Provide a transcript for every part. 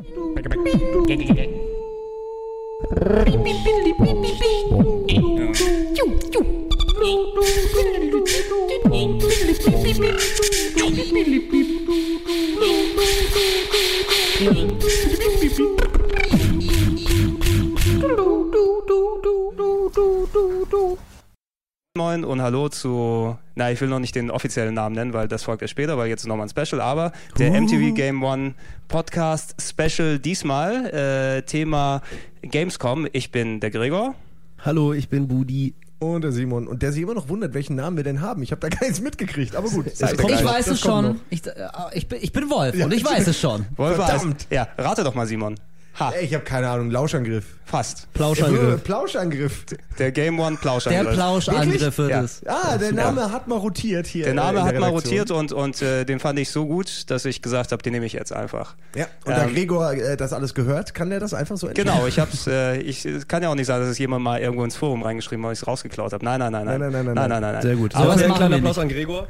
Moin und hallo zu, ich will noch nicht den offiziellen Namen nennen, weil das folgt ja später, weil jetzt ist nochmal ein Special, aber der MTV Game One Podcast Special diesmal, Thema Gamescom. Ich bin der Gregor. Hallo, ich bin Budi. Und der Simon. Und der sich immer noch wundert, welchen Namen wir denn haben. Ich habe da gar nichts mitgekriegt, aber gut. Ich weiß es schon. Ich bin Wolf und ich weiß es schon. Wolf weiß. Ja, rate doch mal, Simon. Ha. Ich habe keine Ahnung, Lauschangriff. Fast. Plauschangriff. Plauschangriff. Der Game One Plauschangriff. Der Plauschangriff wird es. Der Name hat mal rotiert hier. Der Name hat mal rotiert und den fand ich so gut, dass ich gesagt habe, den nehme ich jetzt einfach. Ja, und da Gregor das alles gehört, kann der das einfach so entscheiden? Genau, ich kann ja auch nicht sagen, dass es jemand mal irgendwo ins Forum reingeschrieben hat, weil ich es rausgeklaut habe. Nein. Sehr gut. Aber ein kleiner Applaus an Gregor.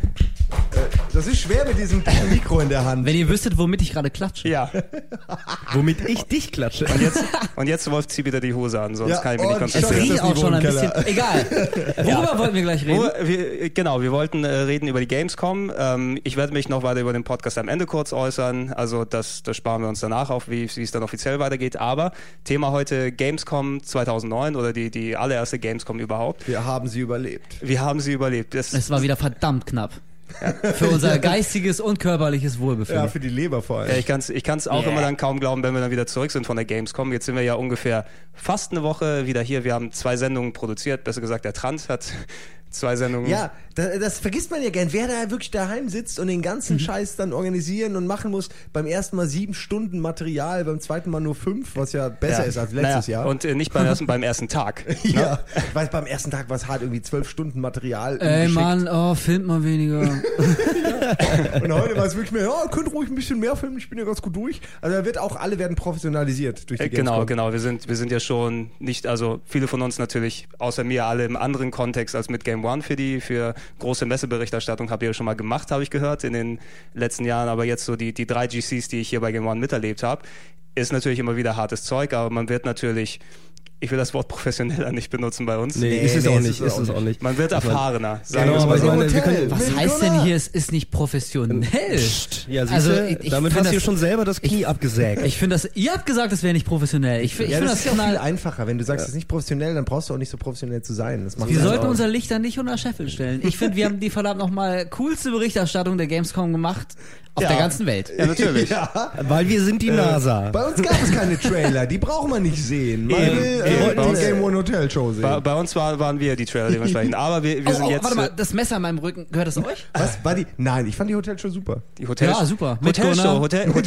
Das ist schwer mit diesem Mikro in der Hand. Wenn ihr wüsstet, womit ich gerade klatsche. Ja. Womit ich dich klatsche. Und jetzt Wolf, zieh wieder die Hose an, sonst kann ich mich nicht konzentrieren. Es riecht auch schon ein bisschen. Egal. Worüber wollten wir gleich reden? Wir wollten reden über die Gamescom. Ich werde mich noch weiter über den Podcast am Ende kurz äußern. Also das sparen wir uns danach auf, wie es dann offiziell weitergeht. Aber Thema heute Gamescom 2009 oder die allererste Gamescom überhaupt. Wir haben sie überlebt. Es war wieder verdammt knapp. Ja. Für unser geistiges und körperliches Wohlbefinden. Ja, für die Leber vor allem. Ja, ich kann's auch immer dann kaum glauben, wenn wir dann wieder zurück sind von der Gamescom. Jetzt sind wir ja ungefähr fast eine Woche wieder hier. Wir haben 2 Sendungen produziert. Besser gesagt, der Trant hat 2 Sendungen. Ja, das vergisst man ja gern. Wer da wirklich daheim sitzt und den ganzen Scheiß dann organisieren und machen muss, beim ersten Mal 7 Stunden Material, beim zweiten Mal nur 5, was ja besser ist als letztes Jahr. Und nicht beim ersten Tag. Ja, weil beim ersten Tag war es hart, irgendwie 12 Stunden Material. Ey Mann, filmt mal weniger. Und heute war es wirklich mehr, könnt ruhig ein bisschen mehr filmen, ich bin ja ganz gut durch. Also alle werden professionalisiert durch die Gamescom. Genau. Wir sind ja schon nicht, also viele von uns natürlich, außer mir, alle im anderen Kontext als mit Game One für große Messeberichterstattung habt ihr ja schon mal gemacht, habe ich gehört, in den letzten Jahren. Aber jetzt so die 3 GCs, die ich hier bei Game One miterlebt habe, ist natürlich immer wieder hartes Zeug, aber man wird natürlich, ich will das Wort professioneller nicht benutzen bei uns. Nee, ist es auch nicht. Man wird erfahrener. Was heißt denn hier, es ist nicht professionell? Ja, damit hast du ja schon selber das Knie abgesägt. Ich finde das, ihr habt gesagt, es wäre nicht professionell. Ich finde das ist ja viel einfacher. Wenn du sagst, es ist nicht professionell, dann brauchst du auch nicht so professionell zu sein. Wir sollten unser Licht dann nicht unter Scheffel stellen. Ich finde, wir haben die verdammt nochmal coolste Berichterstattung der Gamescom gemacht auf der ganzen Welt. Ja, natürlich. Weil wir sind die NASA. Bei uns gab es keine Trailer, die braucht man nicht sehen. Man will die Game One Hotel Show sehen. Bei uns waren wir die Trailer dementsprechend. Aber wir sind jetzt... Warte mal, das Messer an meinem Rücken, gehört das euch? Was? War die? Nein, ich fand die Hotelshow super. Ja, super. Hotelshow.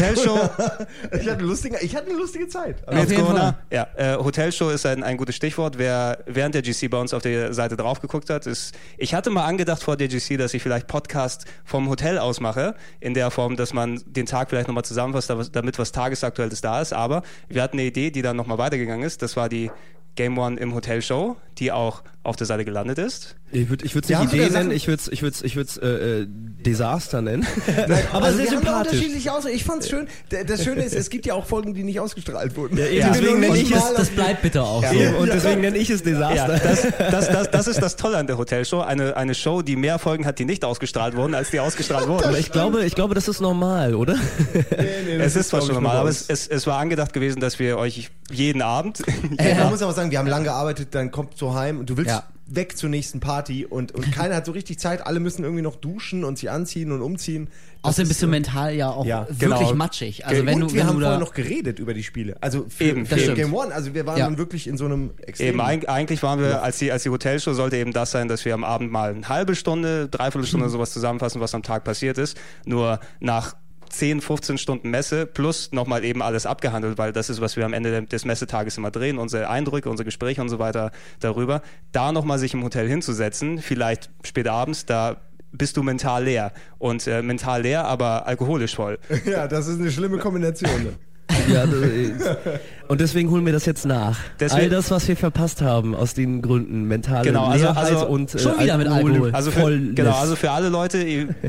Ich hatte eine lustige Zeit. Mit Corona. Ja, Hotelshow ist ein gutes Stichwort. Wer während der GC bei uns auf der Seite drauf geguckt hat, ich hatte mal angedacht vor der GC, dass ich vielleicht Podcast vom Hotel aus mache, in der Form, dass man den Tag vielleicht nochmal zusammenfasst, damit was Tagesaktuelles da ist. Aber wir hatten eine Idee, die dann nochmal weitergegangen ist. Das war die Game One im Hotel Show, die auch auf der Seite gelandet ist. Ich würde es nicht Idee nennen, ich würde es Desaster nennen. Nein, aber sehr sympathisch. Unterschiedlich aus. Ich fand's schön. Das Schöne ist, es gibt ja auch Folgen, die nicht ausgestrahlt wurden. Ja, deswegen nenne ich es. Das bleibt bitte auch so. Und deswegen nenne ich es Desaster. Ja, das ist das Tolle an der Hotelshow. Eine Show, die mehr Folgen hat, die nicht ausgestrahlt wurden, als die ausgestrahlt wurden. Aber ich glaube, das ist normal, oder? Nee, es ist zwar schon normal, aber es war angedacht gewesen, dass wir euch jeden Abend... Man muss aber sagen, wir haben lange gearbeitet, dann kommt so heim und du willst weg zur nächsten Party und keiner hat so richtig Zeit, alle müssen irgendwie noch duschen und sich anziehen und umziehen. Außerdem bist du mental wirklich matschig. Also wir haben vorher noch geredet über die Spiele. Also für Game One, also wir waren dann wirklich in so einem Extrem. Eigentlich waren wir, als die Hotelshow sollte eben das sein, dass wir am Abend mal eine halbe Stunde, dreiviertel Stunde sowas zusammenfassen, was am Tag passiert ist. Nur nach 10, 15 Stunden Messe plus nochmal eben alles abgehandelt, weil das ist, was wir am Ende des Messetages immer drehen, unsere Eindrücke, unsere Gespräche und so weiter darüber. Da nochmal sich im Hotel hinzusetzen, vielleicht spät abends, da bist du mental leer. Und mental leer, aber alkoholisch voll. Ja, das ist eine schlimme Kombination. Ja, und deswegen holen wir das jetzt nach. All das, was wir verpasst haben, aus den Gründen, mentale Leerheit und schon wieder mit Alkohol. Also für alle Leute...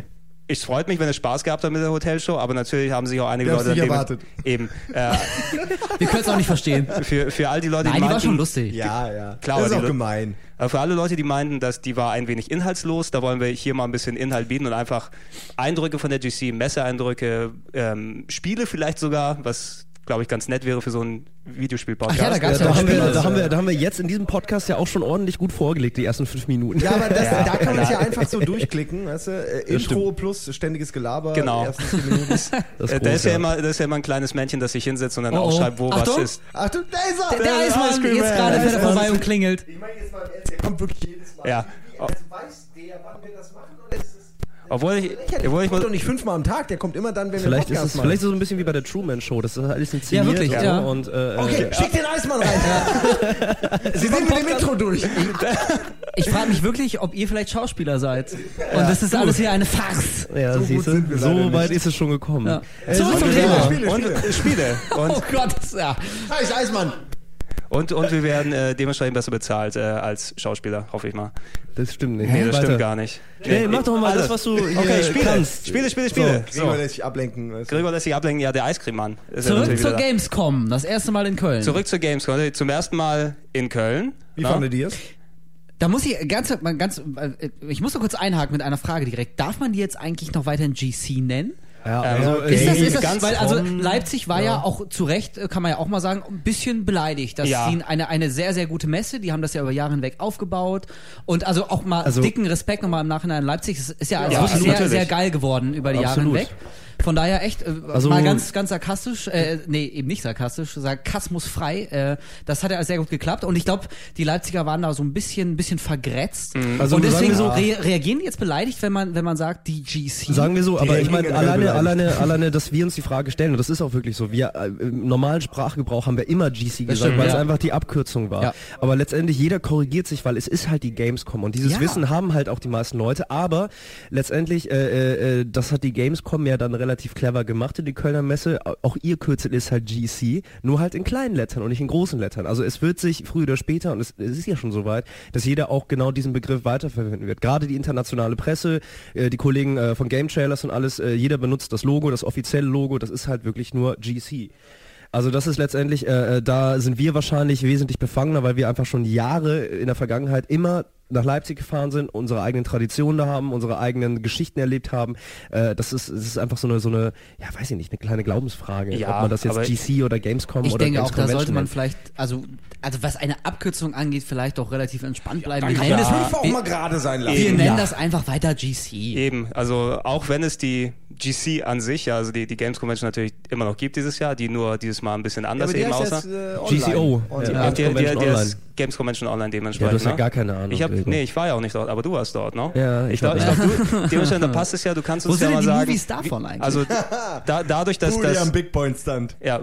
es freut mich, wenn ihr Spaß gehabt habt mit der Hotelshow, aber natürlich haben sich auch einige Leute... nicht erwartet. Eben. Wir können es auch nicht verstehen. Für all die Leute, die die meinten... war schon lustig. Ja. Klar, das ist auch gemein. Aber für alle Leute, die meinten, dass die war ein wenig inhaltslos, da wollen wir hier mal ein bisschen Inhalt bieten und einfach Eindrücke von der GC, Messeeindrücke, Spiele vielleicht sogar, was... glaube ich, ganz nett wäre für so einen Videospiel-Podcast. Ach ja, da gab's da haben wir jetzt in diesem Podcast ja auch schon ordentlich gut vorgelegt, die ersten 5 Minuten. Ja, aber da kann man es ja einfach so durchklicken, weißt du? Intro plus ständiges Gelaber. Genau. Ersten 10 Minuten. Da ist ja immer ein kleines Männchen, das sich hinsetzt und dann aufschreibt, wo Achtung. was ist. Achtung, da ist er! Der Eismann, jetzt gerade fährt er vorbei und klingelt. Ich meine jetzt mal, der kommt wirklich jedes Mal. Ja. Also weiß der, wann wir das machen? Oder ist es... Obwohl ich kommt doch nicht 5-mal am Tag, der kommt immer dann, wenn vielleicht wir ist es machen. vielleicht so ein bisschen wie bei der Truman Show, das ist alles inszeniert. Ja, wirklich, ja. Und, okay, schick den Eismann rein. Sie sind mit dem Intro durch. Ich frage mich wirklich, ob ihr vielleicht Schauspieler seid. Und das ist alles hier eine Farce. Ja, so gut sind wir so weit ist es schon gekommen. Ja. Zurück zum Thema. Spiele. Und, Oh Gott, ja. Hi, Eismann. und wir werden dementsprechend besser bezahlt als Schauspieler, hoffe ich mal. Das stimmt nicht. Nee, das stimmt gar nicht. Nee, mach doch mal das, was du kannst. Spiele. Gregor lässt sich ablenken. Weißt du? Gregor lässt sich ablenken, ja, der Eiscrememann. Zurück zur Gamescom, das erste Mal in Köln. Zurück zur Gamescom, zum ersten Mal in Köln. Wie fandet ihr es? Da muss ich ich muss noch kurz einhaken mit einer Frage direkt. Darf man die jetzt eigentlich noch weiterhin GC nennen? Ja, also Ist das weil also Leipzig war ja auch zu Recht, kann man ja auch mal sagen, ein bisschen beleidigt, dass sie eine sehr, sehr gute Messe, die haben das ja über Jahre hinweg aufgebaut und also auch mal dicken Respekt nochmal im Nachhinein an Leipzig, es ist ja sehr, sehr geil geworden über die Jahre hinweg. Von daher echt, mal ganz sarkastisch, eben nicht sarkastisch, sarkasmusfrei, das hat ja sehr gut geklappt und ich glaube, die Leipziger waren da so ein bisschen vergrätzt und deswegen reagieren die jetzt beleidigt, wenn man sagt, die GC. Sagen wir so, aber ich meine, alleine, dass wir uns die Frage stellen, und das ist auch wirklich so, wir im normalen Sprachgebrauch haben wir immer GC gesagt, weil es einfach die Abkürzung war. Ja. Aber letztendlich jeder korrigiert sich, weil es ist halt die Gamescom und dieses Wissen haben halt auch die meisten Leute, aber letztendlich, das hat die Gamescom ja dann relativ clever gemacht in die Kölner Messe. Auch ihr Kürzel ist halt GC, nur halt in kleinen Lettern und nicht in großen Lettern. Also es wird sich früher oder später, und es ist ja schon soweit, dass jeder auch genau diesen Begriff weiterverwenden wird. Gerade die internationale Presse, die Kollegen von Game Trailers und alles, jeder benutzt das Logo, das offizielle Logo, das ist halt wirklich nur GC. Also das ist letztendlich, da sind wir wahrscheinlich wesentlich befangener, weil wir einfach schon Jahre in der Vergangenheit immer nach Leipzig gefahren sind, unsere eigenen Traditionen da haben, unsere eigenen Geschichten erlebt haben. Das ist einfach so eine, ja, weiß ich nicht, eine kleine Glaubensfrage, ob man das jetzt GC oder Gamescom oder Gamescom. Ich denke auch, da sollte man nennt. vielleicht, also was eine Abkürzung angeht, vielleicht doch relativ entspannt bleiben. Wir nennen das auch mal gerade sein lassen. Wir nennen das einfach weiter GC. Eben, also auch wenn es die GC an sich, also die Games Convention natürlich immer noch gibt dieses Jahr, die nur dieses Mal ein bisschen anders eben aussah. GCO. Die Games Convention Online dementsprechend. Ja, du hast ja gar keine Ahnung. Ich war ja auch nicht dort, aber du warst dort, ne? Ja, ich glaube, dementsprechend, da passt es ja, du kannst uns ja mal sagen. Wo sind die Movies davon eigentlich? Also dadurch, dass das... am Big Point Stand. Ja,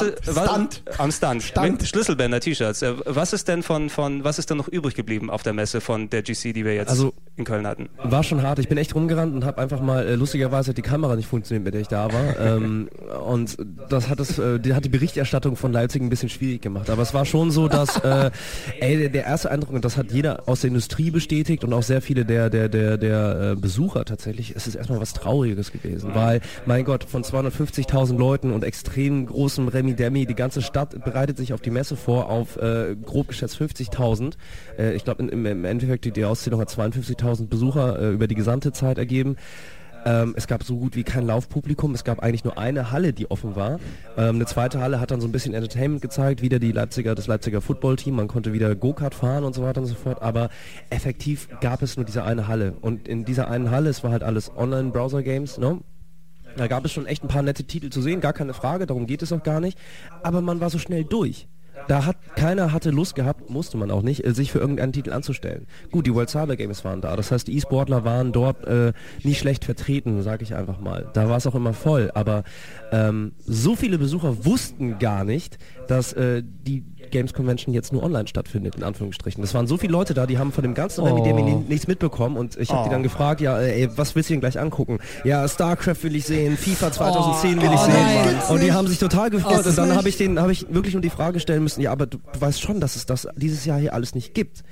am Stand. Mit Schlüsselbänder, T-Shirts. Was ist denn noch übrig geblieben auf der Messe von der GC, die wir jetzt in Köln hatten? War schon hart. Ich bin echt rumgerannt und habe einfach mal, lustigerweise hat die Kamera nicht funktioniert, mit der ich da war. Und das hat die Berichterstattung von Leipzig ein bisschen schwierig gemacht. Aber es war schon so, dass der erste Eindruck, und das hat jeder aus der Industrie bestätigt und auch sehr viele der Besucher tatsächlich, es ist erstmal was Trauriges gewesen, weil, mein Gott, von 250.000 Leuten und extrem großem Remi-Demi, die ganze Stadt bereitet sich auf die Messe vor, auf grob geschätzt 50.000. Ich glaube, im Endeffekt die Auszählung hat 52.000 Besucher über die gesamte Zeit ergeben. Es gab so gut wie kein Laufpublikum, es gab eigentlich nur eine Halle, die offen war. Eine zweite Halle hat dann so ein bisschen Entertainment gezeigt, wieder das Leipziger Footballteam, man konnte wieder Go-Kart fahren und so weiter und so fort, aber effektiv gab es nur diese eine Halle. Und in dieser einen Halle, es war halt alles Online-Browser-Games, ne? Da gab es schon echt ein paar nette Titel zu sehen, gar keine Frage, darum geht es auch gar nicht, aber man war so schnell durch. Keiner hatte Lust gehabt, musste man auch nicht, sich für irgendeinen Titel anzustellen. Gut, die World Cyber Games waren da, das heißt, die E-Sportler waren dort nicht schlecht vertreten, sage ich einfach mal. Da war es auch immer voll, aber so viele Besucher wussten gar nicht, dass die Games Convention jetzt nur online stattfindet, in Anführungsstrichen. Das waren so viele Leute da, die haben von dem ganzen Remi nichts mitbekommen und ich habe die dann gefragt, was willst du denn gleich angucken? Ja, StarCraft will ich sehen, FIFA 2010 will ich sehen. Nein. Und die haben sich total gefreut und dann habe ich wirklich nur die Frage stellen müssen, ja, aber du weißt schon, dass es das dieses Jahr hier alles nicht gibt.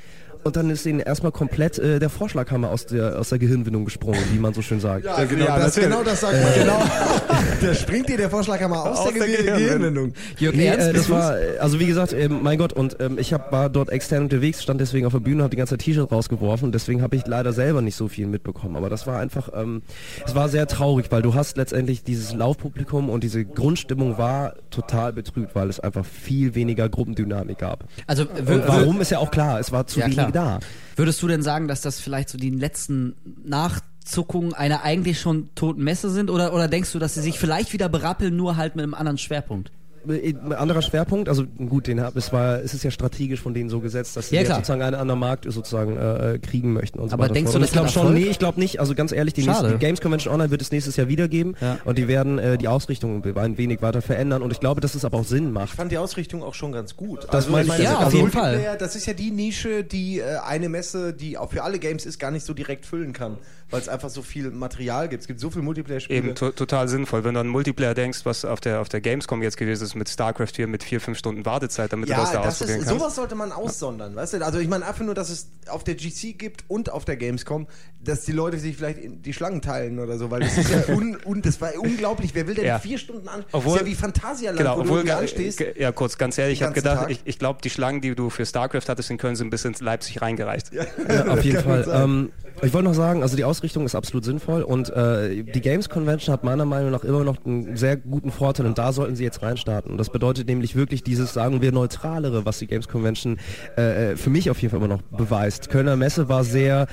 und dann ist ihnen erstmal komplett der Vorschlaghammer aus der Gehirnwindung gesprungen, wie man so schön sagt. Ja, genau das sagt man. Genau. Da springt dir der Vorschlaghammer aus der Gehirnwindung. Das war, also wie gesagt, mein Gott, und ich war dort extern unterwegs, stand deswegen auf der Bühne, habe die ganze T-Shirt rausgeworfen und deswegen habe ich leider selber nicht so viel mitbekommen. Aber das war einfach, es war sehr traurig, weil du hast letztendlich dieses Laufpublikum und diese Grundstimmung war total betrübt, weil es einfach viel weniger Gruppendynamik gab. Also warum ist ja auch klar, es war zu wenig da. Würdest du denn sagen, dass das vielleicht so die letzten Nachzuckungen einer eigentlich schon toten Messe sind? Oder denkst du, dass sie sich vielleicht wieder berappeln, nur halt mit einem anderen Schwerpunkt? Anderer Schwerpunkt, also gut, es ist ja strategisch von denen so gesetzt, dass sie jetzt sozusagen einen anderen Markt sozusagen kriegen möchten und so weiter. Aber denkst du, das ich glaube schon, ich glaube nicht, also ganz ehrlich, die Games Convention Online wird es nächstes Jahr wieder geben und die werden die Ausrichtung ein wenig weiter verändern und ich glaube, dass es aber auch Sinn macht. Ich fand die Ausrichtung auch schon ganz gut. Das meine ich auf jeden Fall. Das ist ja die Nische, die eine Messe, die auch für alle Games ist, gar nicht so direkt füllen kann, weil es einfach so viel Material gibt. Es gibt so viel Multiplayer-Spiele. Eben, total sinnvoll. Wenn du an Multiplayer denkst, was auf der Gamescom jetzt gewesen ist mit StarCraft 4 mit 4-5 Stunden Wartezeit, damit du das da ausprobieren kannst. Sowas sollte man aussondern, weißt du? Also ich meine einfach nur, dass es auf der GC gibt und auf der Gamescom, dass die Leute sich vielleicht die Schlangen teilen oder so, weil das ist ja das war unglaublich. Wer will denn 4 Stunden an? Das ist ja wie Phantasialand, wo du anstehst. Ja, kurz, ganz ehrlich, ich habe gedacht, ich glaube, die Schlangen, die du für StarCraft hattest in Köln, sind bis ins Leipzig reingereicht. Ja, auf jeden Fall. Ich wollte noch sagen, also die Ausrichtung ist absolut sinnvoll und die Games Convention hat meiner Meinung nach immer noch einen sehr guten Vorteil und da sollten sie jetzt reinstarten. Und das bedeutet nämlich wirklich dieses, sagen wir, Neutralere, was die Games Convention für mich auf jeden Fall immer noch beweist. Kölner Messe war sehr,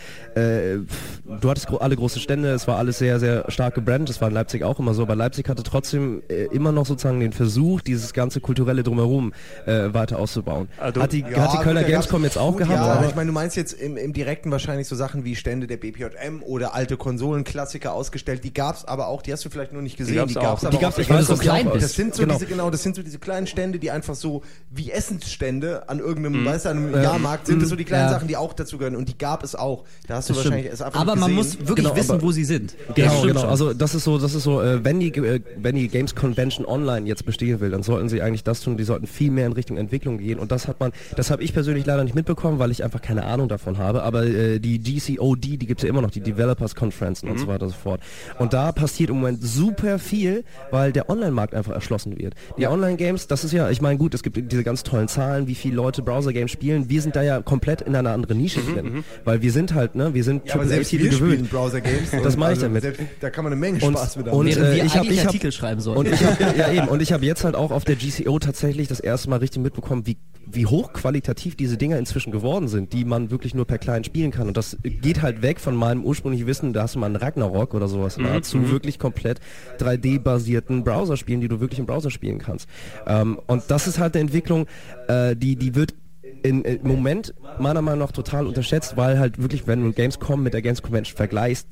du hattest alle große Stände, es war alles sehr, sehr stark gebrandet, das war in Leipzig auch immer so, aber Leipzig hatte trotzdem immer noch sozusagen den Versuch, dieses ganze kulturelle Drumherum weiter auszubauen. Hat die Kölner Gamescom jetzt auch gehabt? Ja, aber ich meine, du meinst jetzt im Direkten wahrscheinlich so Sachen wie Stände der BPJM oder alte Konsolenklassiker ausgestellt, die gab's aber auch, die hast du vielleicht nur nicht gesehen, die gab's aber auch. Ich weiß, so klein bist. Das sind so das sind so diese kleinen Stände, die einfach so wie Essensstände an irgendeinem, weißt du, an einem Jahrmarkt sind, das so die kleinen Sachen, die auch dazu gehören und die gab es auch. Da hast du wahrscheinlich es einfach aber man muss wirklich wissen, wo sie sind. Genau. Also das ist so, wenn die Games Convention Online jetzt bestehen will, dann sollten sie eigentlich das tun, die sollten viel mehr in Richtung Entwicklung gehen und das habe ich persönlich leider nicht mitbekommen, weil ich einfach keine Ahnung davon habe, aber die GCOD, die gibt es ja immer noch, die Developers Conferences und so weiter und so fort. Und da passiert im Moment super viel, weil der Online-Markt einfach erschlossen wird. Die Online-Games, das ist ja, ich meine gut, es gibt diese ganz tollen Zahlen, wie viele Leute Browser-Games spielen. Wir sind da ja komplett in einer anderen Nische drin, weil wir sind halt, wir sind AAA-Titel gewöhnt. Browser-Games. Das meine ich damit. Da kann man eine Menge Spaß mit haben. Und ich habe Artikel schreiben sollen. Und ich habe jetzt halt auch auf der GCO tatsächlich das erste Mal richtig mitbekommen, wie hochqualitativ diese Dinger inzwischen geworden sind, die man wirklich nur per Client spielen kann. Und das geht halt weg von meinem ursprünglichen Wissen, da hast du mal einen Ragnarok oder sowas zu wirklich komplett 3D-basierten Browser-Spielen, die du wirklich im Browser spielen kannst. Und das ist halt eine Entwicklung, die wird im Moment meiner Meinung nach total unterschätzt, weil halt wirklich, wenn du Gamescom mit der Games Convention vergleichst,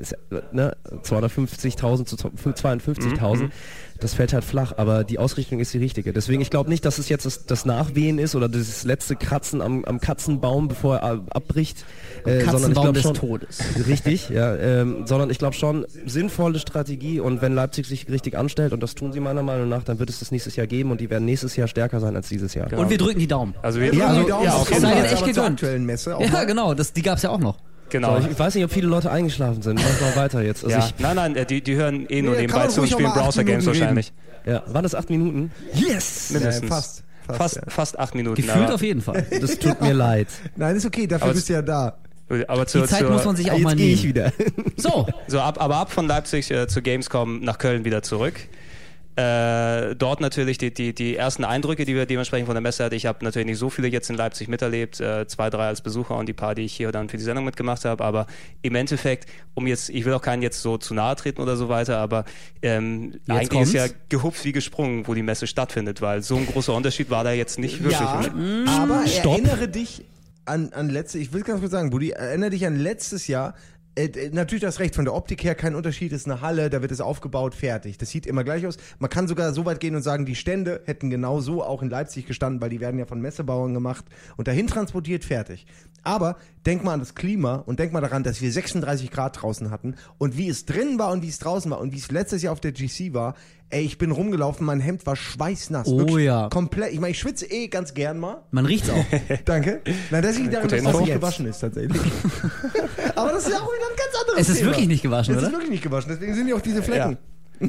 250.000 zu 52.000, das fällt halt flach, aber die Ausrichtung ist die richtige. Deswegen, ich glaube nicht, dass es jetzt das Nachwehen ist oder das letzte Kratzen am Katzenbaum, bevor er abbricht. Sondern ich glaube des Todes. Richtig, ja. Sondern ich glaube schon, sinnvolle Strategie und wenn Leipzig sich richtig anstellt, und das tun sie meiner Meinung nach, dann wird es das nächstes Jahr geben und die werden nächstes Jahr stärker sein als dieses Jahr. Genau. Und wir drücken die Daumen. Also wir drücken die Daumen. Ja, auf jeden Fall. Echt gegönnt. Messe ja, genau, die gab es ja auch noch. Genau. So, ich weiß nicht, ob viele Leute eingeschlafen sind. Mach mal weiter jetzt. Also Nein, die hören nur nebenbei zu und spielen Browser-Games wahrscheinlich. Ja, waren das 8 Minuten? Yes! Mindestens. Fast 8 Minuten. Gefühlt auf jeden Fall. Das tut mir leid. Nein, ist okay, dafür bist du ja da. Aber die Zeit muss man sich auch mal nehmen. Jetzt gehe ich wieder. Aber ab von Leipzig zur Gamescom nach Köln wieder zurück. Dort natürlich die ersten Eindrücke, die wir dementsprechend von der Messe hatten. Ich habe natürlich nicht so viele jetzt in Leipzig miterlebt, 2, 3 als Besucher und die paar, die ich hier dann für die Sendung mitgemacht habe, aber im Endeffekt, ich will auch keinen jetzt so zu nahe treten oder so weiter, aber eigentlich ist ja gehupft wie gesprungen, wo die Messe stattfindet, weil so ein großer Unterschied war da jetzt nicht wirklich. Ja, aber erinnere dich an ich will ganz kurz sagen, Buddy, erinnere dich an letztes Jahr. Natürlich, du hast recht, von der Optik her kein Unterschied, ist eine Halle, da wird es aufgebaut, fertig. Das sieht immer gleich aus. Man kann sogar so weit gehen und sagen, die Stände hätten genau so auch in Leipzig gestanden, weil die werden ja von Messebauern gemacht und dahin transportiert, fertig. Aber denk mal an das Klima und denk mal daran, dass wir 36 Grad draußen hatten und wie es drinnen war und wie es draußen war und wie es letztes Jahr auf der GC war. Ey, ich bin rumgelaufen, mein Hemd war schweißnass. Oh wirklich ja. Komplett. Ich meine, ich schwitze ganz gern mal. Man riecht's auch. Danke. Nein, das liegt daran, dass es nicht jetzt. gewaschen ist, tatsächlich. Aber das ist ja auch wieder ein ganz anderes Es ist Thema. wirklich nicht gewaschen, Es oder? ist wirklich nicht gewaschen, deswegen sind ja auch diese Flecken.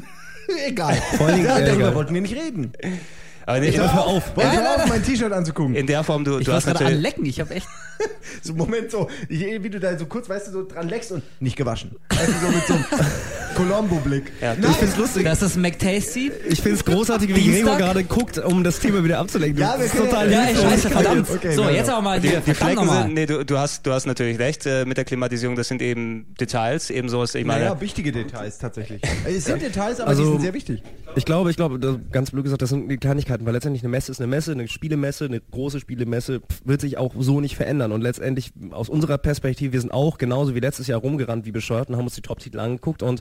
Egal. Vor allen Dingen, Darüber egal. wollten wir nicht reden. Aber nee, Hör auf. Wollt ihr auf, mein T-Shirt anzugucken? in der Form, du Ich hast muss gerade natürlich... anlecken, ich habe echt... So Moment so, wie du da so kurz, weißt du, so dran leckst und nicht gewaschen. Also so mit so einem Colombo-Blick. Ja. Nein, Ich find's lustig. Das ist McTasty. Ich find's großartig, wie Dienstag? Gregor gerade guckt, um das Thema wieder abzulenken. Ja, das wir ist können- total Ja, hilflos. ey, scheiße, verdammt. Okay, so, ja, jetzt ja. aber mal hier. Die Verdammt Flecken nochmal. sind, nee, du hast natürlich recht mit der Klimatisierung, das sind eben Details, eben sowas, ich meine... naja, wichtige Details tatsächlich. Es sind Details, aber Also- die sind sehr wichtig. Ich glaube, das, ganz blöd gesagt, das sind die Kleinigkeiten, weil letztendlich eine Messe ist eine Messe, eine Spielemesse, eine große Spielemesse wird sich auch so nicht verändern und letztendlich aus unserer Perspektive, wir sind auch genauso wie letztes Jahr rumgerannt wie bescheuert und haben uns die Top-Titel angeguckt und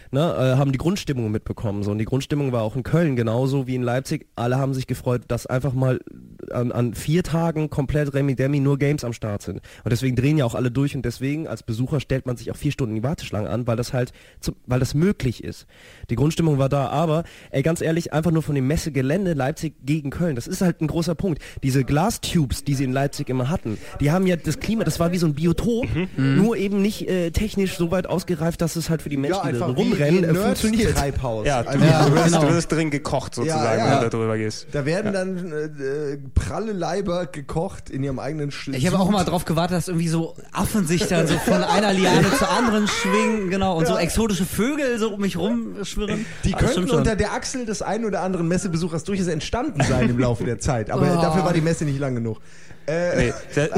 haben die Grundstimmung mitbekommen. So. Und die Grundstimmung war auch in Köln genauso wie in Leipzig. Alle haben sich gefreut, dass einfach mal an 4 Tagen komplett Remi-Demi nur Games am Start sind. Und deswegen drehen ja auch alle durch und deswegen als Besucher stellt man sich auch 4 Stunden in die Warteschlange an, weil das halt, weil das möglich ist. Die Grundstimmung war da, aber ey, ganz ehrlich, einfach nur von dem Messegelände Leipzig gegen Köln, das ist halt ein großer Punkt. Diese Glastubes, die sie in Leipzig immer hatten, die haben ja das Klima, das war wie so ein Biotop, nur eben nicht technisch so weit ausgereift, dass es halt für die Menschen, die da rumrennen, funktioniert. Treibhaus. Ja, Also, du wirst drin gekocht sozusagen, Ja, ja. wenn du da drüber gehst. da werden dann pralle Leiber gekocht in ihrem eigenen Ich habe auch mal drauf gewartet, dass irgendwie so Affen sich dann so von einer Liane zur anderen schwingen, genau, und so exotische Vögel so um mich rumschwirren. Die Ah, das stimmt könnten schon. unter der Achsel des einen oder anderen Messebesuchers durchaus entstanden sein im Laufe der Zeit. Aber Oh. dafür war die Messe nicht lang genug. Nee,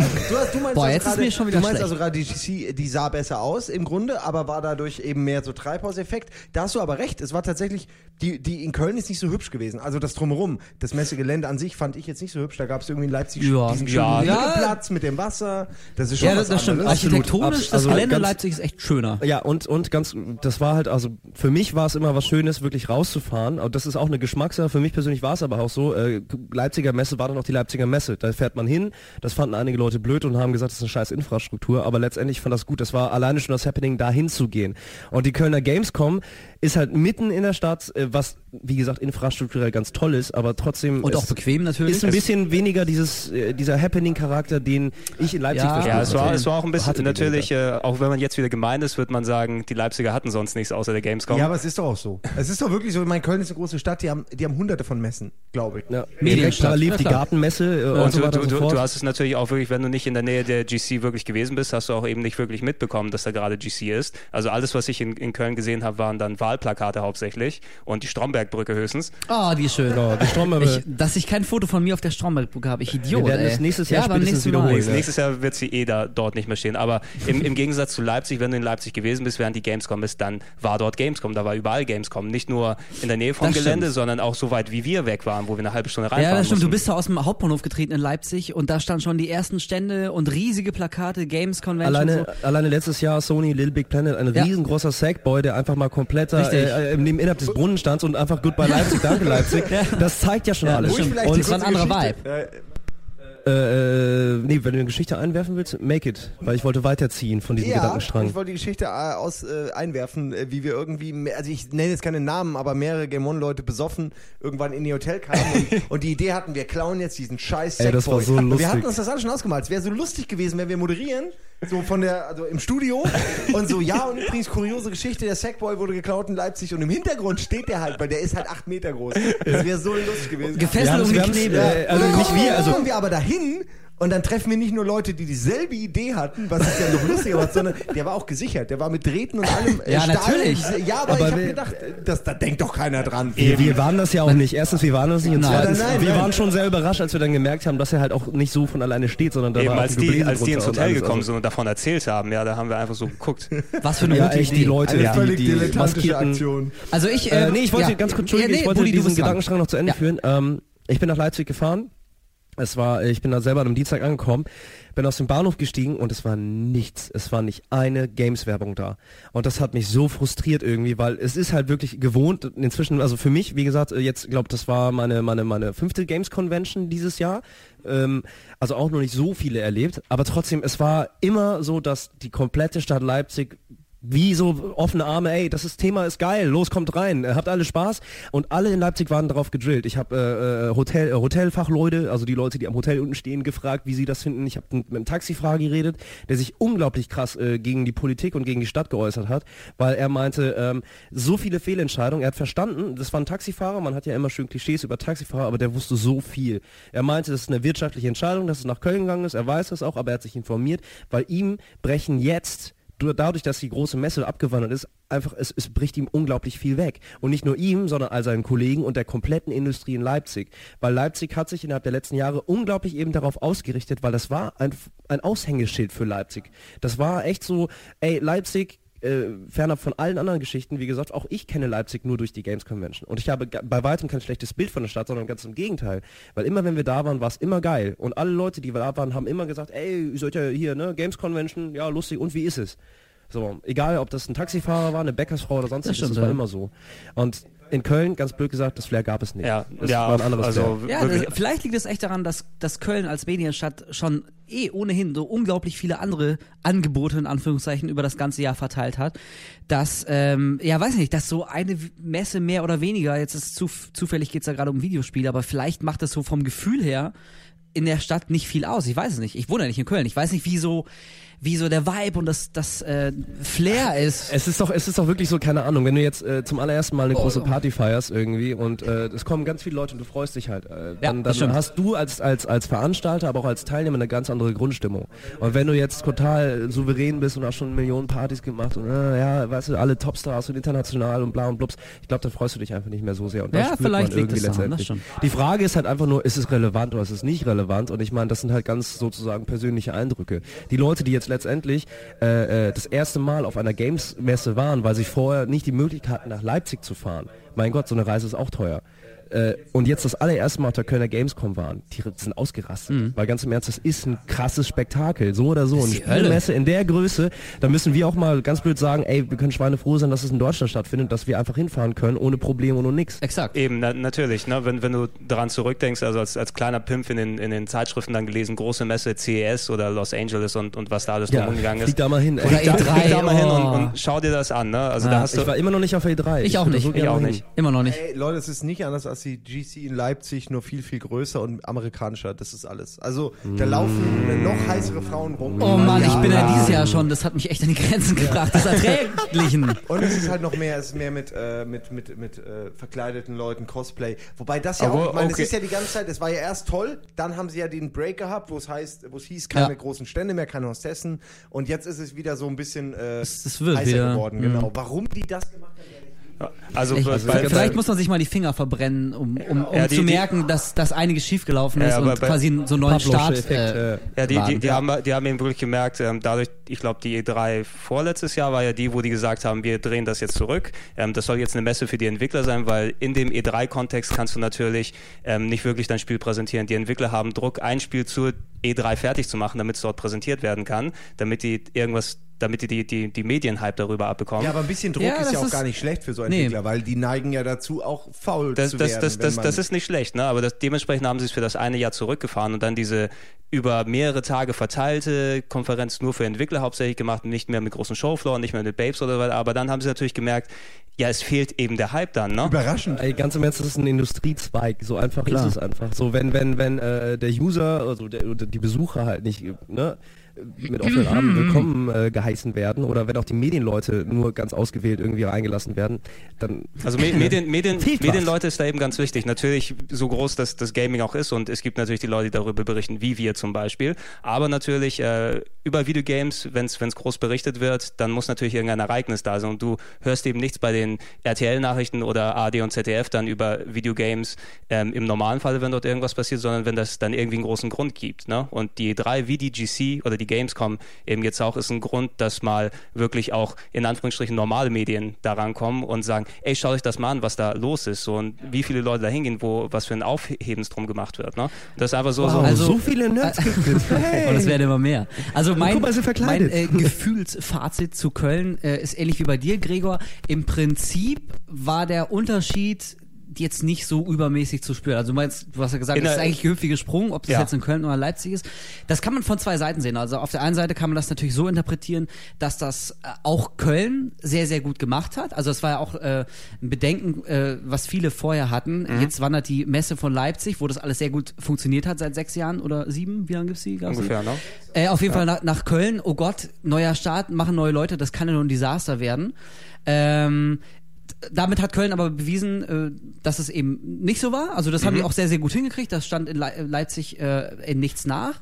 Du meinst Boah, also jetzt ist gerade- mir schon wieder Du meinst schlecht. also gerade, die GC, die sah besser aus im Grunde, aber war dadurch eben mehr so Treibhauseffekt. Da hast du aber recht, es war tatsächlich, die in Köln ist nicht so hübsch gewesen. Also das Drumherum, das Messegelände an sich fand ich jetzt nicht so hübsch. Da gab es irgendwie in Leipzig Ja. diesen Ja. schönen Ja. Platz mit dem Wasser. Das ist schon Ja, was das stimmt. anderes. Architektonisch, das Also Gelände ganz- Leipzig ist echt schöner. Ja, und ganz, das war halt, also für mich war es immer was Schönes, wirklich rauszufahren. Und das ist auch eine Geschmackssache. Für mich persönlich war es aber auch so. Leipziger Messe war dann auch die Leipziger Messe. Da fährt man hin. Das fanden einige Leute blöd und haben gesagt, das ist eine scheiß Infrastruktur. Aber letztendlich fand das gut. Das war alleine schon das Happening, da hinzugehen. Und die Kölner Gamescom ist halt mitten in der Stadt, was, wie gesagt, infrastrukturell ganz toll ist, aber trotzdem Und auch bequem natürlich. ist ein bisschen weniger dieser Happening-Charakter, den ich in Leipzig Ja. verstehe. Ja, es war auch ein bisschen, Hatte die natürlich, auch wenn man jetzt wieder gemein ist, wird man sagen, die Leipziger hatten sonst nichts außer der Gamescom. Ja, aber es ist doch auch so. Es ist doch wirklich so, ich meine, Köln ist eine große Stadt, die haben hunderte von Messen, glaube ich. Ja. Medienstadt. Parallel Ja, die klar. Gartenmesse und und so weiter du, und so du, fort. du hast es natürlich auch wirklich, wenn du nicht in der Nähe der GC wirklich gewesen bist, hast du auch eben nicht wirklich mitbekommen, dass da gerade GC ist. Also alles, was ich in Köln gesehen habe, waren dann Wahlplakate hauptsächlich und die Strombergbrücke höchstens. Oh, die ist schön. Genau, die Stromberg- Dass ich kein Foto von mir auf der Strombergbrücke habe, ich Idiot, Wir werden ey. das nächstes Jahr ja, beim spätestens nächsten Mal. wiederholen. Nächstes Jahr wird sie dort nicht mehr stehen. Aber im Gegensatz zu Leipzig, wenn du in Leipzig gewesen bist, während die Gamescom ist, dann war dort Gamescom. Da war überall Gamescom. Nicht nur in der Nähe vom Das Gelände, stimmt. sondern auch so weit, wie wir weg waren, wo wir eine halbe Stunde reinfahren Ja, das stimmt. Du mussten. bist da aus dem Hauptbahnhof getreten in Leipzig und da standen schon die ersten Stände und riesige Plakate, Games Convention. Alleine letztes Jahr Sony Little Big Planet, ein Ja. riesengroßer Sackboy, der einfach mal kompletter Richtig. innerhalb des Brunnen stand und einfach Goodbye Leipzig, danke Leipzig. Das zeigt ja schon Ja, alles. das stimmt. vielleicht Und die es war ein kurze anderer Geschichte. Nee, wenn du eine Geschichte einwerfen willst, make it, weil ich wollte weiterziehen von diesem Ja, Gedankenstrang. ich wollte die Geschichte einwerfen, wie wir irgendwie, also ich nenne jetzt keine Namen, aber mehrere Game One-Leute besoffen irgendwann in die Hotel kamen und die Idee hatten, wir klauen jetzt diesen scheiß Ey, das war Sackboy. so Und lustig. wir hatten uns das alles schon ausgemalt. Es wäre so lustig gewesen, wenn wir moderieren, so also im Studio und so, ja, und übrigens kuriose Geschichte, der Sackboy wurde geklaut in Leipzig und im Hintergrund steht der halt, weil der ist halt 8 Meter groß. Das wäre so lustig gewesen. Gefesselt um die Knebel. also Und dann nicht wir, also kommen wir aber dahin und dann treffen wir nicht nur Leute, die dieselbe Idee hatten, was es ja noch lustiger macht, sondern der war auch gesichert, der war mit Drähten und allem Ja, natürlich. Ja, aber Aber ich habe wir- gedacht, da denkt doch keiner dran. wir waren das ja auch nicht. Erstens, wir waren das nicht und Nein. zweitens, Nein, wir nein. waren schon sehr überrascht, als wir dann gemerkt haben, dass er halt auch nicht so von alleine steht, sondern da Eben war auch als ein Gebläse die ins drunter und Hotel alles. gekommen sind und davon erzählt haben, ja, da haben wir einfach so geguckt. Was für eine Ja, gute echt, Idee. die Leute, Eine völlig die dilettantische maskierten... Aktion. Also ich, nee, ich wollte ja. ganz kurz, Entschuldigung, Ja, nee, ich wollte Buddy, du diesen bist dran. Gedankenstrang noch zu Ende Ja. führen. Ich bin nach Leipzig gefahren. Ich bin da selber am Dienstag angekommen, bin aus dem Bahnhof gestiegen und es war nichts. Es war nicht eine Games-Werbung da. Und das hat mich so frustriert irgendwie, weil es ist halt wirklich gewohnt inzwischen, also für mich, wie gesagt, jetzt glaube das war meine 5. Games-Convention dieses Jahr. Also auch noch nicht so viele erlebt, aber trotzdem, es war immer so, dass die komplette Stadt Leipzig wie so offene Arme, ey, Thema ist geil, los, kommt rein, habt alle Spaß. Und alle in Leipzig waren darauf gedrillt. Ich habe Hotelfachleute, also die Leute, die am Hotel unten stehen, gefragt, wie sie das finden. Ich habe mit einem Taxifahrer geredet, der sich unglaublich krass gegen die Politik und gegen die Stadt geäußert hat, weil er meinte, so viele Fehlentscheidungen, er hat verstanden, das war ein Taxifahrer, man hat ja immer schön Klischees über Taxifahrer, aber der wusste so viel. Er meinte, das ist eine wirtschaftliche Entscheidung, dass es nach Köln gegangen ist, er weiß das auch, aber er hat sich informiert, weil ihm brechen jetzt dadurch, dass die große Messe abgewandert ist, einfach, es bricht ihm unglaublich viel weg. Und nicht nur ihm, sondern all seinen Kollegen und der kompletten Industrie in Leipzig. Weil Leipzig hat sich innerhalb der letzten Jahre unglaublich eben darauf ausgerichtet, weil das war ein Aushängeschild für Leipzig. Das war echt so, ey, Leipzig, fernab von allen anderen Geschichten, wie gesagt, auch ich kenne Leipzig nur durch die Games Convention. Und ich habe bei weitem kein schlechtes Bild von der Stadt, sondern ganz im Gegenteil. Weil immer, wenn wir da waren, war es immer geil. Und alle Leute, die da waren, haben immer gesagt, ey, ihr seid ja hier, ne, Games Convention, ja, lustig, und wie ist es? So, egal, ob das ein Taxifahrer war, eine Bäckersfrau oder sonstiges, das war immer so. Und in Köln, ganz blöd gesagt, das Flair gab es nicht. Ja, das war ein anderes Flair. Ja, vielleicht liegt es echt daran, dass Köln als Medienstadt schon ohnehin so unglaublich viele andere Angebote in Anführungszeichen über das ganze Jahr verteilt hat, dass, weiß nicht, dass so eine Messe mehr oder weniger, jetzt ist zufällig geht's ja gerade um Videospiele, aber vielleicht macht das so vom Gefühl her in der Stadt nicht viel aus. Ich weiß es nicht. Ich wohne ja nicht in Köln. Ich weiß nicht, wie so der Vibe und das Flair ist. Es ist doch wirklich so, keine Ahnung, wenn du jetzt zum allerersten Mal eine große Party feierst irgendwie und es kommen ganz viele Leute und du freust dich halt, dann hast du als Veranstalter, aber auch als Teilnehmer eine ganz andere Grundstimmung. Und wenn du jetzt total souverän bist und hast schon Millionen Partys gemacht und weißt du, alle Topstars und international und bla und blups, ich glaube, dann freust du dich einfach nicht mehr so sehr. Und das spürt vielleicht man irgendwie letztendlich. Die Frage ist halt einfach nur, ist es relevant oder ist es nicht relevant? Und ich meine, das sind halt ganz sozusagen persönliche Eindrücke. Die Leute, die jetzt letztendlich das erste Mal auf einer Games-Messe waren, weil sie vorher nicht die Möglichkeit hatten, nach Leipzig zu fahren. Mein Gott, so eine Reise ist auch teuer. Und jetzt das allererste Mal auf der Kölner Gamescom waren, die sind ausgerastet. Weil ganz im Ernst, das ist ein krasses Spektakel, so oder so. Und eine Spielmesse in der Größe, da müssen wir auch mal ganz blöd sagen, ey, wir können schweinefroh sein, dass es in Deutschland stattfindet, dass wir einfach hinfahren können, ohne Probleme und ohne nix. Exakt. Eben, natürlich, ne? Wenn du daran zurückdenkst, also als kleiner Pimp in den Zeitschriften dann gelesen, große Messe, CES oder Los Angeles und was da alles drum gegangen ist. Flieg da mal hin. Oder E3. Flieg da mal hin und schau dir das an, ne? Also da hast du. Ich war immer noch nicht auf E3. Ich auch nicht. Ich auch nicht. Immer noch nicht. Ey, Leute, es ist nicht anders als die GC in Leipzig, nur viel, viel größer und amerikanischer. Das ist alles. Also, da laufen noch heißere Frauen rum. Oh Mann, ich bin ja dieses Jahr schon, das hat mich echt an die Grenzen gebracht, das Erträglichen. Und es ist halt noch mehr, es ist mehr mit verkleideten Leuten, Cosplay. Wobei das ja auch, ich meine, es ist ja die ganze Zeit, es war ja erst toll, dann haben sie ja den Break gehabt, wo es hieß, keine großen Stände mehr, keine Hostessen. Und jetzt ist es wieder so ein bisschen heißer geworden. Genau. Warum die das gemacht haben? Also vielleicht muss man sich mal die Finger verbrennen, um zu merken, dass einiges schiefgelaufen ist und quasi so einen neuen Start. Die haben eben wirklich gemerkt, dadurch, ich glaube, die E3 vorletztes Jahr war ja die, wo die gesagt haben, wir drehen das jetzt zurück. Das soll jetzt eine Messe für die Entwickler sein, weil in dem E3-Kontext kannst du natürlich nicht wirklich dein Spiel präsentieren. Die Entwickler haben Druck, ein Spiel zur E3 fertig zu machen, damit es dort präsentiert werden kann, damit die die Medienhype darüber abbekommen. Ja, aber ein bisschen Druck ist ja auch gar nicht schlecht für so Entwickler, weil die neigen ja dazu, auch faul zu werden. Das ist nicht schlecht, ne? Aber dementsprechend haben sie es für das eine Jahr zurückgefahren und dann diese über mehrere Tage verteilte Konferenz nur für Entwickler hauptsächlich gemacht, nicht mehr mit großen Showfloor, nicht mehr mit Babes oder so weiter, aber dann haben sie natürlich gemerkt, ja, es fehlt eben der Hype dann, ne? Überraschend. Ey, ganz im Ernst, das ist ein Industriezweig, so einfach ist es einfach. So, wenn der User, also die Besucher halt nicht, ne, mit offenen Armen willkommen geheißen werden oder wenn auch die Medienleute nur ganz ausgewählt irgendwie reingelassen werden, dann... Also Medienleute ist da eben ganz wichtig. Natürlich so groß, dass das Gaming auch ist und es gibt natürlich die Leute, die darüber berichten, wie wir zum Beispiel, aber natürlich über Videogames, wenn es groß berichtet wird, dann muss natürlich irgendein Ereignis da sein und du hörst eben nichts bei den RTL-Nachrichten oder ARD und ZDF dann über Videogames im normalen Fall, wenn dort irgendwas passiert, sondern wenn das dann irgendwie einen großen Grund gibt, ne? Und die E3 wie die GC oder die Gamescom eben jetzt auch ist ein Grund, dass mal wirklich auch in Anführungsstrichen normale Medien daran kommen und sagen, ey, schaut euch das mal an, was da los ist so, und wie viele Leute da hingehen, was für ein Aufhebens drum gemacht wird. Ne? Das ist einfach so. Wow, so viele Nerds gibt es. Hey. Und es werden immer mehr. Also mein Gefühlsfazit zu Köln ist ähnlich wie bei dir, Gregor. Im Prinzip war der Unterschied jetzt nicht so übermäßig zu spüren. Also du hast ja gesagt, das ist eigentlich Hüpfi gesprungen, ob das jetzt in Köln oder Leipzig ist. Das kann man von zwei Seiten sehen. Also auf der einen Seite kann man das natürlich so interpretieren, dass das auch Köln sehr, sehr gut gemacht hat. Also es war ja auch ein Bedenken, was viele vorher hatten. Jetzt wandert die Messe von Leipzig, wo das alles sehr gut funktioniert hat seit 6 Jahren oder 7. Wie lange gibt's die? Ungefähr, ne? Auf jeden Fall nach Köln. Oh Gott, neuer Start, machen neue Leute, das kann ja nur ein Desaster werden. Damit hat Köln aber bewiesen, dass es eben nicht so war. Also das haben die auch sehr, sehr gut hingekriegt. Das stand in Leipzig in nichts nach.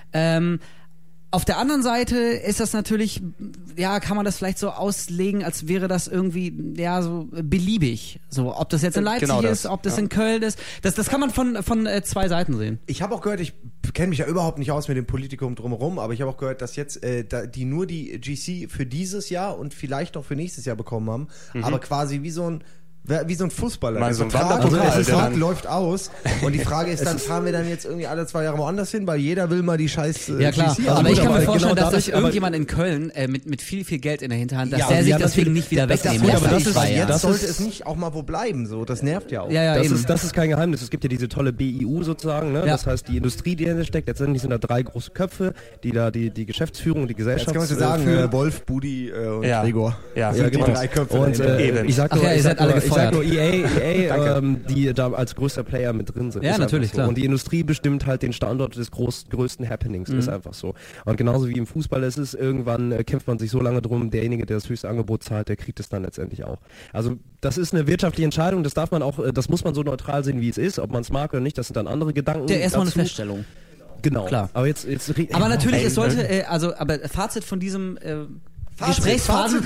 Auf der anderen Seite ist das natürlich, kann man das vielleicht so auslegen, als wäre das irgendwie, so beliebig. So, ob das jetzt in Leipzig ist, ob das in Köln ist. Das kann man von zwei Seiten sehen. Ich habe auch gehört, ich kenne mich ja überhaupt nicht aus mit dem Politikum drumherum, aber ich habe auch gehört, dass jetzt die nur die GC für dieses Jahr und vielleicht auch für nächstes Jahr bekommen haben, aber quasi wie so ein Fußballer. Mal so ein Vertrag läuft aus und die Frage ist dann, fahren wir dann jetzt irgendwie alle 2 Jahre woanders hin, weil jeder will mal die scheiß ja klar, GC aber ich kann mir vorstellen, dass das irgendjemand in Köln mit viel, viel Geld in der Hinterhand, dass der sich deswegen nicht wieder wegnehmen lässt. Aber jetzt sollte es nicht auch mal wo bleiben, so, das nervt ja auch. Das ist kein Geheimnis, es gibt ja diese tolle BIU sozusagen, ne? Das heißt die Industrie, die dahinter steckt, letztendlich sind da 3 große Köpfe, die da die Geschäftsführung und die Gesellschaft führen. Jetzt kann man sagen, Wolf, Budi und Gregor. Ja, genau. 3 Köpfe. Und ich sag nur EA, die da als größter Player mit drin sind. Ja, ist natürlich, so. klar. Und die Industrie bestimmt halt den Standort des größten Happenings, ist einfach so. Und genauso wie im Fußball ist es, irgendwann kämpft man sich so lange drum, derjenige, der das höchste Angebot zahlt, der kriegt es dann letztendlich auch. Also das ist eine wirtschaftliche Entscheidung, das muss man so neutral sehen, wie es ist, ob man es mag oder nicht, das sind dann andere Gedanken. Erstmal eine Feststellung. Genau. Klar. Aber jetzt aber natürlich, es sollte, aber Fazit von diesem Gesprächsphase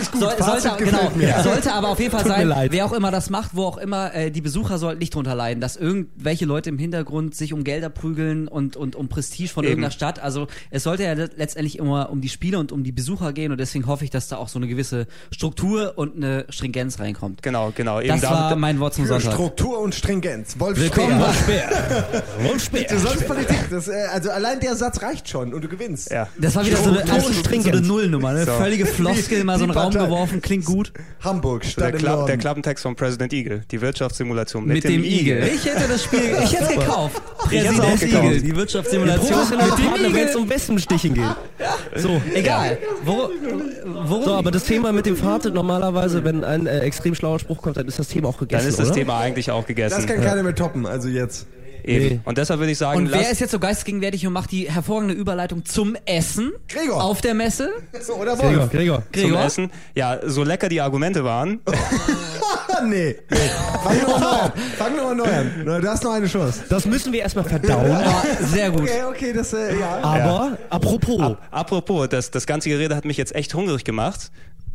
sollte aber auf jeden Fall sein, wer auch immer das macht, wo auch immer, die Besucher sollten nicht drunter leiden, dass irgendwelche Leute im Hintergrund sich um Gelder prügeln und um Prestige von irgendeiner Stadt. Also es sollte ja letztendlich immer um die Spiele und um die Besucher gehen und deswegen hoffe ich, dass da auch so eine gewisse Struktur und eine Stringenz reinkommt. Genau. Eben das war mein Wort zum Sonntag. Struktur und Stringenz. Willkommen, Wolf Speer. Wolf Speer. Du sollst Politik. Also allein der Satz reicht schon und du gewinnst. Ja. Das war wieder so eine Nullnummer, eine völlige Floskel, mal so einen Raum geworfen, klingt gut. Hamburg, Stadt der Klappentext von President Eagle, die Wirtschaftssimulation mit dem Igel. Ich hätte das Spiel, gekauft. Präsident Igel, die Wirtschaftssimulation mit dem Igel, wenn es um Wespenstichen geht. So, egal. So, aber das Thema mit dem Fazit, normalerweise, wenn ein extrem schlauer Spruch kommt, dann ist das Thema auch gegessen, Dann ist das Thema eigentlich auch gegessen. Das kann keiner mehr toppen, also jetzt. Eben. Nee. Und deshalb würde ich sagen, und wer ist jetzt so geistgegenwärtig und macht die hervorragende Überleitung zum Essen? Gregor. Auf der Messe? Oder Wolf? Gregor. Zum Essen. Ja, so lecker die Argumente waren. Nee. Fang nochmal neu an. Du hast noch eine Chance. Das müssen wir erstmal verdauen. Sehr gut. Okay, das, ja. Aber, apropos, das ganze Gerede hat mich jetzt echt hungrig gemacht.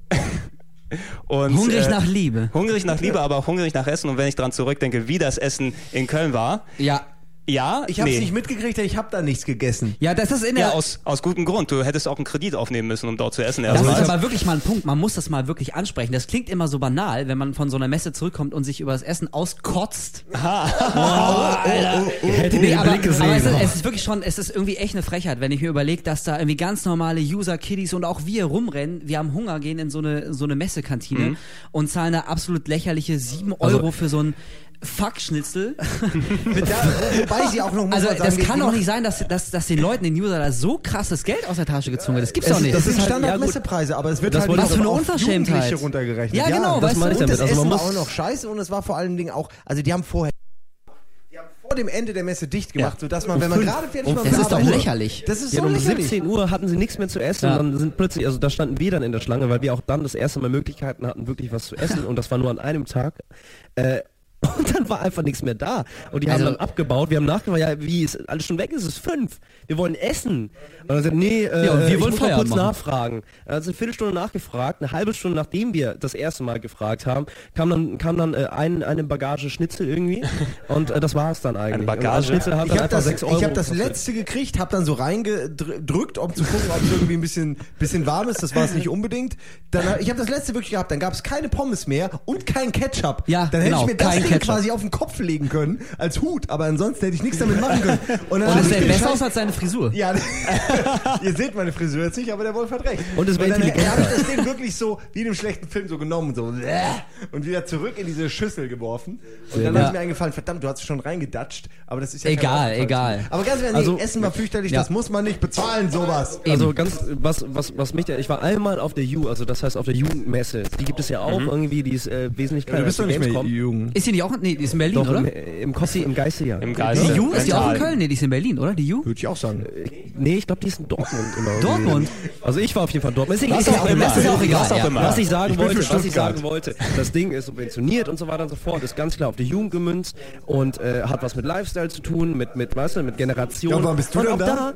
Und, hungrig nach Liebe. Hungrig nach Liebe, aber auch hungrig nach Essen. Und wenn ich dran zurückdenke, wie das Essen in Köln war. Ja, ich habe es nicht mitgekriegt, ich habe da nichts gegessen. Ja, das ist aus gutem Grund. Du hättest auch einen Kredit aufnehmen müssen, um dort zu essen. Das ist aber wirklich mal ein Punkt. Man muss das mal wirklich ansprechen. Das klingt immer so banal, wenn man von so einer Messe zurückkommt und sich über das Essen auskotzt. Hätte den Blick gesehen. Aber es ist wirklich schon, es ist irgendwie echt eine Frechheit, wenn ich mir überlege, dass da irgendwie ganz normale User-Kiddies und auch wir rumrennen, wir haben Hunger, gehen in so eine Messekantine und zahlen da absolut lächerliche 7 Euro für so ein Fuck-Schnitzel. Wobei sie auch noch also das kann doch nicht sein, dass den Leuten, den User, da so krasses Geld aus der Tasche gezogen wird. Das gibt's doch nicht. Das sind Standard-Messepreise, aber es wird halt was für eine Unverschämtheit runtergerechnet. Ja, genau, das meine ich damit. Also man muss auch noch scheiße und es war vor allen Dingen auch, also die haben vor dem Ende der Messe dicht gemacht, sodass man, wenn man gerade fertig war, das ist doch lächerlich. Das ist so um lächerlich. 17 Uhr hatten sie nichts mehr zu essen und dann sind plötzlich, also da standen wir dann in der Schlange, weil wir auch dann das erste Mal Möglichkeiten hatten, wirklich was zu essen und das war nur an einem Tag. Und dann war einfach nichts mehr da. Und die haben dann abgebaut. Wir haben nachgefragt, ja, wie ist alles schon weg? Es ist 5. Wir wollen essen. Und dann sagen, nee, wir wollen mal kurz nachfragen. Also eine Viertelstunde nachgefragt, eine halbe Stunde nachdem wir das erste Mal gefragt haben, kam dann eine Bagage Schnitzel irgendwie. Und das war es dann eigentlich. Eine Bagage? Schnitzel hat dann einfach 6 Euro. Ich habe das letzte gekriegt, habe dann so reingedrückt, um zu gucken, ob es irgendwie ein bisschen warm ist. Das war es nicht unbedingt. Ich habe das letzte wirklich gehabt. Dann gab es keine Pommes mehr und kein Ketchup. Ja, dann genau, hätte ich mir das Brille quasi auf den Kopf legen können, als Hut, aber ansonsten hätte ich nichts damit machen können. Und es sähe besser aus als seine Frisur. Ja, ihr seht meine Frisur jetzt nicht, aber der Wolf hat recht. Und es wäre intelligent. Dann habe ich das Ding wirklich so, wie in einem schlechten Film, so genommen, so und wieder zurück in diese Schüssel geworfen. Und dann hat mir eingefallen, verdammt, du hast schon reingedatscht, aber das ist ja egal. Aber ganz ehrlich, Essen war fürchterlich, das muss man nicht bezahlen, sowas. Also ganz, was mich, ich war einmal auf der U, also das heißt auf der Jugendmesse. Die gibt es ja auch irgendwie, die ist wesentlich kleiner. Du bist doch nicht mehr jung. Ist die nicht auch, nee, die ist in Berlin, doch, oder? Im Kopf, im Geiste, ja. Im Geiste. Die U, ist die auch in Köln? Nee, die ist in Berlin, oder? Die U? Würde ich auch sagen. Nee, ich glaube, die ist in Dortmund immer. Dortmund? Also ich war auf jeden Fall Dortmund. Das ist auch egal. Was ich sagen wollte, das Ding ist subventioniert und so weiter und so fort, ist ganz klar auf die Jugend gemünzt und hat was mit Lifestyle zu tun, mit Generation. Ja, wann bist du denn da?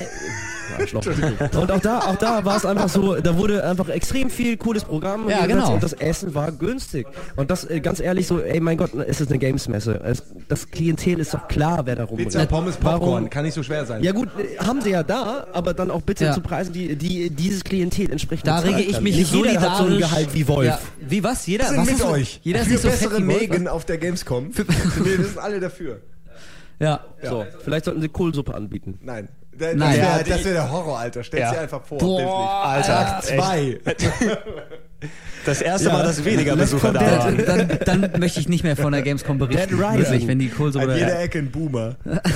Und auch da war es einfach so, da wurde einfach extrem viel cooles Programm und das Essen war günstig. Und das ganz ehrlich so, ey mein Gott, es ist eine Games-Messe. Das Klientel ist doch klar, wer da rumrennt. Pizza, Pommes, Popcorn, kann nicht so schwer sein. Ja gut, haben sie ja da, aber dann auch bitte zu Preisen, die dieses Klientel entsprechen. Da rege ich mich nicht solidarisch. Jeder hat so ein Gehalt wie Wolf. Ja. Wie was? Jeder? Was ist mit euch? Jeder ist für nicht so bessere fett wie Wolf. Megan auf der Gamescom. Wir sind alle dafür. Ja. So, vielleicht sollten sie Kohlsuppe anbieten. Nein. Nein. Das wäre der Horror, Alter. Stell's dir einfach vor. Boah, Alter. Tag 2. Das erste Mal, dass weniger Besucher da waren. Dann möchte ich nicht mehr von der Gamescom berichten. Wirklich, wenn die Kohlsuppe... An jeder Ecke ein Boomer.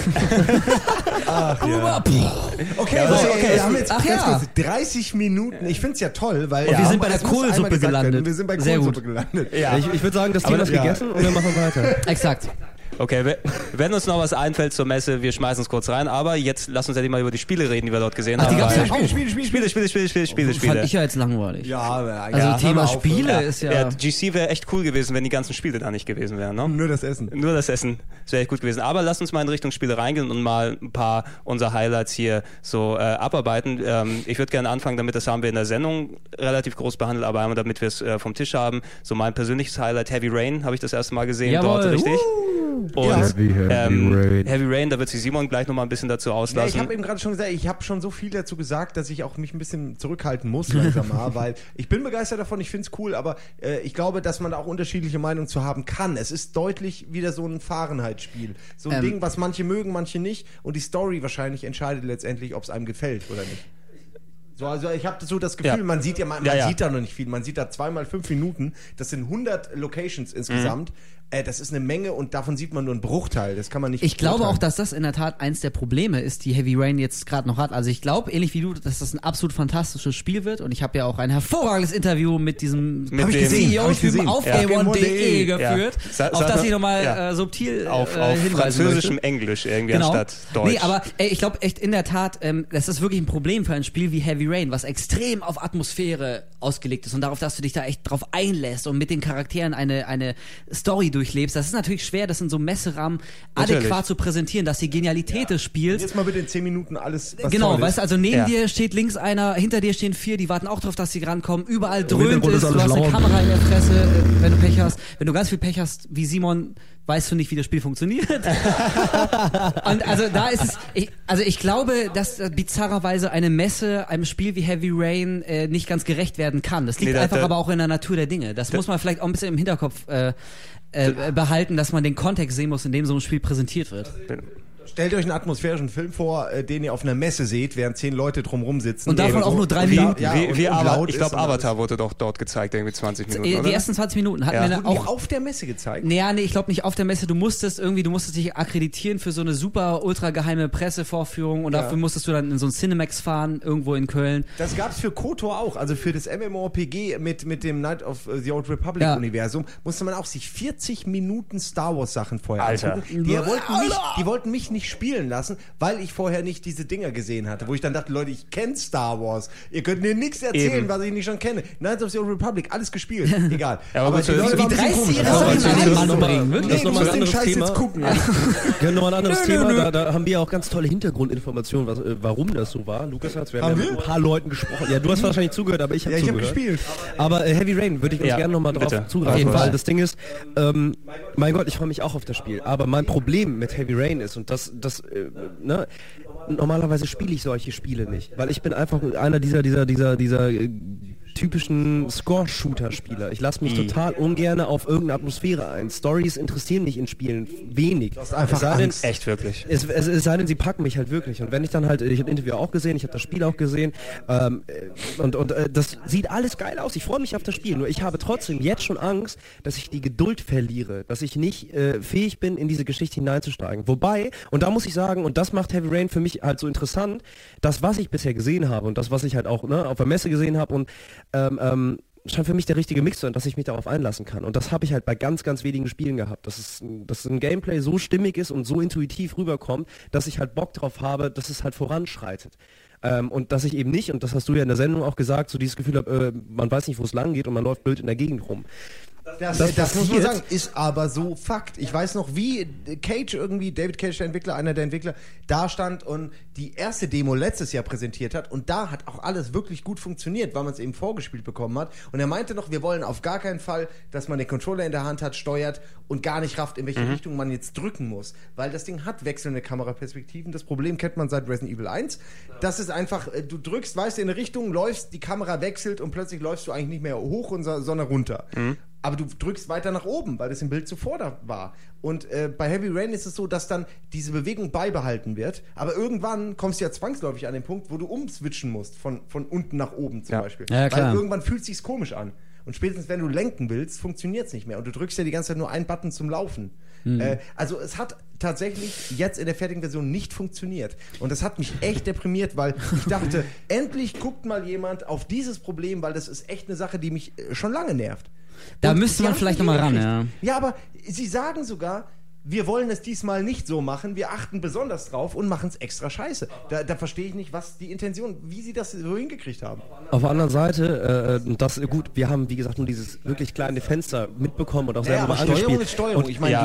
Ach, Boomer. Okay, wir haben jetzt ganz kurz 30 Minuten. Ich finde es ja toll, weil... Und wir sind bei der Kohlsuppe gelandet. Wir sind bei Sehr Kohlsuppe gut. gelandet. Ja. Ich würde sagen, das Thema ist gegessen und wir machen weiter. Exakt. Okay, wenn uns noch was einfällt zur Messe, wir schmeißen es kurz rein, aber jetzt lass uns ja mal über die Spiele reden, die wir dort gesehen haben. Die gab's ja auch. Spiele. Fand ich ja jetzt langweilig. Ja, also Thema Spiele ist ja... GC wäre echt cool gewesen, wenn die ganzen Spiele da nicht gewesen wären, ne? Nur das Essen. Das wäre echt gut gewesen. Aber lass uns mal in Richtung Spiele reingehen und mal ein paar unserer Highlights hier so abarbeiten. Ich würde gerne anfangen, damit das haben wir in der Sendung relativ groß behandelt, aber einmal damit wir es vom Tisch haben. So mein persönliches Highlight, Heavy Rain, habe ich das erste Mal gesehen. Jawohl. Dort, richtig? Und Heavy Rain, da wird sich Simon gleich nochmal ein bisschen dazu auslassen. Ja, ich habe eben gerade schon gesagt, ich habe schon so viel dazu gesagt, dass ich auch mich ein bisschen zurückhalten muss langsam mal, weil ich bin begeistert davon, ich finde es cool, aber ich glaube, dass man da auch unterschiedliche Meinungen zu haben kann. Es ist deutlich wieder so ein Fahrenheit-Spiel. So ein Ding, was manche mögen, manche nicht und die Story wahrscheinlich entscheidet letztendlich, ob es einem gefällt oder nicht. So, also ich habe so das Gefühl, man sieht man sieht da noch nicht viel. Man sieht da 2x5 Minuten. Das sind 100 Locations insgesamt. Das ist eine Menge und davon sieht man nur einen Bruchteil. Das kann man nicht. Ich glaube auch, dass das in der Tat eins der Probleme ist, die Heavy Rain jetzt gerade noch hat. Also ich glaube, ähnlich wie du, dass das ein absolut fantastisches Spiel wird. Und ich habe ja auch ein hervorragendes Interview mit diesem CEO-Typen auf GameOne.de geführt, auf das ich nochmal subtil auf französischem Englisch irgendwie anstatt Deutsch. Nee, aber ich glaube echt in der Tat, das ist wirklich ein Problem für ein Spiel wie Heavy Rain, was extrem auf Atmosphäre ausgelegt ist und darauf, dass du dich da echt drauf einlässt und mit den Charakteren eine Story durchlebst. Das ist natürlich schwer, das in so einem Messerahmen adäquat zu präsentieren, dass die Genialität des Spiels... Jetzt mal bitte in 10 Minuten alles, was genau, toll ist. Weißt du, also neben dir steht links einer, hinter dir stehen 4, die warten auch drauf, dass sie rankommen. Überall dröhnt es, du hast eine Kamera in der Fresse, wenn du Pech hast. Wenn du ganz viel Pech hast, wie Simon, weißt du nicht, wie das Spiel funktioniert. Und also da ist es... Ich glaube, dass bizarrerweise eine Messe einem Spiel wie Heavy Rain nicht ganz gerecht werden kann. Das liegt einfach aber auch in der Natur der Dinge. Das muss man vielleicht auch ein bisschen im Hinterkopf behalten, dass man den Kontext sehen muss, in dem so ein Spiel präsentiert wird. Stellt euch einen atmosphärischen Film vor, den ihr auf einer Messe seht, während 10 Leute drumherum sitzen. Und davon auch nur 3 Minuten. Ich glaube, Avatar wurde doch dort gezeigt, irgendwie 20 Minuten, Die oder? ersten 20 Minuten hatten wir auch auf der Messe gezeigt? Nee, ich glaube nicht auf der Messe. Du musstest dich akkreditieren für so eine super ultra geheime Pressevorführung und dafür musstest du dann in so ein Cinemax fahren, irgendwo in Köln. Das gab's für KOTOR auch, also für das MMORPG mit dem Knight of the Old Republic Universum, musste man auch sich 40 Minuten Star Wars Sachen vorher angucken. Die wollten mich nicht spielen lassen, weil ich vorher nicht diese Dinger gesehen hatte, wo ich dann dachte, Leute, ich kenne Star Wars. Ihr könnt mir nichts erzählen, was ich nicht schon kenne. Knights of the Old Republic, alles gespielt. Egal. Aber die Leute waren wie dreist ihre bringen. Wirklich? Du musst den Scheiß jetzt gucken. Genau, ein anderes Thema. Da haben wir auch ganz tolle Hintergrundinformationen, warum das so war. Lukas hat es, wir haben mit ein paar Leuten gesprochen. Ja, du hast wahrscheinlich zugehört, aber ich habe zugehört. Ich habe gespielt. Aber Heavy Rain würde ich uns gerne nochmal drauf zugreifen, weil das Ding ist, mein Gott, ich freue mich auch auf das Spiel. Aber mein Problem mit Heavy Rain ist, und normalerweise spiele ich solche Spiele nicht, weil ich bin einfach einer dieser typischen Score-Shooter-Spieler. Ich lasse mich total ungern auf irgendeine Atmosphäre ein. Stories interessieren mich in Spielen wenig. Das ist einfach Angst. Echt wirklich. Es sei denn, sie packen mich halt wirklich. Und wenn ich dann halt, ich habe ein Interview auch gesehen, ich habe das Spiel auch gesehen, und das sieht alles geil aus. Ich freue mich auf das Spiel. Nur ich habe trotzdem jetzt schon Angst, dass ich die Geduld verliere, dass ich nicht fähig bin, in diese Geschichte hineinzusteigen. Wobei, und da muss ich sagen, und das macht Heavy Rain für mich halt so interessant, das, was ich bisher gesehen habe und das, was ich halt auch auf der Messe gesehen habe und scheint für mich der richtige Mix zu sein, dass ich mich darauf einlassen kann. Und das habe ich halt bei ganz, ganz wenigen Spielen gehabt. Dass ein Gameplay so stimmig ist und so intuitiv rüberkommt, dass ich halt Bock drauf habe, dass es halt voranschreitet. Und dass ich eben nicht, und das hast du ja in der Sendung auch gesagt, so dieses Gefühl habe, man weiß nicht, wo es lang geht und man läuft blöd in der Gegend rum. Das muss man sagen, ist aber so Fakt. Ich weiß noch, wie David Cage, der Entwickler, einer der Entwickler, da stand und die erste Demo letztes Jahr präsentiert hat und da hat auch alles wirklich gut funktioniert, weil man es eben vorgespielt bekommen hat. Und er meinte noch, wir wollen auf gar keinen Fall, dass man den Controller in der Hand hat, steuert und gar nicht rafft, in welche Richtung man jetzt drücken muss. Weil das Ding hat wechselnde Kameraperspektiven. Das Problem kennt man seit Resident Evil 1. Das ist einfach, du drückst, weißt du, in eine Richtung, läufst, die Kamera wechselt und plötzlich läufst du eigentlich nicht mehr hoch, sondern runter. Aber du drückst weiter nach oben, weil das im Bild zuvor da war. Und bei Heavy Rain ist es so, dass dann diese Bewegung beibehalten wird. Aber irgendwann kommst du ja zwangsläufig an den Punkt, wo du umswitchen musst, von unten nach oben zum Beispiel. Ja, klar. Weil irgendwann fühlt es sich komisch an. Und spätestens, wenn du lenken willst, funktioniert es nicht mehr. Und du drückst ja die ganze Zeit nur einen Button zum Laufen. Also es hat tatsächlich jetzt in der fertigen Version nicht funktioniert. Und das hat mich echt deprimiert, weil ich dachte, endlich guckt mal jemand auf dieses Problem, weil das ist echt eine Sache, die mich schon lange nervt. Da Und müsste man vielleicht nochmal ran, ja. Ja, aber sie sagen sogar, wir wollen es diesmal nicht so machen, wir achten besonders drauf und machen es extra scheiße. Da verstehe ich nicht, was die Intention, wie sie das so hingekriegt haben. Auf der anderen Seite, gut, wir haben, wie gesagt, nur dieses wirklich kleine Fenster mitbekommen und auch selber mal angespielt. Steuerung ist Steuerung. Und, ich meine,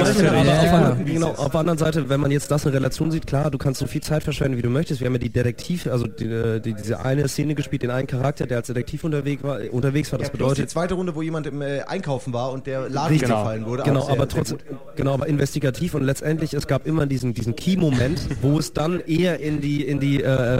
auf der anderen Seite, wenn man jetzt das in Relation sieht, klar, du kannst so viel Zeit verschwenden, wie du möchtest. Wir haben ja die Detektiv, also diese eine Szene gespielt, den einen Charakter, der als Detektiv unterwegs war. Das bedeutet die zweite Runde, wo jemand im Einkaufen war und der Laden gefallen wurde. Genau, aber trotzdem, aber investigativ und letztendlich, es gab immer diesen Key-Moment, wo es dann eher in die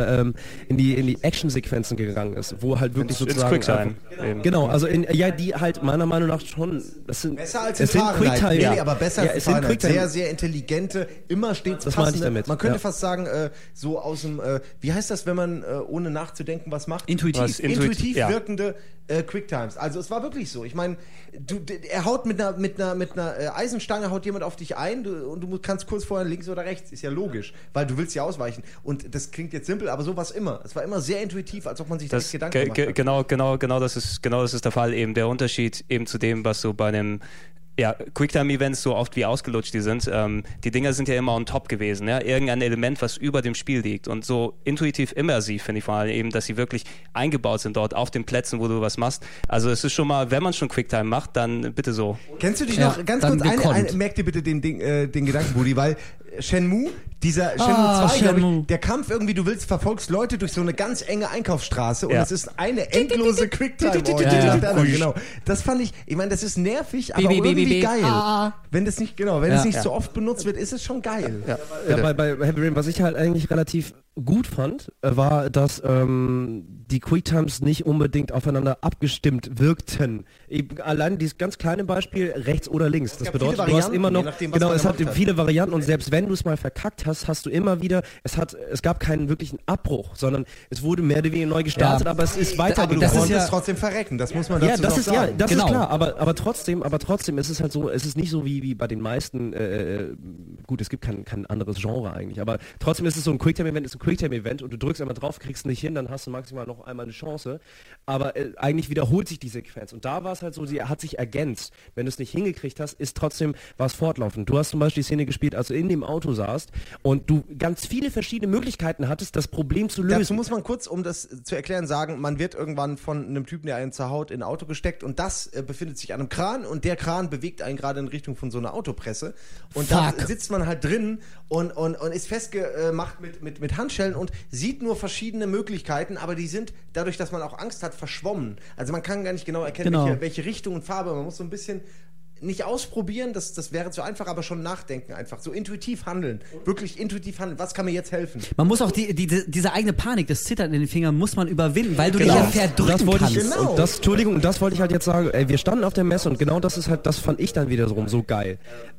Action-Sequenzen gegangen ist, wo halt wirklich sozusagen genau, also die halt meiner Meinung nach schon, das sind besser als in Fahrenheit, aber besser als in Fahrenheit. Sehr, sehr intelligente, immer stets passende. Man könnte fast sagen, so aus dem, wie heißt das, wenn man ohne nachzudenken was macht? Intuitiv wirkende Quicktimes. Also es war wirklich so. Ich meine, er haut mit einer Eisenstange haut jemand auf dich ein und du kannst kurz vorher links oder rechts. Ist ja logisch, weil du willst ja ausweichen. Und das klingt jetzt simpel, aber so war es immer. Es war immer sehr intuitiv, als ob man sich da Gedanken gemacht hat. Genau, das ist der Fall eben. Der Unterschied eben zu dem, was so bei einem Quicktime-Events, so oft wie ausgelutscht die sind, die Dinger sind ja immer on top gewesen, ja, irgendein Element, was über dem Spiel liegt und so intuitiv immersiv, finde ich vor allem eben, dass sie wirklich eingebaut sind dort auf den Plätzen, wo du was machst. Also es ist schon mal, wenn man schon Quicktime macht, dann bitte so. Kennst du dich noch, ganz kurz, merk dir bitte den Gedanken, Budi, weil Shenmue, dieser Shenmue 2, der Kampf irgendwie, du verfolgst Leute durch so eine ganz enge Einkaufsstraße und es ist eine endlose Quicktime. Genau. Das fand ich meine, das ist nervig, aber irgendwie geil. Wenn das nicht, nicht so oft benutzt wird, ist es schon geil. Bei Heavy Rain, was ich halt eigentlich relativ gut fand, war, dass die Quicktimes nicht unbedingt aufeinander abgestimmt wirkten. Eben allein dieses ganz kleine Beispiel, rechts oder links. Das bedeutet, du hast immer noch, es hat viele Varianten und selbst wenn du es mal verkackt hast, hast du immer wieder, es gab keinen wirklichen Abbruch, sondern es wurde mehr oder weniger neu gestartet, aber es ist weitergegangen. Aber du konntest trotzdem verrecken, das muss man dazu sagen. Das ist klar, aber trotzdem ist es halt so, es ist nicht so wie bei den meisten, gut, es gibt kein anderes Genre eigentlich, aber trotzdem ist es so ein Quicktime-Event, ist ein Quicktime-Event und du drückst einmal drauf, kriegst nicht hin, dann hast du maximal noch einmal eine Chance, aber eigentlich wiederholt sich die Sequenz und da war es halt so, sie hat sich ergänzt. Wenn du es nicht hingekriegt hast, ist trotzdem was fortlaufend. Du hast zum Beispiel die Szene gespielt, als du in dem Auto saßt und du ganz viele verschiedene Möglichkeiten hattest, das Problem zu lösen. Dazu muss man kurz, um das zu erklären, sagen, man wird irgendwann von einem Typen, der einen zerhaut, in ein Auto gesteckt und das befindet sich an einem Kran und der Kran bewegt einen gerade in Richtung von so einer Autopresse und da sitzt man halt drin und ist festgemacht mit Handschellen und sieht nur verschiedene Möglichkeiten, aber die sind, dadurch, dass man auch Angst hat, verschwommen. Also man kann gar nicht genau erkennen, welche Richtung und Farbe, man muss so ein bisschen nicht ausprobieren, das wäre zu einfach, aber schon nachdenken einfach. So intuitiv handeln. Wirklich intuitiv handeln. Was kann mir jetzt helfen? Man muss auch diese eigene Panik, das Zittern in den Fingern muss man überwinden, weil du dich ja verdrücken kannst. Und das wollte ich halt jetzt sagen. Wir standen auf der Messe und genau das fand ich dann wiederum so geil.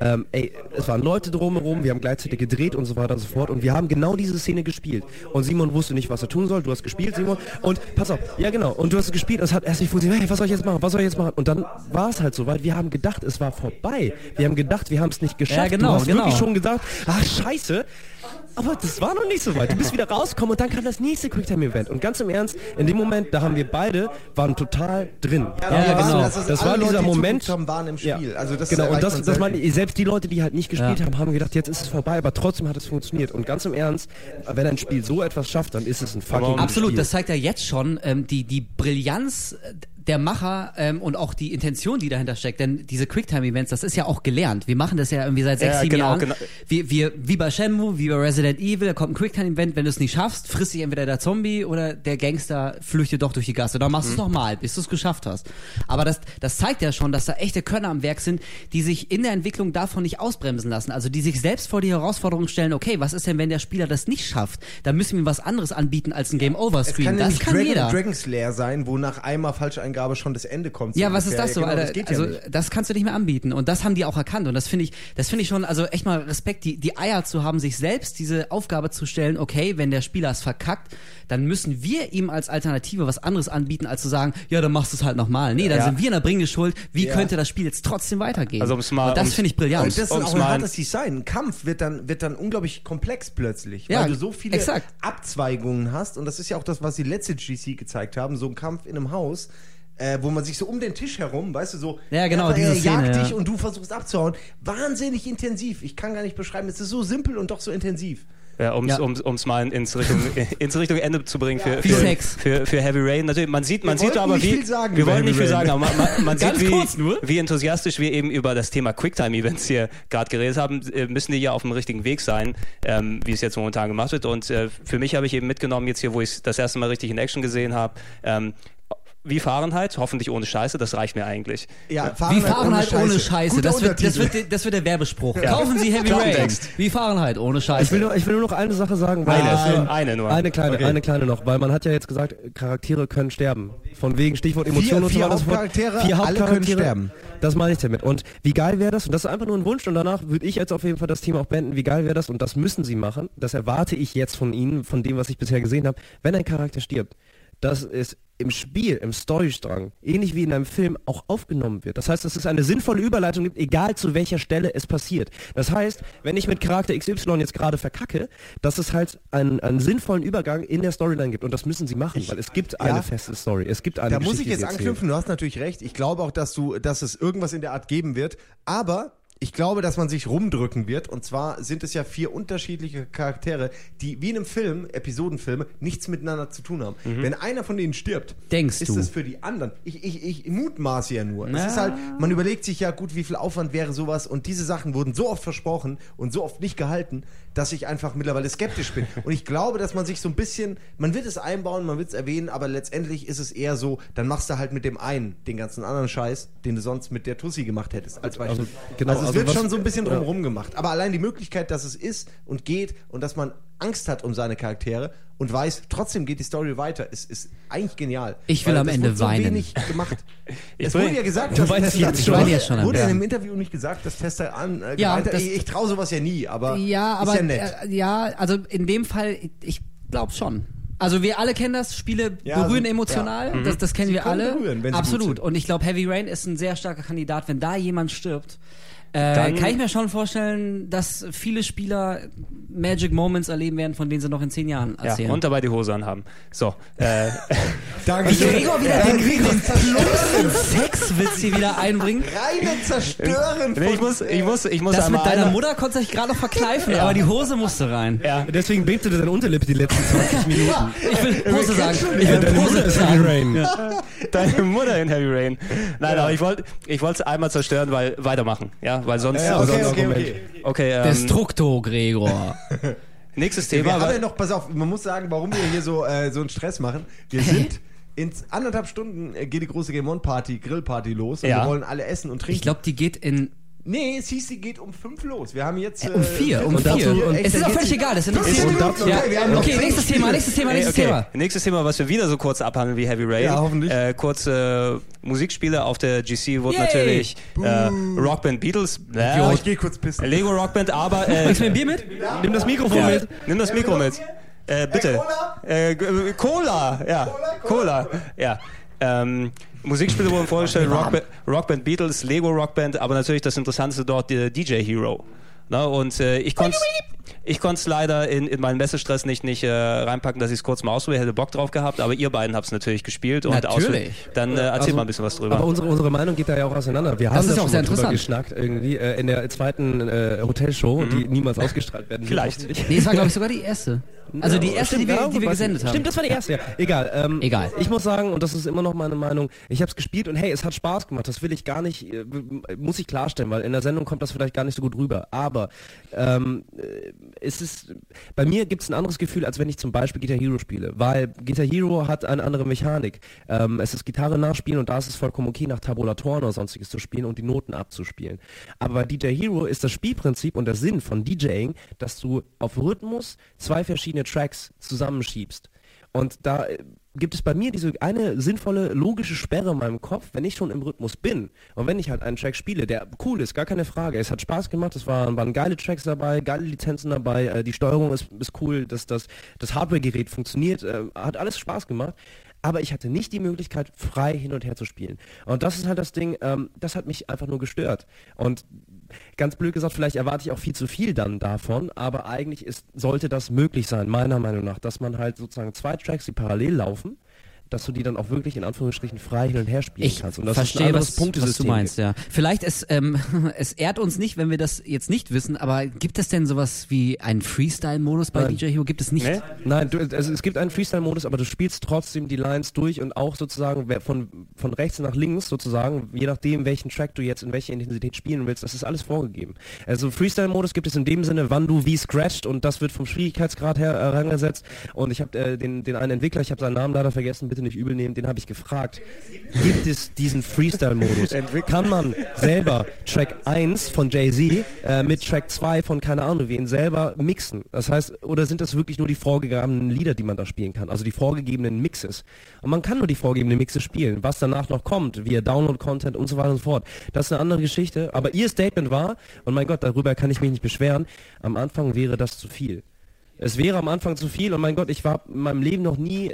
Es waren Leute drumherum, wir haben gleichzeitig gedreht und so weiter und so fort und wir haben genau diese Szene gespielt. Und Simon wusste nicht, was er tun soll. Du hast gespielt, Simon. Und pass auf, ja genau. Und du hast gespielt und es hat erst nicht funktioniert. Hey, was soll ich jetzt machen? Und dann war es halt so weit. Wir haben gedacht, es war vorbei. Wir haben gedacht, wir haben es nicht geschafft. Ja, genau, du hast wirklich schon gedacht, ach scheiße. Aber das war noch nicht so weit. Du bist wieder rausgekommen und dann kam das nächste Quicktime-Event. Und ganz im Ernst, in dem Moment, da haben wir beide, waren total drin. Genau. Das war dieser Moment. Waren im Spiel. Ja. Also das genau, und das meine, selbst die Leute, die halt nicht gespielt haben gedacht, jetzt ist es vorbei, aber trotzdem hat es funktioniert. Und ganz im Ernst, wenn ein Spiel so etwas schafft, dann ist es ein fucking Absolut, Spiel. das zeigt ja jetzt schon die Brillanz der Macher und auch die Intention, die dahinter steckt. Denn diese Quicktime-Events, das ist ja auch gelernt. Wir machen das ja irgendwie seit 6-7 Jahren. Genau. Wie bei Shenmue, wie bei Resident Evil, da kommt ein Quicktime-Event, wenn du es nicht schaffst, frisst dich entweder der Zombie oder der Gangster flüchtet doch durch die Gasse. Dann machst du es nochmal, bis du es geschafft hast. Aber das zeigt ja schon, dass da echte Könner am Werk sind, die sich in der Entwicklung davon nicht ausbremsen lassen. Also die sich selbst vor die Herausforderung stellen, okay, was ist denn, wenn der Spieler das nicht schafft? Dann müssen wir ihm was anderes anbieten als ein Game-Over-Stream. Das kann jeder. Dragon Slayer sein, wo nach einmal Falscheingabe schon das Ende kommt. Ja, was ist das so, genau, Alter? Das geht also, ja nicht. das kannst du nicht mehr anbieten. Und das haben die auch erkannt. Und das finde ich schon, also echt mal Respekt, die Eier zu haben, sich selbst diese Aufgabe zu stellen, okay, wenn der Spieler es verkackt, dann müssen wir ihm als Alternative was anderes anbieten, als zu sagen, ja, dann machst du es halt nochmal. Nee, dann sind wir in der bringende Schuld. Wie könnte das Spiel jetzt trotzdem weitergehen? Also und das finde ich brillant. Und das ist auch ein hartes Design. Ein Kampf wird dann unglaublich komplex plötzlich, weil du so viele Abzweigungen hast. Und das ist ja auch das, was die letzte GC gezeigt haben. So ein Kampf in einem Haus, wo man sich so um den Tisch herum, weißt du, so diese Szene, jagt dich und du versuchst abzuhauen. Wahnsinnig intensiv. Ich kann gar nicht beschreiben. Es ist so simpel und doch so intensiv. Ja, um's mal ins Richtung Ende zu bringen für Heavy Rain. Natürlich, man sieht aber wir wollen nicht viel sagen, aber man sieht, wie enthusiastisch wir eben über das Thema Quicktime-Events hier gerade geredet haben, müssen die ja auf dem richtigen Weg sein, wie es jetzt momentan gemacht wird. Und für mich habe ich eben mitgenommen jetzt hier, wo ich es das erste Mal richtig in Action gesehen habe, wie Fahrenheit, hoffentlich ohne Scheiße, das reicht mir eigentlich. Ja, wie Fahrenheit ohne Scheiße. Das wird der Werbespruch. Ja. Kaufen Sie Heavy Rain. Wie Fahrenheit ohne Scheiße. Ich will nur noch eine Sache sagen. Eine kleine noch, weil man hat ja jetzt gesagt, Charaktere können sterben. Von wegen Stichwort Emotionen und so weiter. Vier Hauptcharaktere können sterben. Das meine ich damit. Und wie geil wäre das, und das ist einfach nur ein Wunsch, und danach würde ich jetzt auf jeden Fall das Thema auch beenden, wie geil wäre das, und das müssen Sie machen, das erwarte ich jetzt von Ihnen, von dem, was ich bisher gesehen habe, wenn ein Charakter stirbt, dass es im Spiel, im Storystrang, ähnlich wie in einem Film, auch aufgenommen wird. Das heißt, dass es eine sinnvolle Überleitung gibt, egal zu welcher Stelle es passiert. Das heißt, wenn ich mit Charakter XY jetzt gerade verkacke, dass es halt einen sinnvollen Übergang in der Storyline gibt. Und das müssen sie machen, weil es gibt eine feste Story. Es gibt eine Da Geschichte, muss ich jetzt anknüpfen, du hast natürlich recht. Ich glaube auch, dass es irgendwas in der Art geben wird. Aber ich glaube, dass man sich rumdrücken wird. Und zwar sind es ja 4 unterschiedliche Charaktere, die wie in einem Film, Episodenfilme, nichts miteinander zu tun haben. Wenn einer von denen stirbt, ist es für die anderen. Ich mutmaße ja nur. Es ist halt, man überlegt sich ja, gut, wie viel Aufwand wäre sowas. Und diese Sachen wurden so oft versprochen und so oft nicht gehalten, dass ich einfach mittlerweile skeptisch bin. Und ich glaube, dass man sich so ein bisschen, man wird es einbauen, man wird es erwähnen, aber letztendlich ist es eher so, dann machst du halt mit dem einen den ganzen anderen Scheiß, den du sonst mit der Tussi gemacht hättest, als Beispiel. Also es wird schon so ein bisschen drumherum gemacht. Aber allein die Möglichkeit, dass es ist und geht und dass man Angst hat um seine Charaktere und weiß, trotzdem geht die Story weiter, ist eigentlich genial. Ich will am Ende weinen. So wenig gemacht. Es wurde ja gesagt, dass Tester wurde in einem Interview nicht gesagt, dass Tester ich traue sowas ja nie, aber ist ja nett. Also in dem Fall, ich glaube schon. Also wir alle kennen das, Spiele berühren emotional, das kennen wir alle. Berühren, absolut. Und ich glaube, Heavy Rain ist ein sehr starker Kandidat, wenn da jemand stirbt. Kann ich mir schon vorstellen, dass viele Spieler Magic Moments erleben werden, von denen sie noch in 10 Jahren erzählen. Ja, und dabei die Hose anhaben. So. Danke. Gregor wieder den plumpsten Sexwitz hier wieder einbringen. Reine Zerstören. Ich muss das mit deiner Mutter konntest du dich gerade noch verkneifen, aber die Hose musste rein. Ja. Deswegen bebte deine Unterlippe die letzten 20 Minuten. Ich will Hose sagen. Deine Mutter ist Heavy Rain. Ja. Deine Mutter in Heavy Rain. Nein, aber ich wollte es einmal zerstören, weil weitermachen. Ja, weil sonst... Okay. Destructo, Gregor. Nächstes Thema. Wir haben ja noch, pass auf, man muss sagen, warum wir hier so einen Stress machen. Wir sind in 1,5 Stunden geht die große Game On Party, Grillparty los und wir wollen alle essen und trinken. Ich glaube, die geht in... Nee, es hieß, sie geht um 5 los. Wir haben jetzt... um 4. Es ist auch völlig egal, das interessiert uns. Okay, nächstes Thema. Nächstes Thema, was wir wieder so kurz abhandeln wie Heavy Rain. Ja, hoffentlich. Kurze Musikspiele auf der GC wurde natürlich Rockband Beatles. Ich gehe kurz pissen. Lego Rockband, aber... Bringst du mir ein Bier mit? Ja. Nimm das Mikrofon mit. Nimm das Mikro mit. Bitte. Cola. Ja. Cola. Ja. Musikspiele wurden vorgestellt, Rockband Beatles, Lego Rockband, aber natürlich das Interessanteste dort, der DJ Hero. Na, und ich konnte es leider in meinen Messestress nicht reinpacken, dass ich es kurz mal ausprobiere, hätte Bock drauf gehabt, aber ihr beiden habt es natürlich gespielt. Und dann erzähl mal ein bisschen was drüber. Aber unsere Meinung geht da ja auch auseinander. Wir haben das schon mal drüber geschnackt irgendwie in der zweiten Hotelshow, die niemals ausgestrahlt werden. Vielleicht. Nee, es war glaube ich sogar die erste. Also die erste, die wir gesendet haben. Stimmt, das war die erste, ja. Egal. Ich muss sagen, und das ist immer noch meine Meinung, ich habe es gespielt und hey, es hat Spaß gemacht. Das will ich gar nicht, muss ich klarstellen, weil in der Sendung kommt das vielleicht gar nicht so gut rüber. Aber bei mir gibt es ein anderes Gefühl, als wenn ich zum Beispiel Guitar Hero spiele. Weil Guitar Hero hat eine andere Mechanik. Es ist Gitarre nachspielen und da ist es vollkommen okay, nach Tabulatoren oder sonstiges zu spielen und die Noten abzuspielen. Aber bei DJ Hero ist das Spielprinzip und der Sinn von DJing, dass du auf Rhythmus 2 verschiedene Tracks zusammenschiebst. Und da gibt es bei mir diese eine sinnvolle, logische Sperre in meinem Kopf, wenn ich schon im Rhythmus bin und wenn ich halt einen Track spiele, der cool ist, gar keine Frage, es hat Spaß gemacht, es waren geile Tracks dabei, geile Lizenzen dabei, die Steuerung ist cool, das Hardware-Gerät funktioniert, hat alles Spaß gemacht. Aber ich hatte nicht die Möglichkeit, frei hin und her zu spielen. Und das ist halt das Ding, das hat mich einfach nur gestört. Und ganz blöd gesagt, vielleicht erwarte ich auch viel zu viel dann davon, aber eigentlich sollte das möglich sein, meiner Meinung nach, dass man halt sozusagen 2 Tracks, die parallel laufen, dass du die dann auch wirklich in Anführungsstrichen frei hin und her spielen kannst. Und das verstehe, ist was du meinst, ja. Vielleicht es ehrt uns nicht, wenn wir das jetzt nicht wissen, aber gibt es denn sowas wie einen Freestyle-Modus bei DJ Hero? Gibt es nicht? Nee? Nein, es gibt einen Freestyle-Modus, aber du spielst trotzdem die Lines durch und auch sozusagen von rechts nach links sozusagen, je nachdem, welchen Track du jetzt in welcher Intensität spielen willst, das ist alles vorgegeben. Also Freestyle-Modus gibt es in dem Sinne, wann du wie scratcht und das wird vom Schwierigkeitsgrad her herangesetzt und ich habe den einen Entwickler, ich habe seinen Namen leider vergessen, bitte nicht übel nehmen, den habe ich gefragt. Gibt es diesen Freestyle-Modus? Kann man selber Track 1 von Jay-Z mit Track 2 von keine Ahnung wen selber mixen? Das heißt, oder sind das wirklich nur die vorgegebenen Lieder, die man da spielen kann? Also die vorgegebenen Mixes. Und man kann nur die vorgegebenen Mixes spielen. Was danach noch kommt, via Download-Content und so weiter und so fort. Das ist eine andere Geschichte. Aber ihr Statement war, und mein Gott, darüber kann ich mich nicht beschweren, am Anfang wäre das zu viel. Es wäre am Anfang zu viel und mein Gott, ich war in meinem Leben noch nie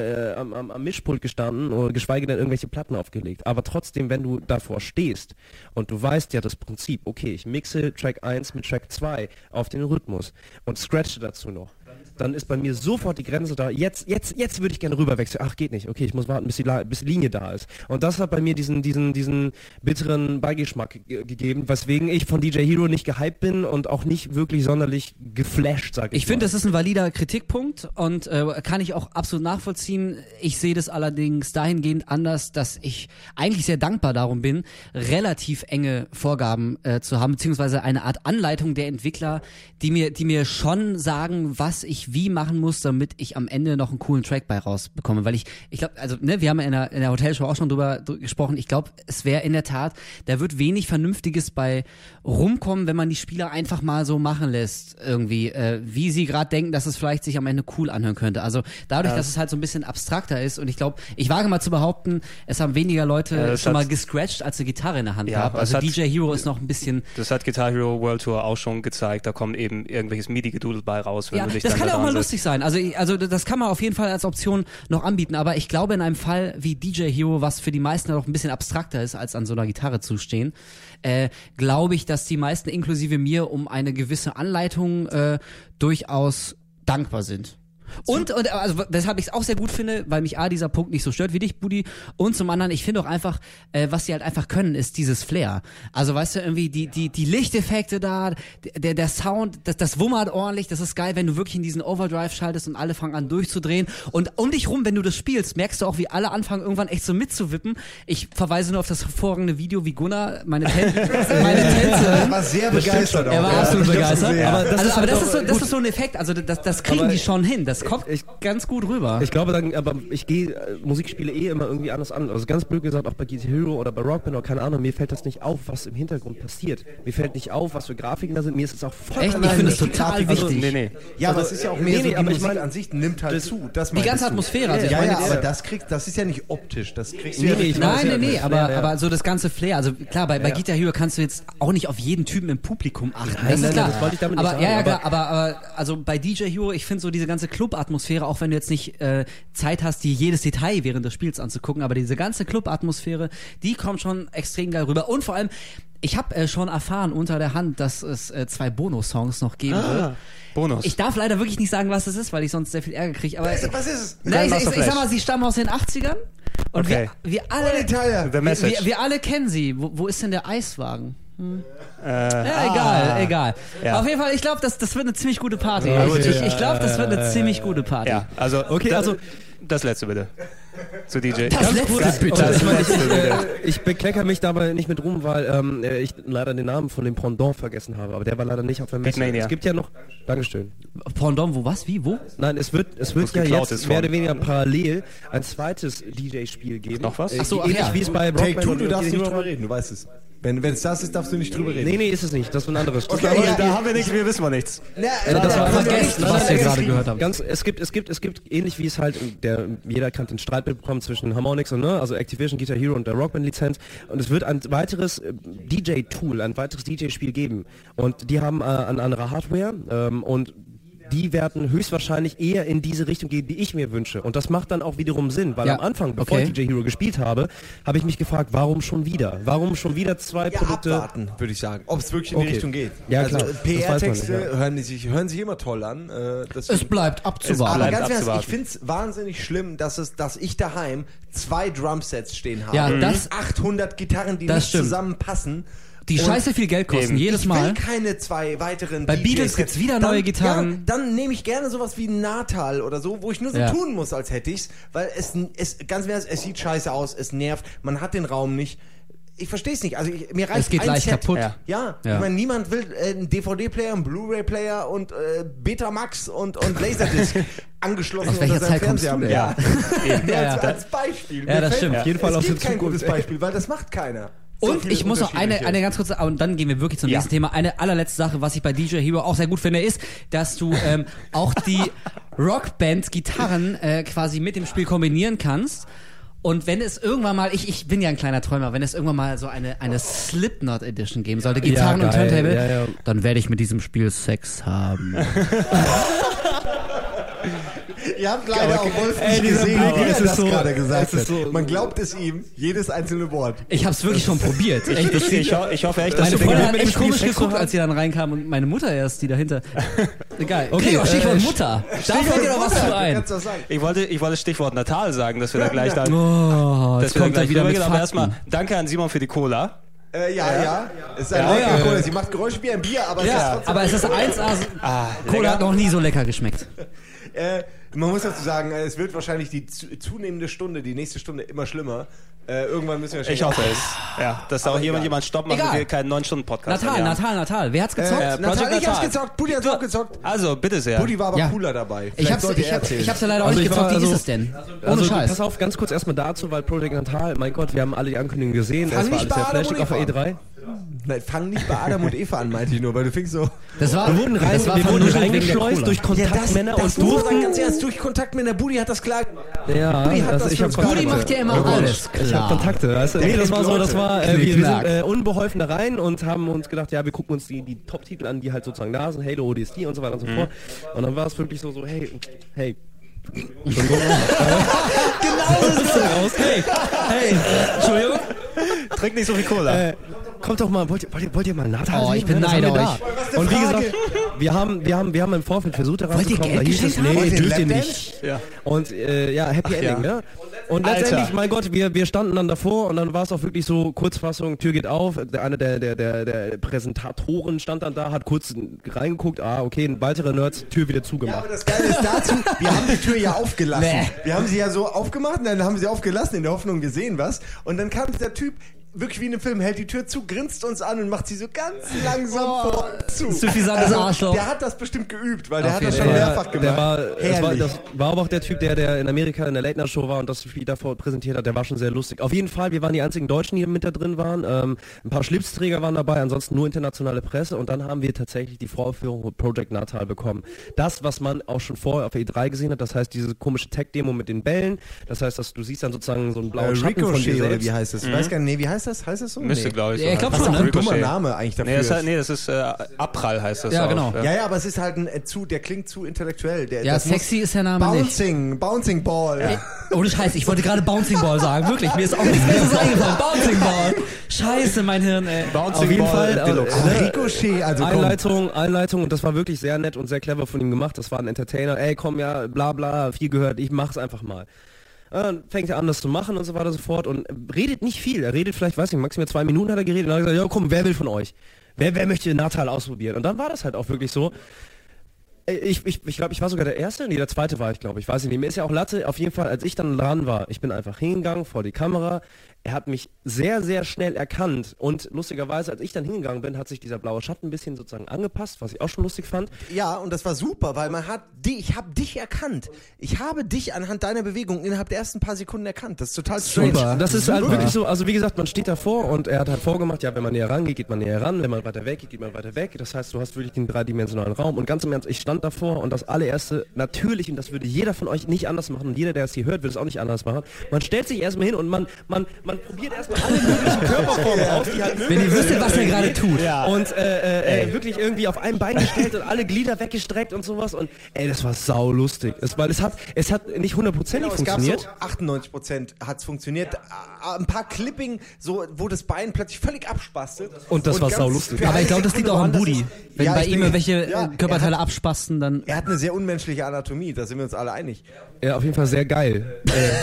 am Mischpult gestanden oder geschweige denn irgendwelche Platten aufgelegt. Aber trotzdem, wenn du davor stehst und du weißt ja das Prinzip, okay, ich mixe Track 1 mit Track 2 auf den Rhythmus und scratche dazu noch, dann ist bei mir sofort die Grenze da. Jetzt würde ich gerne rüberwechseln. Ach, geht nicht. Okay, ich muss warten, bis die Linie da ist. Und das hat bei mir diesen bitteren Beigeschmack gegeben, weswegen ich von DJ Hero nicht gehypt bin und auch nicht wirklich sonderlich geflasht, sag ich mal. Ich finde, das ist ein valider Kritikpunkt und kann ich auch absolut nachvollziehen. Ich sehe das allerdings dahingehend anders, dass ich eigentlich sehr dankbar darum bin, relativ enge Vorgaben zu haben, beziehungsweise eine Art Anleitung der Entwickler, die mir schon sagen, was ich wie machen muss, damit ich am Ende noch einen coolen Track bei rausbekomme. Weil ich glaube, also wir haben in der Hotelshow auch schon drüber gesprochen, ich glaube, es wäre in der Tat, da wird wenig Vernünftiges bei rumkommen, wenn man die Spieler einfach mal so machen lässt, irgendwie, wie sie gerade denken, dass es vielleicht sich am Ende cool anhören könnte. Also dadurch, dass es halt so ein bisschen abstrakter ist und ich glaube, ich wage mal zu behaupten, es haben weniger Leute schon mal gescratcht, als eine Gitarre in der Hand gehabt. Also DJ Hero ist noch ein bisschen... Das hat Guitar Hero World Tour auch schon gezeigt, da kommt eben irgendwelches MIDI-Gedudel bei raus, wenn du dich das dann kann ja auch mal setzt. lustig sein. Also das kann man auf jeden Fall als Option noch anbieten, aber ich glaube in einem Fall wie DJ Hero, was für die meisten noch ein bisschen abstrakter ist, als an so einer Gitarre zu stehen, glaube ich, dass die meisten inklusive mir um eine gewisse Anleitung durchaus dankbar sind. Und also weshalb ich es auch sehr gut finde, weil mich dieser Punkt nicht so stört wie dich, Budi, und zum anderen, ich finde auch einfach, was sie halt einfach können, ist dieses Flair. Also weißt du, irgendwie die Lichteffekte da, der Sound, das wummert ordentlich, das ist geil, wenn du wirklich in diesen Overdrive schaltest und alle fangen an durchzudrehen und um dich rum, wenn du das spielst, merkst du auch, wie alle anfangen irgendwann echt so mitzuwippen. Ich verweise nur auf das hervorragende Video, wie Gunnar meine Tänze. Er war sehr begeistert. Er war absolut begeistert. Aber das ist so ein Effekt, also das kriegen die schon hin, das kommt ganz gut rüber. Ich glaube, aber ich gehe Musikspiele immer irgendwie anders an. Also ganz blöd gesagt, auch bei Guitar Hero oder bei Rock Band oder keine Ahnung, mir fällt das nicht auf, was im Hintergrund passiert. Mir fällt nicht auf, was für Grafiken da sind. Mir ist es auch voll. Echt? Ich finde es total wichtig. Nee. Ja, aber es ist ja auch mehr so, die Musik an sich nimmt halt zu. Die ganze Atmosphäre. Also aber das ist ja nicht optisch. Das kriegst du Nein, aber so das ganze Flair. Also klar, bei Guitar Hero kannst du jetzt auch nicht auf jeden Typen im Publikum achten. Nein, das wollte ich damit nicht sagen. Aber also bei DJ Hero, ich finde so diese ganze Club-Atmosphäre, auch wenn du jetzt nicht Zeit hast, dir jedes Detail während des Spiels anzugucken, aber diese ganze Club-Atmosphäre, die kommt schon extrem geil rüber. Und vor allem, ich habe schon erfahren unter der Hand, dass es 2 Bonus-Songs noch geben wird. Bonus. Ich darf leider wirklich nicht sagen, was es ist, weil ich sonst sehr viel Ärger kriege. Aber was ist es? Nein, ich sag mal, sie stammen aus den 80ern. Und okay. wir alle kennen sie. Wo ist denn der Eiswagen? Egal. Ja. Auf jeden Fall, ich glaube, das wird eine ziemlich gute Party. Ich glaube, das wird eine ziemlich gute Party. Ja, also, das letzte bitte. Zu DJ. Das letzte bitte. Ich bekleckere mich dabei nicht mit Ruhm, weil ich leider den Namen von dem Pendant vergessen habe. Aber der war leider nicht auf der Messe. Es gibt ja noch... Dankeschön. Pendant, wo? Nein, es wird ja jetzt mehr oder weniger parallel ein zweites DJ-Spiel geben. Noch was? Achso, ähnlich wie es bei Rock Take Two, du darfst nicht drüber reden, du weißt es. Wenn es das ist, darfst du nicht drüber reden. Nee, ist es nicht. Das ist ein anderes. Okay, da haben wir nichts, wir wissen mal nichts. Das war vergessen, was wir gerade gehört haben. Es gibt ähnlich wie es halt, jeder kann den Streit mitbekommen zwischen Harmonix und, also Activision, Guitar Hero und der Rock Band Lizenz. Und es wird ein weiteres DJ-Tool, ein weiteres DJ-Spiel geben. Und die haben eine andere Hardware und die werden höchstwahrscheinlich eher in diese Richtung gehen, die ich mir wünsche. Und das macht dann auch wiederum Sinn, weil am Anfang, bevor ich DJ Hero gespielt habe, habe ich mich gefragt, warum schon wieder? Warum schon wieder 2 Produkte? Abwarten, würde ich sagen, ob es wirklich in die Richtung geht. Ja, also PR-Texte hören sich immer toll an. Es bleibt abzuwarten. Aber ganz ehrlich, ich finde es wahnsinnig schlimm, dass ich daheim 2 Drumsets stehen habe. Ja, 800 Gitarren, die nicht zusammenpassen. Die scheiße viel Geld kosten, jedes Mal. Ich will keine 2 weiteren Bei Beatles gibt's wieder neue Gitarren. Ja, dann nehme ich gerne sowas wie ein Natal oder so, wo ich nur so tun muss, als hätte ich's, weil es ganz ehrlich, es sieht scheiße aus, es nervt, man hat den Raum nicht. Ich verstehe es nicht. Also mir reicht es geht ein leicht Set. Kaputt. Ja. Ich meine, niemand will einen DVD-Player, einen Blu-ray-Player und Betamax und Laserdisc angeschlossen aus welcher Zeit kommst du denn? Ja. Als Beispiel. Ja, das stimmt. Auf jeden Fall es gibt kein gutes Beispiel, weil das macht keiner. Und ich muss noch eine ganz kurze, und dann gehen wir wirklich zum nächsten Thema. Eine allerletzte Sache, was ich bei DJ Hero auch sehr gut finde, ist, dass du auch die Rockband-Gitarren quasi mit dem Spiel kombinieren kannst. Und wenn es irgendwann mal, ich bin ja ein kleiner Träumer, wenn es irgendwann mal so eine Slipknot Edition geben sollte, Gitarren und Turntable, dann werde ich mit diesem Spiel Sex haben. Ihr habt leider auch Wolf nicht gesehen, wie er das gerade gesagt hat. So, man glaubt es ihm, jedes einzelne Wort. Ich hab's wirklich schon probiert. Ich hoffe echt, dass meine Freundin hat echt komisch geguckt, als sie dann reinkam und meine Mutter erst, die dahinter. Egal. Okay, Stichwort Mutter. Da fällt dir doch was zu ein. Ich wollte Stichwort Natal sagen, dass wir da gleich dann... das kommt da wieder mit Aber erstmal, danke an Simon für die Cola. Ja. Es ist ein lecker Cola. Sie macht Geräusche wie ein Bier, aber es ist 1A. Cola hat noch nie so lecker geschmeckt. Man muss dazu sagen, es wird wahrscheinlich die zunehmende Stunde, die nächste Stunde immer schlimmer. Irgendwann müssen wir wahrscheinlich... Ich hoffe es. Ja, dass da auch jemand Stopp macht und wir keinen 9-Stunden-Podcast haben. Natal. Wer hat's gezockt? Ich hab's gezockt. Buddy hat's auch gezockt. Also, bitte sehr. Buddy war aber cooler dabei. Ich hab's ja leider auch nicht gezockt. Wie ist es denn? Ohne Scheiß. Pass auf, ganz kurz erstmal dazu, weil Project Natal, mein Gott, wir haben alle die Ankündigung gesehen. Das war alles sehr flashig auf der E3. Nein, fang nicht bei Adam und Eva an, meinte ich nur, weil du fingst so... Wir wurden reingeschleust durch Kontaktmänner und durften... Ganz ernst, durch Kontaktmänner. Buddy hat das klar... Ja, Buddy macht ja immer alles klar. Ich hab Kontakte, weißt du? Nee, das war wir sind unbeholfen da rein und haben uns gedacht, ja, wir gucken uns die Top-Titel an, die halt sozusagen da sind, Halo, ODST und so weiter und so fort. Und dann war es wirklich so, hey... Genau so ist es raus. Hey, Entschuldigung. Trink nicht so viel Cola. Kommt doch mal, wollt ihr mal Natal sehen? Oh, ich beneide euch. Und wie gesagt, wir haben im Vorfeld versucht herauszukommen, da hieß es, nee, dürft ihr nicht. Ja. Und Happy Ending, ne? Und letztendlich, mein Gott, wir standen dann davor und dann war es auch wirklich so, Kurzfassung, Tür geht auf, einer der Präsentatoren stand dann da, hat kurz reingeguckt, okay, ein weiterer Nerds, Tür wieder zugemacht. Ja, aber das Geile ist dazu, wir haben die Tür ja aufgelassen. Wir haben sie ja so aufgemacht und dann haben sie aufgelassen, in der Hoffnung, wir sehen was. Und dann kam dieser Typ wirklich wie in einem Film, hält die Tür zu, grinst uns an und macht sie so ganz langsam vor zu. Suffisantes Arschloch. Der hat das bestimmt geübt, weil der hat das schon mehrfach gemacht. Das war aber auch der Typ, der in Amerika in der Late Night Show war und das Spiel davor präsentiert hat, der war schon sehr lustig. Auf jeden Fall, wir waren die einzigen Deutschen, die mit da drin waren. Ein paar Schlipsträger waren dabei, ansonsten nur internationale Presse und dann haben wir tatsächlich die Vorführung Project Natal bekommen. Das, was man auch schon vorher auf der E3 gesehen hat, das heißt diese komische Tech-Demo mit den Bällen, das heißt, dass du siehst dann sozusagen so einen blauen Schatten von dir selbst. Oder wie heißt das? Ich weiß gar nicht, wie heißt das? Heißt das so? Müsste, glaube ich. Ja, ich glaube schon, ne? Ein dummer Name eigentlich dafür. Das ist Abprall heißt das. Ja, auch. genau. Ja, aber es ist halt der klingt zu intellektuell. Sexy ist der Name nicht. Bouncing Ball. Ja. Ohne Scheiß, ich wollte gerade Bouncing Ball sagen, wirklich, mir ist auch nichts Besseres eingefallen. Bouncing Ball. Scheiße, mein Hirn, ey. Bouncing auf jeden Ball. Fall. Ricochet, also Einleitung und das war wirklich sehr nett und sehr clever von ihm gemacht. Das war ein Entertainer. Ey, komm, ja, bla bla, viel gehört, ich mach's einfach mal. Dann fängt er an, das zu machen und so weiter und so fort und redet nicht viel. Er redet vielleicht, weiß nicht, maximal 2 Minuten hat er geredet und dann hat er gesagt, ja komm, wer will von euch? Wer möchte Natal ausprobieren? Und dann war das halt auch wirklich so. Ich glaube, ich war sogar der Erste, der Zweite war ich, glaube ich, weiß ich nicht. Mir ist ja auch Latte, auf jeden Fall, als ich dann dran war, ich bin einfach hingegangen vor die Kamera, er hat mich sehr, sehr schnell erkannt und lustigerweise, als ich dann hingegangen bin, hat sich dieser blaue Schatten ein bisschen sozusagen angepasst, was ich auch schon lustig fand. Ja, und das war super, weil ich habe dich erkannt. Ich habe dich anhand deiner Bewegung innerhalb der ersten paar Sekunden erkannt. Das ist total strange. Super. Das ist halt wirklich so, also wie gesagt, man steht davor und er hat halt vorgemacht, ja, wenn man näher rangeht, geht man näher ran, wenn man weiter weg geht, geht man weiter weg. Das heißt, du hast wirklich den dreidimensionalen Raum und ganz im Ernst, ich stand davor und das allererste, natürlich, und das würde jeder von euch nicht anders machen und jeder, der es hier hört, würde es auch nicht anders machen, man stellt sich erstmal hin und man probiert erstmal alle möglichen Körperformen aus, die halt wenn ihr wüsstet, was er gerade tut. Ja. Und wirklich irgendwie auf einem Bein gestellt und alle Glieder weggestreckt und sowas und das war saulustig. Es hat nicht 100%ig funktioniert. Es gab so 98% hat es funktioniert. Ein paar Clipping, so, wo das Bein plötzlich völlig abspastet. Und das war saulustig. Aber ich glaube, das liegt auch am Booty. Wenn bei ihm irgendwelche Körperteile abspasten, dann... Er hat eine sehr unmenschliche Anatomie, da sind wir uns alle einig. Ja, auf jeden Fall sehr geil.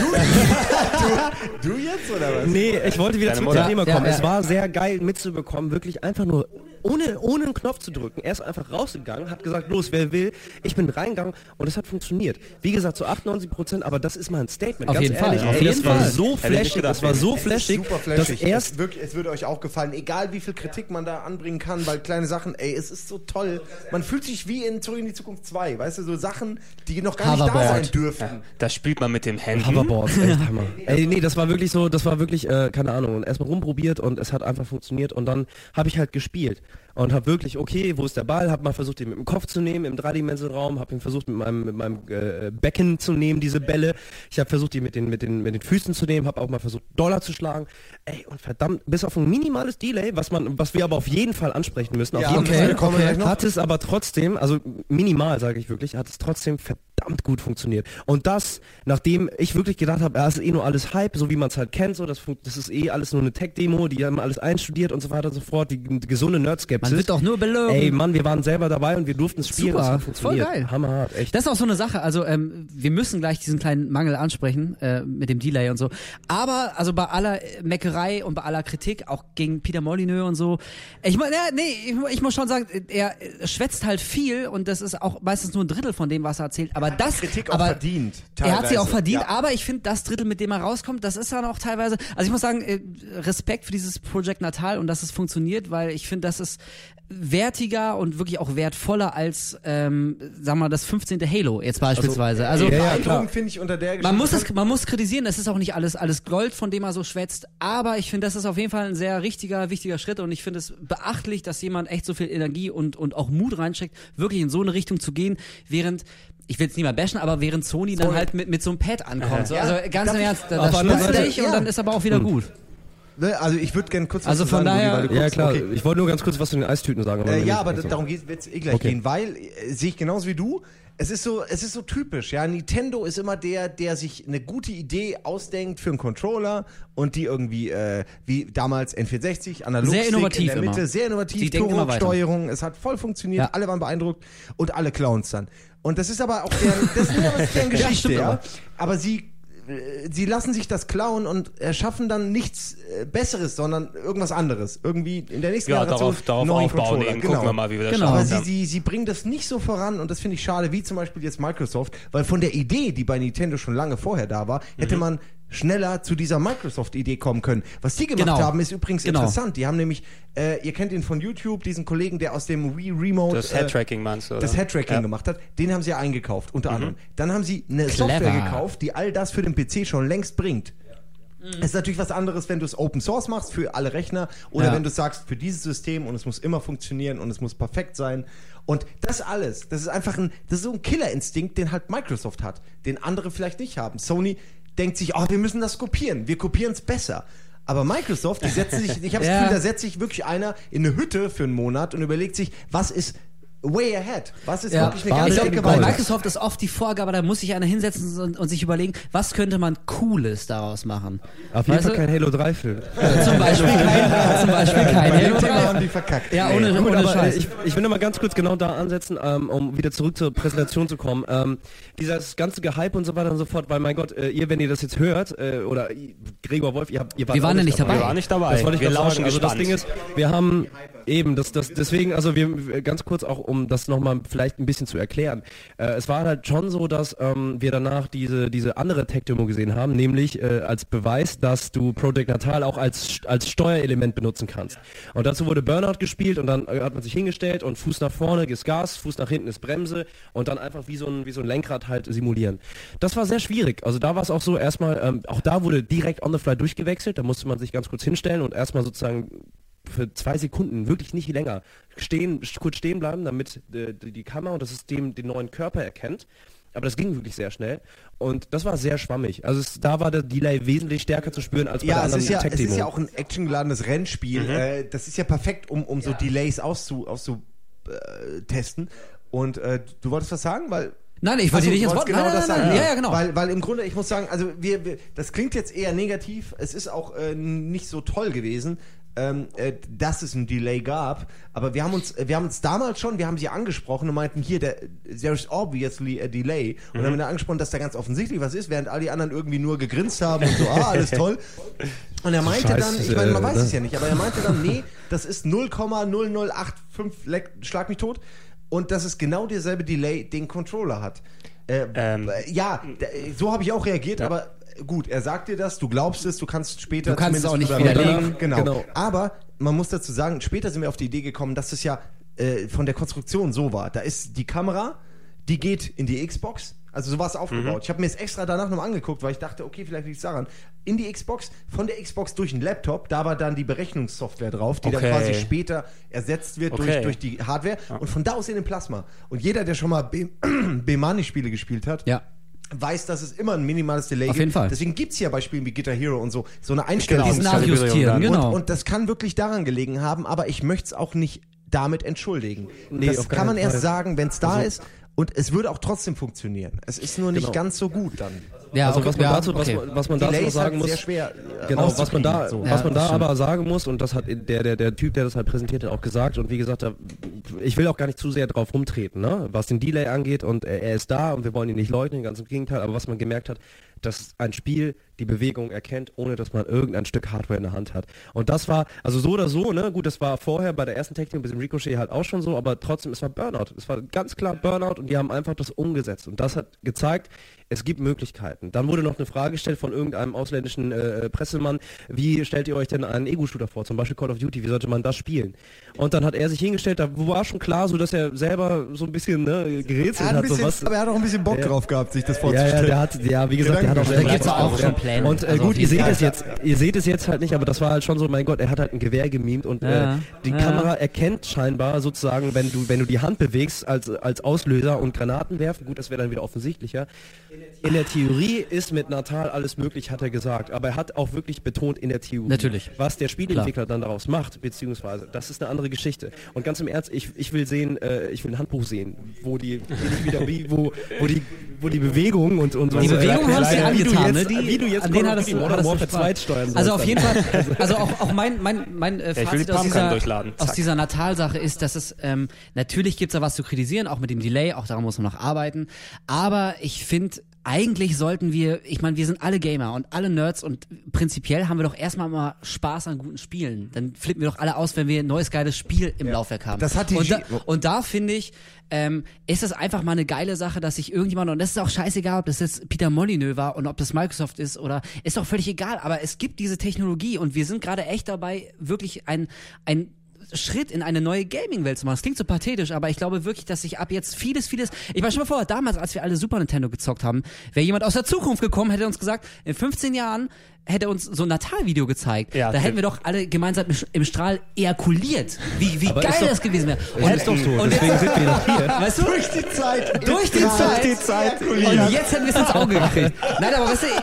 Du jetzt oder was? Nee, ich wollte wieder zum Thema kommen. Es war sehr geil mitzubekommen, wirklich einfach nur ohne einen Knopf zu drücken. Er ist einfach rausgegangen, hat gesagt, los, wer will. Ich bin reingegangen und es hat funktioniert. Wie gesagt, zu 98%, aber das ist mal ein Statement. Auf ganz jeden ehrlich. Fall. Das war so flashig, das war so flashig. Super flashig. Es würde euch auch gefallen, egal wie viel Kritik man da anbringen kann, weil kleine Sachen, es ist so toll. Man fühlt sich wie in Zurück in die Zukunft 2, weißt du, so Sachen, die noch gar nicht da sein dürfen. Ja, das spielt man mit den Händen. Hoverboards, echt Hammer. Nee, das war wirklich so, keine Ahnung, und erstmal rumprobiert und es hat einfach funktioniert und dann habe ich halt gespielt. Und habe wirklich, okay, wo ist der Ball? Habe mal versucht, ihn mit dem Kopf zu nehmen im dreidimensionalen Raum. Habe ihn versucht, mit meinem Becken zu nehmen, diese Bälle. Ich habe versucht, die mit den Füßen zu nehmen. Habe auch mal versucht, Dollar zu schlagen. Und verdammt, bis auf ein minimales Delay, was wir aber auf jeden Fall ansprechen müssen. Auf jeden Fall hat es aber trotzdem, also minimal, sage ich wirklich, hat es trotzdem verdammt gut funktioniert. Und das, nachdem ich wirklich gedacht habe, es ist nur alles Hype, so wie man es halt kennt, so das ist alles nur eine Tech-Demo, die haben alles einstudiert und so weiter und so fort, die gesunde Nerdskepsis. Man wird auch nur belohnt. Ey, Mann, wir waren selber dabei und wir durften es spielen. Super, das voll geil. Hammerhart, echt. Das ist auch so eine Sache, also wir müssen gleich diesen kleinen Mangel ansprechen, mit dem Delay und so. Aber, also bei aller Meckerei und bei aller Kritik, auch gegen Peter Molyneux und so, ich muss schon sagen, er schwätzt halt viel und das ist auch meistens nur ein Drittel von dem, was er erzählt. Aber das, Kritik auch verdient. Er hat sie auch verdient, aber ich finde, das Drittel, mit dem er rauskommt, das ist dann auch teilweise, also ich muss sagen, Respekt für dieses Project Natal und dass es funktioniert, weil ich finde, das ist wertiger und wirklich auch wertvoller als, sagen wir mal, das 15. Halo jetzt beispielsweise. Also klar. Finde ich unter der Geschichte. Man muss kritisieren, das ist auch nicht alles Gold, von dem er so schwätzt, aber ich finde, das ist auf jeden Fall ein sehr wichtiger Schritt und ich finde es beachtlich, dass jemand echt so viel Energie und auch Mut reinsteckt, wirklich in so eine Richtung zu gehen, während ich will es nie mal bashen, aber während Sony dann halt mit so einem Pad ankommt. So. Also ganz im Ernst, das schnupft dich und dann ist aber auch wieder gut. Also ich würde gerne kurz was von daher, ja klar, okay. Ich wollte nur ganz kurz was zu den Eistüten sagen. Aber darum wird es gleich gehen, weil, sehe ich genauso wie du, es ist so typisch, ja, Nintendo ist immer der sich eine gute Idee ausdenkt für einen Controller und die irgendwie, wie damals N64, Analogstick in der Mitte, sehr innovativ, Turbo-Steuerung, es hat voll funktioniert, alle waren beeindruckt und alle Clowns dann. Und das ist aber auch deren Geschichte, ja. Aber sie lassen sich das klauen und erschaffen dann nichts Besseres, sondern irgendwas anderes. Irgendwie in der nächsten Generation darauf aufbauen eben. Gucken wir mal, wie wir das schaffen. Aber sie bringen das nicht so voran und das finde ich schade, wie zum Beispiel jetzt Microsoft, weil von der Idee, die bei Nintendo schon lange vorher da war, hätte man schneller zu dieser Microsoft-Idee kommen können. Was die gemacht haben, ist übrigens interessant. Die haben nämlich, ihr kennt ihn von YouTube, diesen Kollegen, der aus dem Wii Remote das Head-Tracking meinst du, oder? Das Head-Tracking gemacht hat. Den haben sie ja eingekauft, unter anderem. Dann haben sie eine Software gekauft, die all das für den PC schon längst bringt. Es ist natürlich was anderes, wenn du es Open Source machst für alle Rechner oder wenn du sagst, für dieses System und es muss immer funktionieren und es muss perfekt sein. Und das alles, das ist so ein Killerinstinkt, den halt Microsoft hat, den andere vielleicht nicht haben. Sony denkt sich, wir müssen das kopieren, wir kopieren es besser. Aber Microsoft, ich habe das Gefühl, da setzt sich wirklich einer in eine Hütte für einen Monat und überlegt sich, was ist way ahead. Was ist wirklich eine ganze Ecke weiter? Bei Microsoft ist oft die Vorgabe, da muss sich einer hinsetzen und sich überlegen, was könnte man Cooles daraus machen. Auf jeden Fall kein Halo 3-Film. Zum Beispiel kein Halo 3. haben die verkackt. Ja, ohne Scheiß. Ich will noch mal ganz kurz genau da ansetzen, um wieder zurück zur Präsentation zu kommen. Dieses ganze Gehype und so weiter und so fort, weil mein Gott, ihr, wenn ihr das jetzt hört, oder Gregor Wolf, ihr wart wir waren ja nicht dabei. Wir waren nicht dabei. Das wollte ich wir lauschen. Also gespannt. das Ding ist, wir haben eben, deswegen, also wir ganz kurz auch, um das nochmal vielleicht ein bisschen zu erklären. Es war halt schon so, dass wir danach diese andere Tech-Demo gesehen haben, nämlich als Beweis, dass du Project Natal auch als Steuerelement benutzen kannst. Und dazu wurde Burnout gespielt und dann hat man sich hingestellt und Fuß nach vorne ist Gas, Fuß nach hinten ist Bremse und dann einfach wie so ein Lenkrad halt simulieren. Das war sehr schwierig. Also da war es auch so, erstmal, auch da wurde direkt on the fly durchgewechselt, da musste man sich ganz kurz hinstellen und erstmal sozusagen für 2 Sekunden, wirklich nicht länger, kurz stehen bleiben, damit die Kamera und das System den neuen Körper erkennt. Aber das ging wirklich sehr schnell und das war sehr schwammig. Also da war der Delay wesentlich stärker zu spüren als bei der anderen Tech-Demo. Es ist ja auch ein actiongeladenes Rennspiel. Das ist ja perfekt, um so Delays auszutesten. Und du wolltest was sagen? Nein, ich wollte nicht ins Wort. Genau das sagen. Ja, genau. Weil im Grunde, ich muss sagen, also das klingt jetzt eher negativ. Es ist auch nicht so toll gewesen, dass es ein Delay gab. Aber wir haben uns damals schon, wir haben sie angesprochen und meinten, hier, there is obviously a delay. Und haben dann angesprochen, dass da ganz offensioffensilich was ist, während all die anderen irgendwie nur gegrinst haben und so, alles toll. Und er meinte dann, ich meine, man weiß es ja nicht, aber er meinte dann, nee, das ist 0,0085, schlag mich tot. Und das ist genau derselbe Delay, den Controller hat. So habe ich auch reagiert, aber gut, er sagt dir das, du glaubst es, du kannst später... Du kannst es auch nicht widerlegen. Genau. Aber man muss dazu sagen, später sind wir auf die Idee gekommen, dass es ja von der Konstruktion so war. Da ist die Kamera, die geht in die Xbox, also so war es aufgebaut. Ich habe mir es extra danach noch angeguckt, weil ich dachte, okay, vielleicht liegt es daran. In die Xbox, von der Xbox durch den Laptop, da war dann die Berechnungssoftware drauf, die dann quasi später ersetzt wird durch die Hardware und von da aus in den Plasma. Und jeder, der schon mal Bemani-Spiele gespielt hat, weiß, dass es immer ein minimales Delay gibt. Auf jeden Fall. Deswegen gibt es ja bei Spielen wie Guitar Hero und so eine Einstellung. Nachjustieren, und das kann wirklich daran gelegen haben, aber ich möchte es auch nicht damit entschuldigen. Nee, das kann man erst sagen, wenn es da ist. Und es würde auch trotzdem funktionieren. Es ist nur nicht ganz so gut dann. Ja, also was man dazu noch sagen muss, sehr schwer, was man da aber sagen muss, und das hat der Typ, der das halt präsentiert hat, auch gesagt, und wie gesagt, ich will auch gar nicht zu sehr drauf rumtreten, ne? Was den Delay angeht, und er ist da und wir wollen ihn nicht leugnen, ganz im Gegenteil, aber was man gemerkt hat, dass ein Spiel die Bewegung erkennt, ohne dass man irgendein Stück Hardware in der Hand hat. Und das war, also so oder so, ne, gut, das war vorher bei der ersten Technik bis im Ricochet halt auch schon so, aber trotzdem, es war Burnout. Es war ganz klar Burnout und die haben einfach das umgesetzt. Und das hat gezeigt, es gibt Möglichkeiten. Dann wurde noch eine Frage gestellt von irgendeinem ausländischen Pressemann, wie stellt ihr euch denn einen Ego-Shooter vor, zum Beispiel Call of Duty, wie sollte man das spielen? Und dann hat er sich hingestellt, da war schon klar, so dass er selber so ein bisschen gerätselt hat. Sowas. Aber er hat auch ein bisschen Bock drauf gehabt, sich das vorzustellen. Wie gesagt, der hat auch da gibt's auch schon Pläne. Und gut, ihr seht es jetzt halt nicht, aber das war halt schon so, mein Gott, er hat halt ein Gewehr gemimt und die Kamera erkennt scheinbar sozusagen, wenn du die Hand bewegst als Auslöser und Granaten werfen, gut, das wäre dann wieder offensichtlicher. In der Theorie ist mit Natal alles möglich, hat er gesagt, aber er hat auch wirklich betont in der Theorie. Natürlich. Was der Spieleentwickler dann daraus macht, beziehungsweise, das ist eine andere Geschichte. Und ganz im Ernst, ich will sehen, ich will ein Handbuch sehen, wo die Bewegung und so. Die Bewegung haben sie angetan, ne? Wie du jetzt Modern Warfare 2 steuern sollst. Also auf jeden Fall, also auch mein Fazit aus dieser Natal-Sache ist, dass es, natürlich gibt's da was zu kritisieren, auch mit dem Delay, auch daran muss man noch arbeiten, aber ich finde, eigentlich sollten wir, ich meine, wir sind alle Gamer und alle Nerds und prinzipiell haben wir doch erstmal mal Spaß an guten Spielen. Dann flippen wir doch alle aus, wenn wir ein neues geiles Spiel im Laufwerk haben. Das hat die und da finde ich, ist es einfach mal eine geile Sache, dass sich irgendjemand, und das ist auch scheißegal, ob das jetzt Peter Molyneux war und ob das Microsoft ist oder, ist doch völlig egal, aber es gibt diese Technologie und wir sind gerade echt dabei, wirklich ein Schritt in eine neue Gaming-Welt zu machen. Das klingt so pathetisch, aber ich glaube wirklich, dass sich ab jetzt vieles, ich meine, schon mal vor, damals, als wir alle Super Nintendo gezockt haben, wäre jemand aus der Zukunft gekommen, hätte uns gesagt, in 15 Jahren hätte uns so ein Natalvideo gezeigt. Ja, da hätten wir doch alle gemeinsam im Strahl ejakuliert. Wie geil das gewesen wäre. Und ist doch so, und deswegen sind wir noch hier. Weißt du? Durch die Zeit. Durch die Zeit. Und jetzt hätten wir es ins Auge gekriegt. Nein, aber weißt du,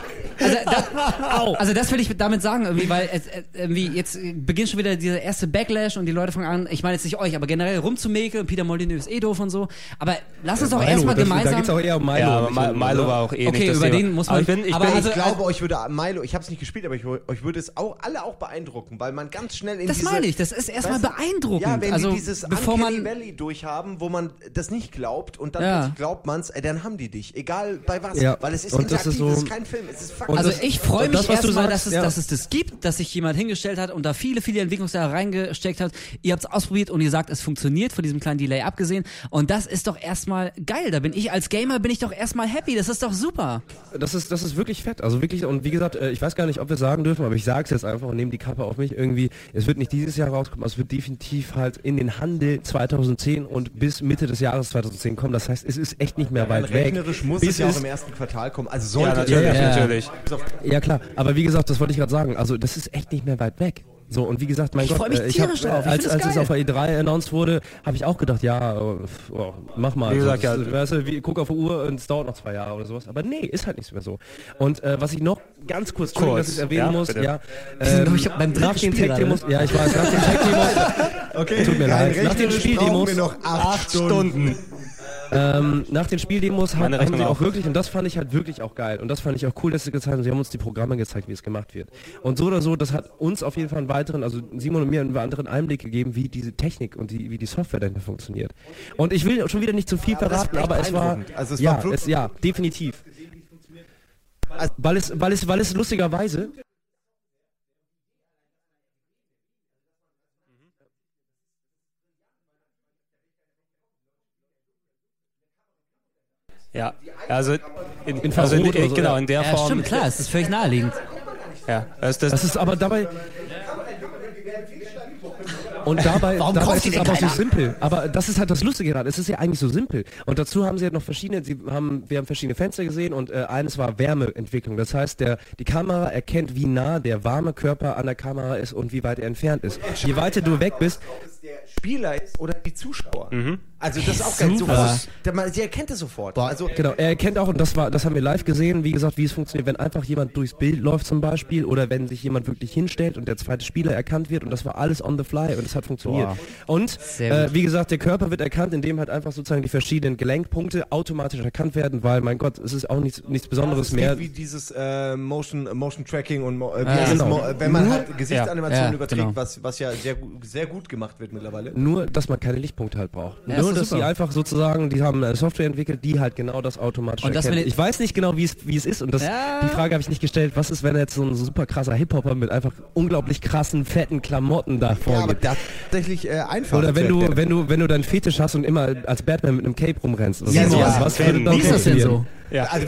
also das will ich damit sagen, irgendwie, weil irgendwie jetzt beginnt schon wieder dieser erste Backlash und die Leute fangen an, ich meine jetzt nicht euch, aber generell rumzumäkeln und Peter Molyneux ist doof und so, aber lass uns doch erstmal gemeinsam... Da geht's auch eher um Milo. Ja, Milo war auch nicht das über Thema. Den muss man... Ich glaube, euch würde Milo, ich habe es nicht gespielt, aber euch würde es auch alle auch beeindrucken, weil man ganz schnell in das meine ich, das ist erstmal beeindruckend. Ja, wenn die dieses Uncanny Valley durchhaben, wo man das nicht glaubt und dann plötzlich glaubt man es, dann haben die dich, egal bei was, weil es ist interaktiv, es ist kein Film, es ist Fakt. Also ich freue mich erstmal, dass es das gibt, dass sich jemand hingestellt hat und da viele Entwicklungsjahre reingesteckt hat. Ihr habt es ausprobiert und ihr sagt, es funktioniert, von diesem kleinen Delay abgesehen. Und das ist doch erstmal geil. Da bin ich als Gamer doch erstmal happy. Das ist doch super. Das ist wirklich fett. Also wirklich, und wie gesagt, ich weiß gar nicht, ob wir sagen dürfen, aber ich sage es jetzt einfach und nehme die Kappe auf mich. Irgendwie, es wird nicht dieses Jahr rauskommen, es wird definitiv halt in den Handel 2010 und bis Mitte des Jahres 2010 kommen. Das heißt, es ist echt nicht mehr weit weg. Rechnerisch muss es ja auch im ersten Quartal kommen. Also sollte natürlich. Ja klar, aber wie gesagt, das wollte ich gerade sagen, also das ist echt nicht mehr weit weg. So, und wie gesagt, mein Gott, als es auf der E3 announced wurde, habe ich auch gedacht, mach mal. Wie gesagt, weißt du, guck auf die Uhr und es dauert noch 2 Jahre oder sowas. Aber nee, ist halt nicht mehr so. Und was ich noch ganz kurz dass ich erwähnen muss, nach den Tech-Demos, ich weiß, nach den Tech-Demos, okay, tut mir leid, nach den Spieldemos, wir noch 8 Stunden. Nach den Spieldemos haben sie auch wirklich, und das fand ich halt wirklich auch geil, und das fand ich auch cool, dass sie gezeigt haben, sie haben uns die Programme gezeigt, wie es gemacht wird. Und so oder so, das hat uns auf jeden Fall einen weiteren, also Simon und mir einen weiteren Einblick gegeben, wie diese Technik und wie die Software dahinter funktioniert. Und ich will schon wieder nicht zu viel verraten, aber es war definitiv. Weil es lustigerweise... Ja, also in der Form. Ja, stimmt, klar, es ist völlig naheliegend. Ja, das ist aber dabei... Und dabei ist es aber so simpel. Aber das ist halt das Lustige daran. Es ist ja eigentlich so simpel. Und dazu haben sie halt noch wir haben verschiedene Fenster gesehen und eines war Wärmeentwicklung. Das heißt, die Kamera erkennt, wie nah der warme Körper an der Kamera ist und wie weit er entfernt ist. Je weiter du weg bist, der Spieler ist oder die Zuschauer. Also das ist auch ganz super. Sie erkennt es sofort. Also genau, er erkennt auch, und das haben wir live gesehen, wie gesagt, wie es funktioniert, wenn einfach jemand durchs Bild läuft zum Beispiel oder wenn sich jemand wirklich hinstellt und der zweite Spieler erkannt wird, und das war alles on the fly und es hat funktioniert. Und wie gesagt, der Körper wird erkannt, indem halt einfach sozusagen die verschiedenen Gelenkpunkte automatisch erkannt werden, weil, mein Gott, es ist auch nichts Besonderes mehr. Wie dieses Motion Tracking und wenn man halt Gesichtsanimationen überträgt, was ja sehr gut gemacht wird mittlerweile. Nur, dass man keine Lichtpunkte halt braucht. Nur, dass die einfach sozusagen, die haben Software entwickelt, die halt genau das automatisch erkennt. Ich weiß nicht genau, wie es ist, und die Frage habe ich nicht gestellt, was ist, wenn jetzt so ein super krasser Hip-Hopper mit einfach unglaublich krassen, fetten Klamotten da vorgeht. Ja, aber tatsächlich einfach. Oder wenn du deinen Fetisch hast und immer als Batman mit einem Cape rumrennst. Was wie ist das denn so? Ja. Also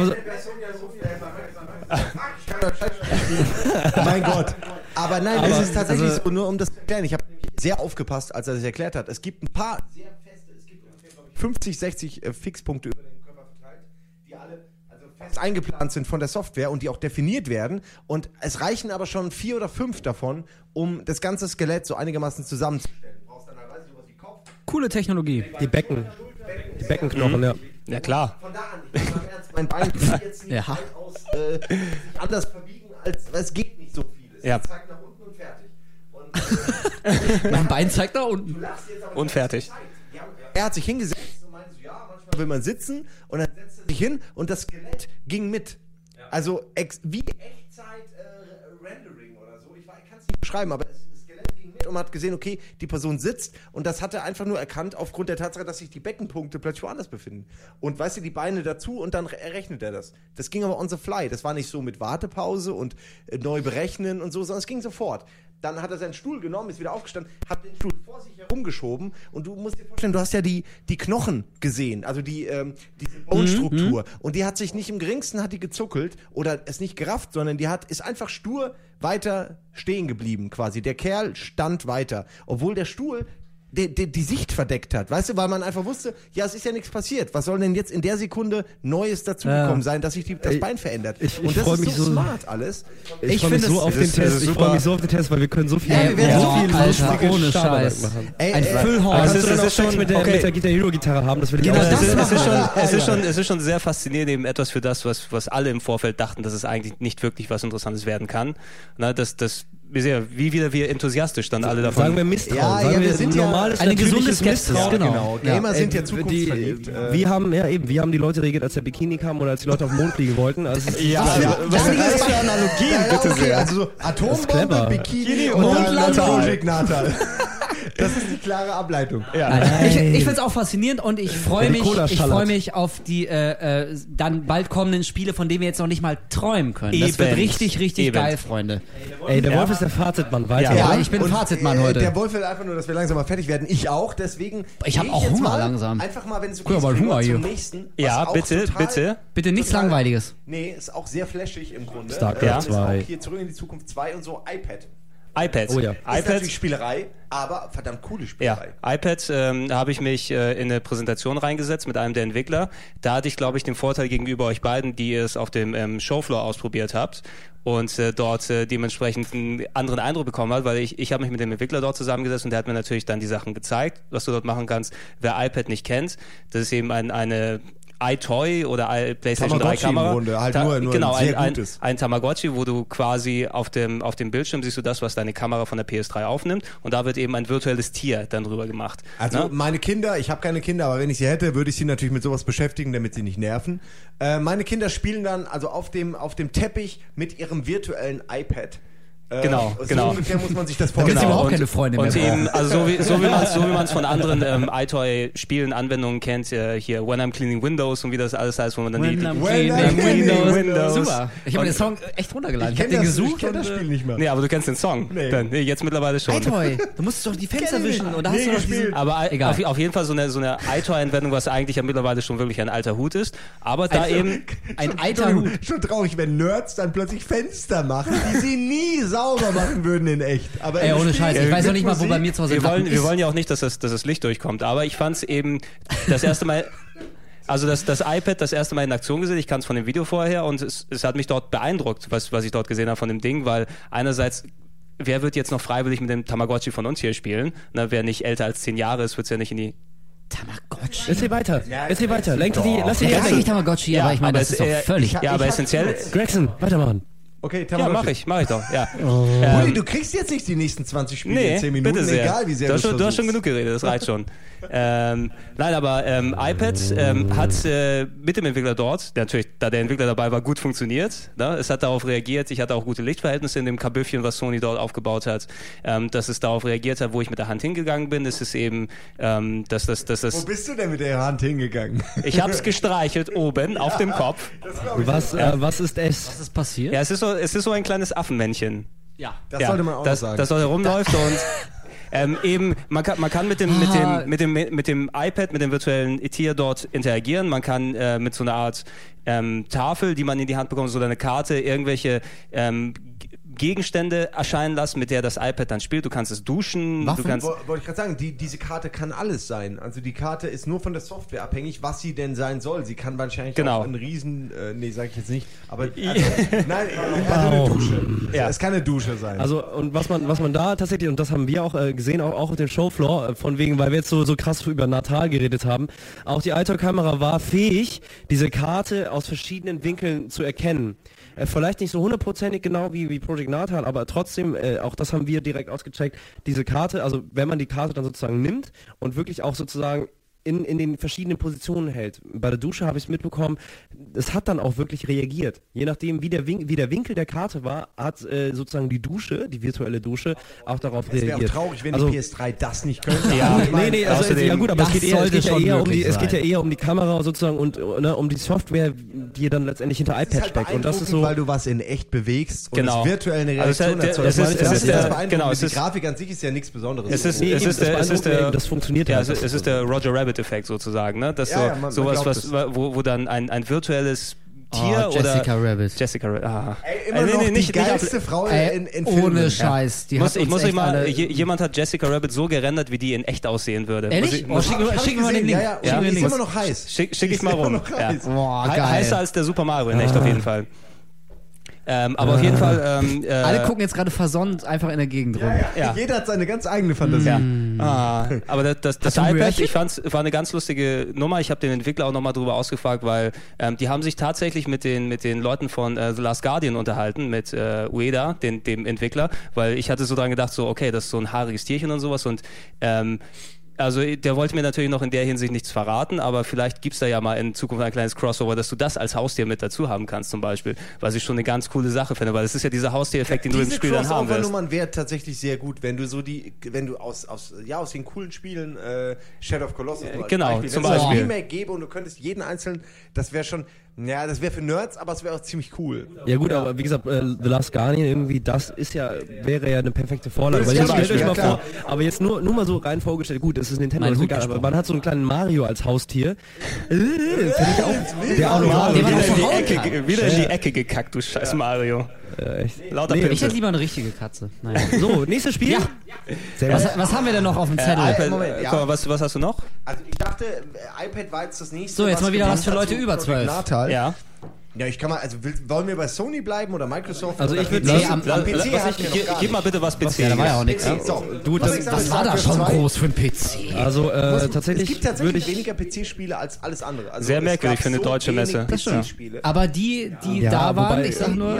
mein Gott. Aber nein, es ist tatsächlich so, nur um das zu erklären. Ich habe sehr aufgepasst, als er das erklärt hat. Es gibt ein paar sehr feste, es gibt ungefähr 50, 60 Fixpunkte über den Körper verteilt, die alle fest eingeplant sind von der Software und die auch definiert werden. Und es reichen aber schon 4 oder 5 davon, um das ganze Skelett so einigermaßen zusammenzustellen. Du brauchst dann halt sowas wie Kopf. Coole Technologie. Die Beckenknochen, ja. Ja, klar. Von da an, mein Bein kann jetzt nicht anders verbiegen, als es geht nicht so viel. Es zeigt nach unten und fertig. Mein Bein zeigt nach unten. Und fertig. Er hat sich hingesetzt und meinte so, manchmal will man sitzen, und dann setzt er sich hin und das Skelett ging mit. Also wie Echtzeit-Rendering oder so. Ich kann es nicht beschreiben, aber das Skelett ging mit. und man hat gesehen, okay, die Person sitzt und das hat er einfach nur erkannt aufgrund der Tatsache, dass sich die Beckenpunkte plötzlich woanders befinden. Und weißt du, die Beine dazu und dann errechnet er das. Das ging aber on the fly. Das war nicht so mit Wartepause und neu berechnen und so, sondern es ging sofort. Dann hat er seinen Stuhl genommen, ist wieder aufgestanden, hat den Stuhl vor sich herumgeschoben und du musst dir vorstellen, du hast ja die Knochen gesehen, also diese Bone-Struktur und die hat sich nicht im geringsten hat die gezuckelt oder es nicht gerafft, sondern ist einfach stur weiter stehen geblieben quasi. Der Kerl stand weiter, obwohl der Stuhl die Sicht verdeckt hat, weißt du, weil man einfach wusste, ja, es ist ja nichts passiert. Was soll denn jetzt in der Sekunde Neues dazugekommen sein, dass sich das Bein verändert? Und das ist so smart alles. Ich freue mich so auf den Test. Ich freue mich so auf den Test, weil wir können so viel lustige ohne Scheiß machen. Ein Füllhorn. Kannst du dann auch Sex mit der Guitar Hero Gitarre haben? Das will ich auch. Es ist schon sehr faszinierend, eben etwas für das, was alle im Vorfeld dachten, dass es eigentlich nicht wirklich was Interessantes werden kann. Na, wie wieder wir enthusiastisch dann alle davon. Sagen wir Misstrauen. Wir sind normales, eine gesunde Skepsis. Genau. Gamer sind ja zukunftsverliebt. Wie haben die Leute reagiert, als der Bikini kam oder als die Leute auf den Mond fliegen wollten? Also was sind das für Analogien, bitte sehr? Also Atombombe, Bikini und Project Natal. Das ist die klare Ableitung. Ja. Ich finde es auch faszinierend und ich freue mich auf die dann bald kommenden Spiele, von denen wir jetzt noch nicht mal träumen können. Das wird richtig geil, Freunde. Ey, der Wolf ist der Fazitmann, weiter. Ja, ich bin Fazitmann heute. Der Wolf will einfach nur, dass wir langsam mal fertig werden. Ich auch, deswegen. Ich habe auch Hunger langsam. Einfach mal, wenn es okay ist, zum nächsten. Ja, bitte. Bitte nichts Langweiliges. Nee, ist auch sehr flashig im Grunde. StarCraft 2. Ist auch hier Zurück in die Zukunft 2 und so iPad. Oh ja. Ist natürlich Spielerei, aber verdammt coole Spielerei. Ja, iPad habe ich mich in eine Präsentation reingesetzt mit einem der Entwickler. Da hatte ich, glaube ich, den Vorteil gegenüber euch beiden, die es auf dem Showfloor ausprobiert habt und dort dementsprechend einen anderen Eindruck bekommen hat, weil ich habe mich mit dem Entwickler dort zusammengesetzt und der hat mir natürlich dann die Sachen gezeigt, was du dort machen kannst. Wer iPad nicht kennt, das ist eben eine iToy oder PlayStation 3 Kamera. Grunde, halt nur genau, ein Tamagotchi, wo du quasi auf dem Bildschirm siehst du das, was deine Kamera von der PS3 aufnimmt und da wird eben ein virtuelles Tier dann drüber gemacht. Also meine Kinder, ich habe keine Kinder, aber wenn ich sie hätte, würde ich sie natürlich mit sowas beschäftigen, damit sie nicht nerven. Meine Kinder spielen dann also auf dem Teppich mit ihrem virtuellen iPad. Genau. So ungefähr muss man sich das vorstellen. Da gibt es überhaupt keine Freunde mehr. Und eben, also so wie man es von anderen iToy-Spielen, Anwendungen kennt, hier When I'm Cleaning Windows und wie das alles heißt, wo man dann Windows. Super. Ich habe den Song echt runtergeladen. Ich habe den gesucht. Ich kenne das Spiel nicht mehr. Nee, aber du kennst den Song. Nee. Dann, jetzt mittlerweile schon. iToy. Du musstest doch die Fenster wischen und da hast du doch gespielt. Aber egal. Auf jeden Fall so eine iToy-Anwendung, was eigentlich ja mittlerweile schon wirklich ein alter Hut ist. Aber da eben ein alter Hut. Schon traurig, wenn Nerds dann plötzlich Fenster machen, die sie nie sauber machen würden in echt. Aber ohne Scheiß, ich weiß noch nicht mal, wo bei mir zu Hause wir wollen ja auch nicht, dass das Licht durchkommt, aber ich fand es eben das erste Mal, also das iPad das erste Mal in Aktion gesehen, ich kann es von dem Video vorher und es hat mich dort beeindruckt, was ich dort gesehen habe von dem Ding, weil einerseits wer wird jetzt noch freiwillig mit dem Tamagotchi von uns hier spielen? Na, wer nicht älter als 10 Jahre ist, wird es ja nicht in die Tamagotchi. Erzähl weiter. Lass dich lass dich Tamagotchi, aber ich meine, das ist doch völlig. Ja, aber essentiell. Gregson, weitermachen. Okay, Tamagotchi. Ja, mach ich doch, ja. Bulli, du kriegst jetzt nicht die nächsten 20 Spiele in 10 Minuten, bitte sehr. Egal wie sehr du hast schon genug geredet, das reicht schon. Nein, aber iPad hat mit dem Entwickler dort, der natürlich, da der Entwickler dabei war, gut funktioniert. Ne? Es hat darauf reagiert, ich hatte auch gute Lichtverhältnisse in dem Kabüffchen, was Sony dort aufgebaut hat, dass es darauf reagiert hat, wo ich mit der Hand hingegangen bin. Es ist eben, dass das... Wo bist du denn mit der Hand hingegangen? Ich hab's gestreichelt oben auf dem Kopf. Was ist es? Was ist passiert? Ja, es ist so ein kleines Affenmännchen. Ja. Das sollte man auch noch sagen. Das dort herumläuft und eben, man kann mit dem iPad, mit dem virtuellen Tier dort interagieren. Man kann mit so einer Art Tafel, die man in die Hand bekommt, so eine Karte, irgendwelche Gegenstände erscheinen lassen, mit der das iPad dann spielt. Du kannst es duschen. Wollte ich gerade sagen, diese Karte kann alles sein. Also die Karte ist nur von der Software abhängig, was sie denn sein soll. Sie kann wahrscheinlich auch ein Riesen... nee, sage ich jetzt nicht. Aber nein, eine Dusche. Ja. Es kann eine Dusche sein. Also und was man da tatsächlich, und das haben wir auch gesehen, auch auf dem Showfloor, von wegen, weil wir jetzt so krass über Natal geredet haben, auch die iToy-Kamera war fähig, diese Karte aus verschiedenen Winkeln zu erkennen. Vielleicht nicht so hundertprozentig genau wie Project Natal, aber trotzdem, auch das haben wir direkt ausgecheckt, diese Karte, also wenn man die Karte dann sozusagen nimmt und wirklich auch sozusagen in den verschiedenen Positionen hält. Bei der Dusche habe ich es mitbekommen, es hat dann auch wirklich reagiert. Je nachdem, wie der Winkel der Karte war, hat sozusagen die Dusche, die virtuelle Dusche, auch darauf reagiert. Es wäre auch traurig, wenn die PS3 das nicht könnte. Ja, ja gut, aber es geht ja eher um die Kamera sozusagen und um die Software, die dann letztendlich hinter iPad steckt. Und das ist so, weil du was in echt bewegst und genau. es virtuell eine Reaktion erzeugt. Das ist beeindruckend. Die Grafik an sich ist ja nichts Besonderes. Das funktioniert ja. Es ist der Roger Rabbit-Effekt sozusagen, ne? Das sowas, wo dann ein virtuelles Tier oder Jessica Rabbit. Immer noch die geilste Frau in Filmen. Ohne Scheiß. Jemand hat Jessica Rabbit so gerendert, wie die in echt aussehen würde. Ehrlich? Schick mir den Link. Die ist immer noch heiß. Schick ich mal rum. Boah, geil. Heißer als der Super Mario in echt auf jeden Fall. Aber auf jeden Fall... alle gucken jetzt gerade versonnt einfach in der Gegend rum. Ja. Jeder hat seine ganz eigene Fantasie. Aber das iPad, ich fand es war eine ganz lustige Nummer. Ich habe den Entwickler auch nochmal drüber ausgefragt, weil die haben sich tatsächlich mit den Leuten von The Last Guardian unterhalten, mit Ueda, dem Entwickler, weil ich hatte so dran gedacht, so okay, das ist so ein haariges Tierchen und sowas und also der wollte mir natürlich noch in der Hinsicht nichts verraten, aber vielleicht gibt's da ja mal in Zukunft ein kleines Crossover, dass du das als Haustier mit dazu haben kannst zum Beispiel, was ich schon eine ganz coole Sache finde, weil es ist ja dieser Haustiereffekt, den du im Spiel dann haben wirst. Diese Nummern wäre tatsächlich sehr gut, wenn du aus den coolen Spielen Shadow of Colossus genau, zum Beispiel. Beispiel. Remake gäbe und du könntest jeden einzelnen, das wäre schon, ja, das wäre für Nerds, aber es wäre auch ziemlich cool. Ja gut, aber wie gesagt, The Last Guardian irgendwie, wäre ja eine perfekte Vorlage. Weil jetzt stellt euch mal vor, aber jetzt nur mal so rein vorgestellt, gut, es ist Nintendo, ist egal, aber man hat so einen kleinen Mario als Haustier. Finde ich auch. Der auch noch wieder in die Ecke gekackt, du scheiß Mario. Lauter ich hätte lieber eine richtige Katze. Naja. So, nächstes Spiel. Ja. Was haben wir denn noch auf dem Zettel? iPad, Moment, was hast du noch? Also ich dachte, iPad war jetzt das nächste. So, jetzt mal wieder was für Leute über 12. Ja. Ja, ich kann mal, also wollen wir bei Sony bleiben oder Microsoft? Also ich würde am PC gib mal bitte was PC. Ja, da war ja auch nichts. So, was war da schon groß für ein PC? Also tatsächlich. Es gibt tatsächlich weniger PC-Spiele als alles andere. Also sehr merkwürdig für eine deutsche Messe. Aber die da waren, ich sag nur,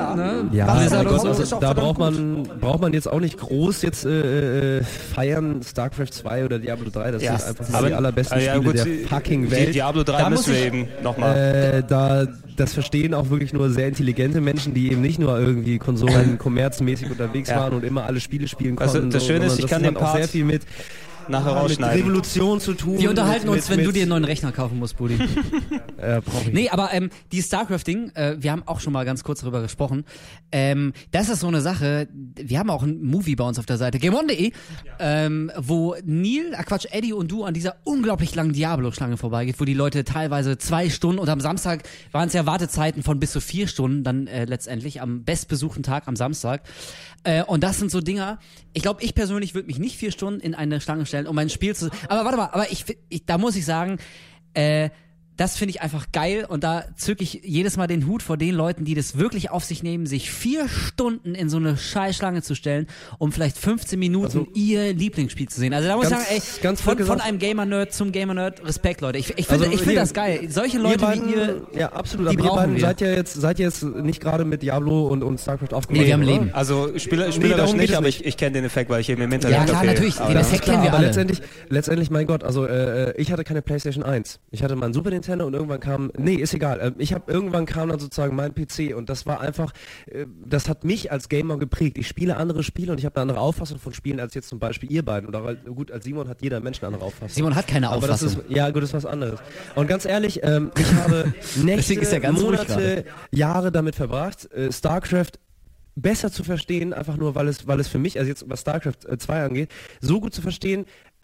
da braucht man jetzt auch nicht groß jetzt feiern, StarCraft 2 oder Diablo 3, das sind einfach die allerbesten Spiele der fucking Welt. Diablo 3 müssen wir eben nochmal. Das verstehen auch wirklich nur sehr intelligente Menschen, die eben nicht nur irgendwie Konsolen kommerzmäßig unterwegs waren und immer alle Spiele spielen konnten. Also das Schöne ist, ich kann den Part auch sehr viel mit nachher rausschneiden. Mit Revolution zu tun. Wir unterhalten uns, wenn du dir einen neuen Rechner kaufen musst, Budi. Brauch ich. Nee, aber die StarCraft-Ding, wir haben auch schon mal ganz kurz darüber gesprochen. Das ist so eine Sache, wir haben auch ein Movie bei uns auf der Seite, gameon.de, wo Eddie und du an dieser unglaublich langen Diablo-Schlange vorbeigeht, wo die Leute teilweise 2 Stunden und am Samstag waren es ja Wartezeiten von bis zu 4 Stunden dann letztendlich am bestbesuchten Tag am Samstag. Und das sind so Dinger, ich glaube, ich persönlich würde mich nicht 4 Stunden in eine Schlange stellen, um mein Spiel zu... Aber warte mal, da muss ich sagen, das finde ich einfach geil und da zücke ich jedes Mal den Hut vor den Leuten, die das wirklich auf sich nehmen, sich 4 Stunden in so eine Scheißschlange zu stellen, um vielleicht 15 Minuten ihr Lieblingsspiel zu sehen. Also da muss ich sagen, von einem Gamer-Nerd zum Gamer-Nerd, Respekt, Leute. Ich finde das geil. Solche Leute wie ihr, ja, absolut, die aber brauchen ihr beiden seid jetzt nicht gerade mit Diablo und StarCraft aufgewachsen. Nee, wir haben Leben. Also spielerisch nicht, aber ich kenne den Effekt, weil ich eben im Internet... Ja klar, natürlich, den Effekt kennen wir alle. Aber letztendlich, mein Gott, also ich hatte keine PlayStation 1. Ich hatte meinen Super Nintendo und irgendwann kam, ist egal, irgendwann kam dann sozusagen mein PC und das war einfach, das hat mich als Gamer geprägt. Ich spiele andere Spiele und ich habe eine andere Auffassung von Spielen als jetzt zum Beispiel ihr beiden. Oder gut, als Simon hat jeder Mensch eine andere Auffassung. Simon hat keine Auffassung. Das ist was anderes. Und ganz ehrlich, ich habe Nächte, Monate, Jahre damit verbracht, StarCraft besser zu verstehen, einfach nur, weil es für mich, also jetzt was StarCraft 2 angeht, so gut zu verstehen,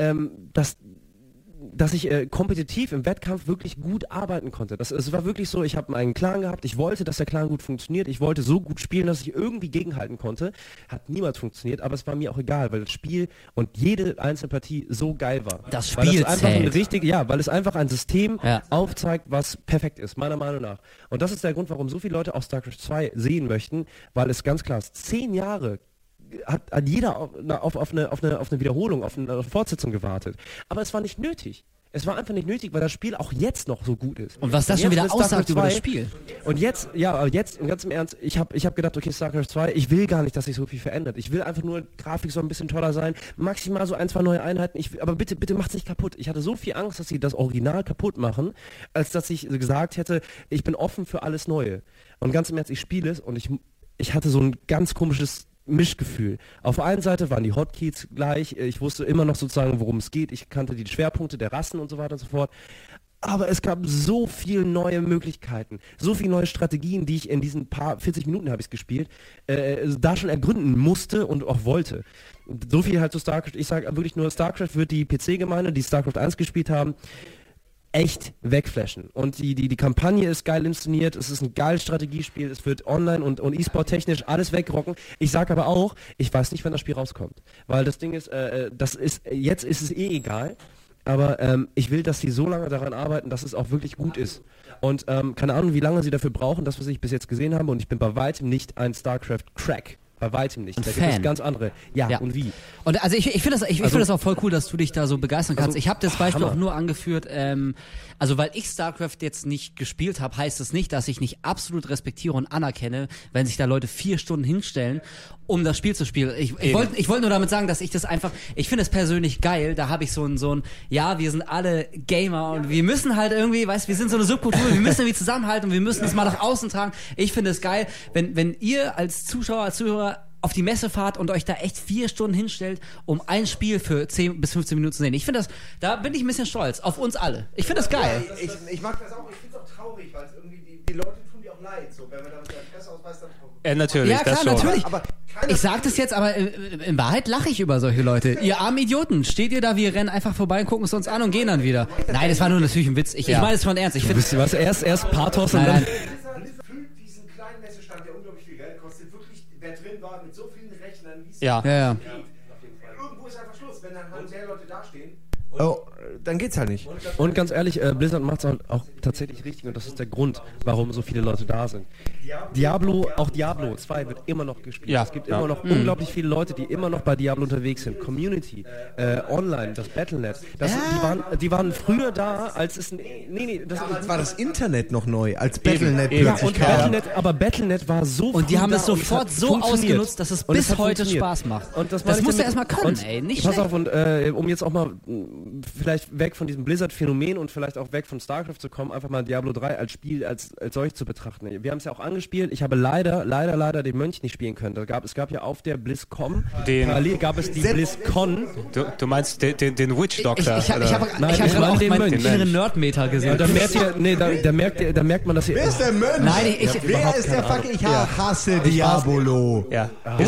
dass ich kompetitiv im Wettkampf wirklich gut arbeiten konnte. Es war wirklich so, ich habe einen Clan gehabt, ich wollte, dass der Clan gut funktioniert, ich wollte so gut spielen, dass ich irgendwie gegenhalten konnte. Hat niemals funktioniert, aber es war mir auch egal, weil das Spiel und jede einzelne Partie so geil war. Das Spiel weil es einfach ein System aufzeigt, was perfekt ist, meiner Meinung nach. Und das ist der Grund, warum so viele Leute auch StarCraft 2 sehen möchten, weil es ganz klar ist, 10 Jahre hat jeder auf eine Wiederholung, auf eine Fortsetzung gewartet. Aber es war nicht nötig. Es war einfach nicht nötig, weil das Spiel auch jetzt noch so gut ist. Und was das schon wieder aussagt über das Spiel. Und jetzt, ganz im Ernst, ich hab gedacht, okay, StarCraft 2, ich will gar nicht, dass sich so viel verändert. Ich will einfach nur, Grafik soll ein bisschen toller sein, maximal so 1, 2 neue Einheiten, aber bitte macht's nicht kaputt. Ich hatte so viel Angst, dass sie das Original kaputt machen, als dass ich gesagt hätte, ich bin offen für alles Neue. Und ganz im Ernst, ich spiele es und ich hatte so ein ganz komisches Mischgefühl. Auf der einen Seite waren die Hotkeys gleich, ich wusste immer noch sozusagen, worum es geht, ich kannte die Schwerpunkte der Rassen und so weiter und so fort, aber es gab so viele neue Möglichkeiten, so viele neue Strategien, die ich in diesen 40 Minuten habe ich es gespielt, da schon ergründen musste und auch wollte. So viel halt zu StarCraft, ich sage wirklich nur, StarCraft wird die PC-Gemeinde, die StarCraft 1 gespielt haben, echt wegflashen. Und die Kampagne ist geil inszeniert, es ist ein geiles Strategiespiel, es wird online und E-Sport technisch alles wegrocken. Ich sage aber auch, ich weiß nicht, wann das Spiel rauskommt. Weil das Ding ist, jetzt ist es egal, aber ich will, dass sie so lange daran arbeiten, dass es auch wirklich gut ist. Und keine Ahnung, wie lange sie dafür brauchen, das, was ich bis jetzt gesehen habe, und ich bin bei weitem nicht ein StarCraft-Crack. Bei weitem nicht. Da gibt es ganz andere. Ja, und wie? Und also ich finde das auch voll cool, dass du dich da so begeistern kannst. Ich habe das Beispiel auch nur angeführt, also weil ich StarCraft jetzt nicht gespielt habe, heißt es nicht, dass ich nicht absolut respektiere und anerkenne, wenn sich da Leute 4 Stunden hinstellen, um das Spiel zu spielen. Ich wollte nur damit sagen, dass ich das einfach, ich finde es persönlich geil, da habe ich so ein, ja, wir sind alle Gamer und wir müssen halt irgendwie, weißt, wir sind so eine Subkultur, wir müssen irgendwie zusammenhalten und wir müssen es mal nach außen tragen. Ich finde es geil, wenn ihr als Zuschauer, als Zuhörer auf die Messe fahrt und euch da echt 4 Stunden hinstellt, um ein Spiel für 10 bis 15 Minuten zu sehen. Ich finde das, da bin ich ein bisschen stolz, auf uns alle. Ich finde das geil. Ja, ich mag das auch, ich finde es auch traurig, weil es irgendwie, die Leute tun dir auch leid, so, wenn man da mit der Presseausweis dann natürlich, ja, klar, das schon. natürlich. Aber ich sag das jetzt, aber in Wahrheit lache ich über solche Leute. Ihr armen Idioten, steht ihr da, wir rennen einfach vorbei und gucken es uns an und gehen dann wieder. Nein, das war nur natürlich ein Witz. Ich meine es von ernst. Wisst ihr was, erst Pathos und dann... diesen kleinen Messestand, der unglaublich viel Geld kostet, wirklich, wer drin war, mit so vielen Rechnern, wie es ja. Irgendwo ist einfach Schluss, wenn dann halt mehr Leute dastehen. Oh, dann geht's halt nicht. Und ganz ehrlich, Blizzard macht es halt auch tatsächlich richtig und das ist der Grund, warum so viele Leute da sind. Diablo 2 wird immer noch gespielt. Ja. Es gibt immer noch unglaublich viele Leute, die immer noch bei Diablo unterwegs sind. Community, Online, das Battle.net. Die waren früher da, als es... Damals war das Internet noch neu, als Battle.net plötzlich kam. Aber Battle.net war so... Und die haben es sofort so ausgenutzt, dass es bis heute Spaß macht. Und das musst du erstmal können, nicht pass auf, und um jetzt auch mal vielleicht weg von diesem Blizzard-Phänomen und vielleicht auch weg von StarCraft zu kommen, einfach mal Diablo 3 als Spiel als solch zu betrachten. Wir haben es ja auch angespielt. Ich habe leider den Mönch nicht spielen können. Es gab ja auf der BlizzCon, parallel gab es die BlizzCon. Du meinst den Witch Doctor? Ich habe gerade auch meinen inneren Nerd-Meter gesehen. Da merkt man, dass Wer ist der Mönch? Nein, wer ist der Fuck? Ich hasse Diablo. Ja.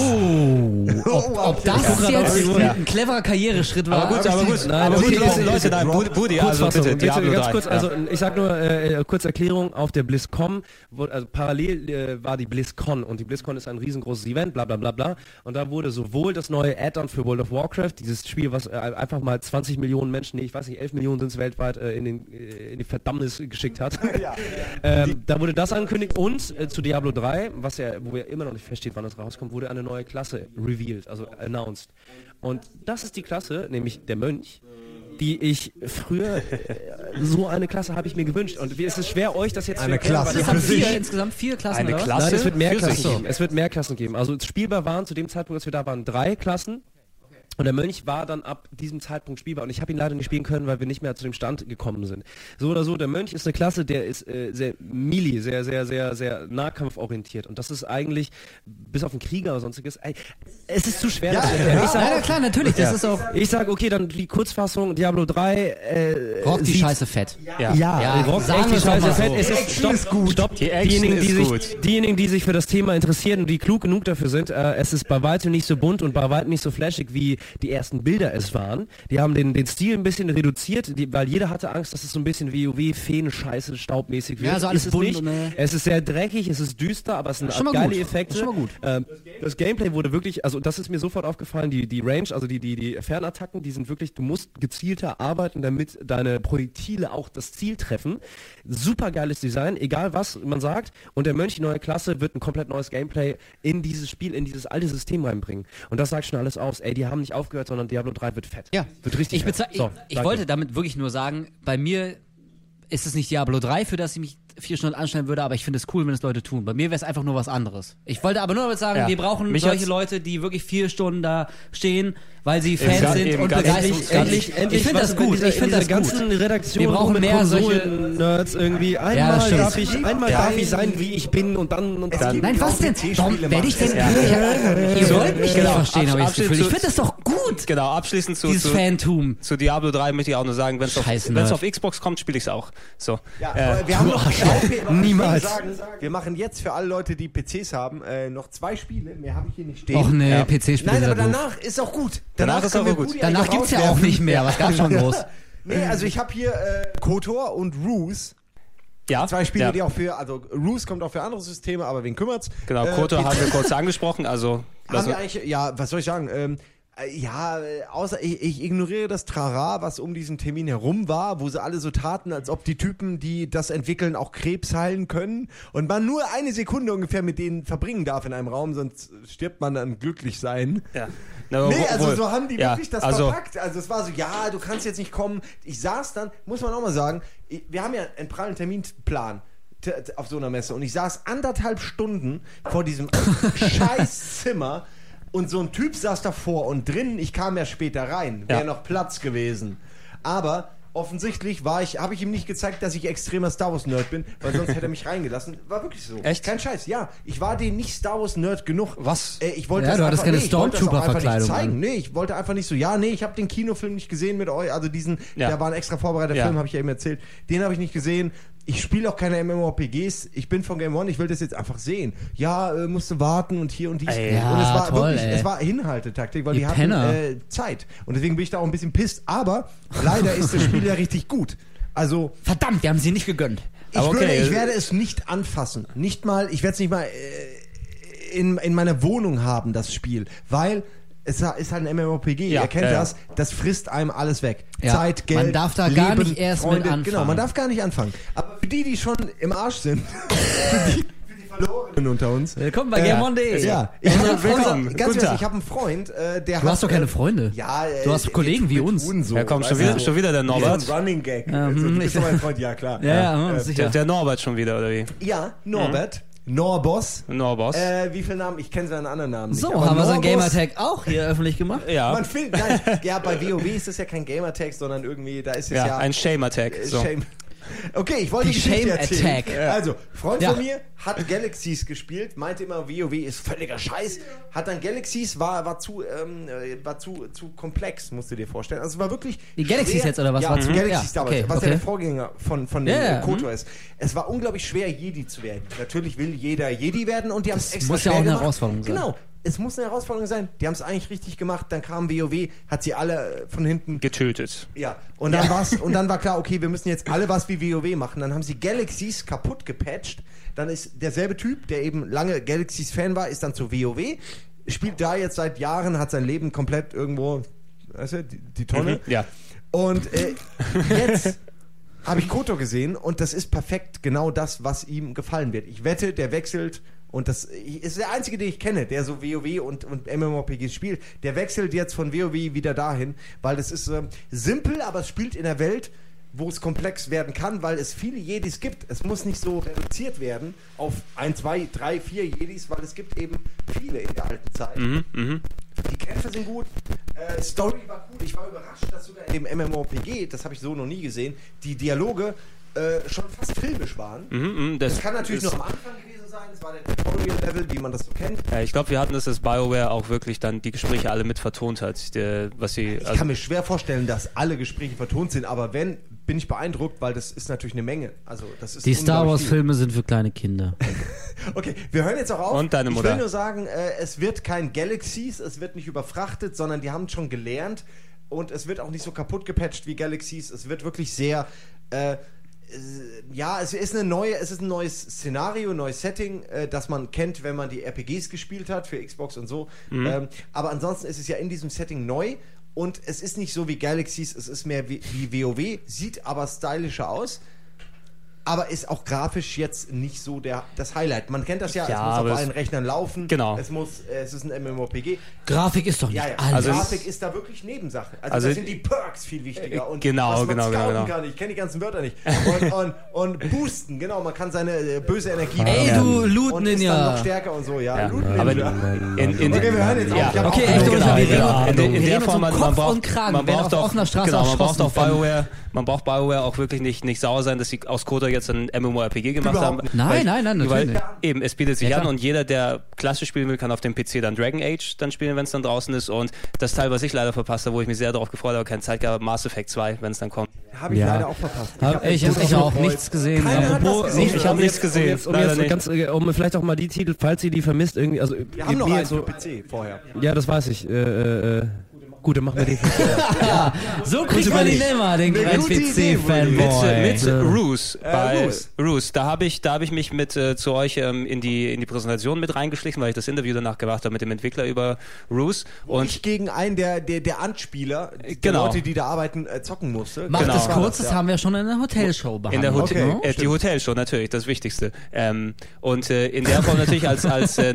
Ob das jetzt ein cleverer Karriereschritt war? Aber gut. Leute, nein, Budi, also bitte, Diablo 3. Ganz kurz, also ich sag nur, kurz Erklärung, auf der BlizzCon, also parallel war die BlizzCon und die BlizzCon ist ein riesengroßes Event, bla bla bla bla, und da wurde sowohl das neue Add-on für World of Warcraft, dieses Spiel, was einfach mal 20 Millionen Menschen, ich weiß nicht, 11 Millionen sind es weltweit, in die Verdammnis geschickt hat. Da wurde das angekündigt und zu Diablo 3, wo ja immer noch nicht feststeht, wann das rauskommt, wurde eine neue Klasse revealed, also announced. Und das ist die Klasse, nämlich der Mönch, die ich früher, so eine Klasse habe ich mir gewünscht. Und es ist schwer, euch das jetzt zu erklären. Es haben insgesamt 4 Klassen. Eine Klasse? Nein, es wird mehr Klassen geben. Es wird mehr Klassen geben. Also spielbar waren zu dem Zeitpunkt, als wir da waren, 3 Klassen. Und der Mönch war dann ab diesem Zeitpunkt spielbar. Und ich habe ihn leider nicht spielen können, weil wir nicht mehr zu dem Stand gekommen sind. So oder so, der Mönch ist eine Klasse, der ist sehr melee, sehr, sehr, sehr, sehr nahkampforientiert. Und das ist eigentlich, bis auf den Krieger oder sonstiges, es ist zu schwer. Ja, klar, natürlich. Das ist auch. Ich sage, okay, dann die Kurzfassung, Diablo 3 rockt die Scheiße fett. Rockt echt die Scheiße fett. Es ist stopp. Diejenigen, die sich für das Thema interessieren und die klug genug dafür sind, es ist bei weitem nicht so bunt und bei weitem nicht so flashig wie die ersten Bilder es waren. Die haben den Stil ein bisschen reduziert, weil jeder hatte Angst, dass es so ein bisschen WoW, Feen-Scheiße, staubmäßig wird. Ja, so alles bunt. Es ist sehr dreckig, es ist düster, aber es sind geile Effekte. Das ist schon mal gut. Das Gameplay wurde wirklich, also das ist mir sofort aufgefallen, die Range, also die Fernattacken, die sind wirklich, du musst gezielter arbeiten, damit deine Projektile auch das Ziel treffen. Super geiles Design, egal was man sagt. Und der Mönch, die neue Klasse, wird ein komplett neues Gameplay in dieses Spiel, in dieses alte System reinbringen. Und das sagt schon alles aus. Die haben nicht aufgehört, sondern Diablo 3 wird fett. Ja. Wird richtig fett. Ich wollte damit wirklich nur sagen, bei mir ist es nicht Diablo 3, für das ich mich 4 Stunden anstellen würde, aber ich finde es cool, wenn es Leute tun. Bei mir wäre es einfach nur was anderes. Ich wollte aber nur damit sagen, wir brauchen solche Leute, die wirklich 4 Stunden da stehen, weil sie Fans sind und begeistert. Endlich, ich finde das gut. Ich finde das ganzen gut. Redaktion wir brauchen mehr solche Nerds irgendwie. Einmal darf ich sein, wie ich bin und dann. Nein, was denn? Warum werde ich denn? Ihr wollt mich nicht verstehen, habe ich das Gefühl. Ich finde das doch gut. Genau, abschließend dieses Fantum. Zu Diablo 3 möchte ich auch nur sagen, wenn es auf Xbox kommt, spiele ich es auch. So. Ja, wir haben noch niemals. Wir machen jetzt für alle Leute, die PCs haben, noch 2 Spiele. Mehr habe ich hier nicht stehen. Och ne, PC-Spiele. Nein, aber danach ist auch gut. Danach ist auch gut. Danach gibt es ja auch nicht mehr. Was gab's schon groß? Nee, also ich habe hier KOTOR und Ruse. Ja. 2 Spiele, die auch also Ruse kommt auch für andere Systeme, aber wen kümmert's? Genau, KOTOR haben wir kurz angesprochen, also. Haben wir eigentlich, was soll ich sagen? Außer ich ignoriere das Trara, was um diesen Termin herum war, wo sie alle so taten, als ob die Typen, die das entwickeln, auch Krebs heilen können und man nur eine Sekunde ungefähr mit denen verbringen darf in einem Raum, sonst stirbt man dann glücklich sein. Ja. So haben die wirklich das verpackt. Also es war so, du kannst jetzt nicht kommen. Ich saß dann, muss man auch mal sagen, wir haben ja einen prallen Terminplan auf so einer Messe und ich saß 1,5 Stunden vor diesem scheiß Zimmer. Und so ein Typ saß davor und drinnen, ich kam ja später rein, wäre noch Platz gewesen. Aber offensichtlich habe ich ihm nicht gezeigt, dass ich extremer Star Wars Nerd bin, weil sonst hätte er mich reingelassen. War wirklich so. Echt? Kein Scheiß. Ja, ich war den nicht Star Wars Nerd genug. Was? Ich wollte du hattest keine Stormtrooper-Verkleidung zeigen. Nee, ich wollte einfach nicht so, ich habe den Kinofilm nicht gesehen mit euch, also da war ein extra vorbereiteter Film, habe ich ja eben erzählt. Den habe ich nicht gesehen. Ich spiele auch keine MMORPGs. Ich bin von Game One, ich will das jetzt einfach sehen. Musste warten und hier und dies. Und es war wirklich, es war Hinhaltetaktik, weil die hatten Zeit. Und deswegen bin ich da auch ein bisschen pisst. Aber leider ist das Spiel ja richtig gut. Also verdammt, wir haben sie nicht gegönnt. Ich werde es nicht anfassen. Nicht mal, ich werde es nicht mal in meiner Wohnung haben, das Spiel. Weil es ist halt ein MMORPG, ihr kennt das, das frisst einem alles weg. Ja. Zeit, Geld, man darf da Leben, gar nicht erst Freunde, mit anfangen. Genau, man darf gar nicht anfangen. Aber für die schon im Arsch sind, für die Verlorenen unter uns. Willkommen bei GameOn.de. Ja, ich habe einen Freund, der Du hast doch keine Freunde. Ja, du hast Kollegen wie uns. So, ja, komm, schon wieder der Norbert. Das ist ein Running Gag. Du bist doch mein Freund, ja klar. Ja, sicher. Der Norbert schon wieder, oder wie? Ja, Norbert. Norbos. Wie viele Namen? Ich kenne seinen anderen Namen nicht. So, haben wir seinen Gamertag auch hier öffentlich gemacht? Ja. Man findet, bei WoW ist das ja kein Gamertag, sondern irgendwie, da ist es ja ein Shame-Attack. So. Okay, ich wollte die Geschichte erzählen. Attack. Also, Freund von mir hat Galaxies gespielt, meinte immer, WoW ist völliger Scheiß. Hat dann Galaxies, war zu komplex, musst du dir vorstellen. Also es war wirklich die Galaxies jetzt, oder was? Ja, zu Galaxies damals, was ja der Vorgänger von KOTOR ist. Es war unglaublich schwer, Jedi zu werden. Natürlich will jeder Jedi werden und die haben es extra muss schwer ja auch eine gemacht. Herausforderung sein. Genau. Es muss eine Herausforderung sein. Die haben es eigentlich richtig gemacht. Dann kam WoW, hat sie alle von hinten getötet. Ja. Und dann war klar, okay, wir müssen jetzt alle was wie WoW machen. Dann haben sie Galaxies kaputt gepatcht. Dann ist derselbe Typ, der eben lange Galaxies-Fan war, ist dann zu WoW. Spielt da jetzt seit Jahren, hat sein Leben komplett irgendwo, weißt du, die Tonne. Ja. Und jetzt habe ich KOTOR gesehen und das ist perfekt genau das, was ihm gefallen wird. Ich wette, der wechselt. Und das ist der einzige, den ich kenne, der so WoW und MMORPGs spielt. Der wechselt jetzt von WoW wieder dahin, weil das ist simpel, aber es spielt in der Welt, wo es komplex werden kann, weil es viele Jedis gibt. Es muss nicht so reduziert werden auf 1, 2, 3, 4 Jedis, weil es gibt eben viele in der alten Zeit. Die Kämpfe sind gut, Story war gut. Ich war überrascht, dass sogar in dem MMORPG, das habe ich so noch nie gesehen, die Dialoge schon fast filmisch waren. Das kann natürlich noch am Anfang gewesen sein, es war der Tutorial-Level, wie man das so kennt. Ja, ich glaube, wir hatten es, dass BioWare auch wirklich dann die Gespräche alle mit vertont hat. Ich kann mir schwer vorstellen, dass alle Gespräche vertont sind, aber wenn, bin ich beeindruckt, weil das ist natürlich eine Menge. Also, das ist die Star Wars-Filme sind für kleine Kinder. Okay, wir hören jetzt auch auf. Und deine Mutter. Ich will nur sagen, es wird kein Galaxies, es wird nicht überfrachtet, sondern die haben schon gelernt und es wird auch nicht so kaputt gepatcht wie Galaxies. Es wird wirklich sehr... es ist ein neues Szenario, ein neues Setting, das man kennt, wenn man die RPGs gespielt hat für Xbox und so. Aber ansonsten ist es ja in diesem Setting neu und es ist nicht so wie Galaxies, es ist mehr wie WoW, sieht aber stylischer aus. aber ist auch grafisch jetzt nicht so das Highlight. Man kennt das ja, Ja, es muss aber auf allen Rechnern laufen, genau. es ist ein MMORPG. Grafik ist doch nicht alles. Also Grafik ist da wirklich Nebensache. Also da sind die Perks viel wichtiger und genau. kann. Ich kenne die ganzen Wörter nicht. Und boosten, genau, man kann seine böse Energie du Loot und ist Ninja. dann noch stärker und so, ja. Loot Ninja. Aber wir hören jetzt auf. Okay, echt, in der Form, man braucht auch BioWare. Man braucht BioWare auch wirklich nicht sauer sein, dass sie aus Kotor jetzt ein MMORPG gemacht haben. Nein, natürlich weil nicht. Eben, es bietet sich an und jeder, der klassisch spielen will, kann auf dem PC dann Dragon Age dann spielen, wenn es dann draußen ist. Und das Teil, was ich leider verpasst habe, wo ich mich sehr darauf gefreut habe, keine Zeit gehabt, Mass Effect 2, wenn es dann kommt. Habe ich leider auch verpasst. Ich auch nichts gesehen. Ich habe nichts gesehen. Um vielleicht auch mal die Titel, falls ihr die vermisst, irgendwie. Also, wir haben noch einen für PC vorher. Ja, das weiß ich. Gut, dann machen wir den. Ja, so kriegt man ihn immer, den PC-Fanboy. Mit Roos. Bei Roos. Da habe ich mich mit zu euch in die Präsentation mit reingeschlichen, weil ich das Interview danach gemacht habe mit dem Entwickler über Roos. Und ich gegen einen der Anspieler, der Leute, die da arbeiten, zocken musste. Macht das kurz, das haben wir schon in der Hotelshow behandelt. Die Hotelshow natürlich, das Wichtigste. Und in der Form natürlich als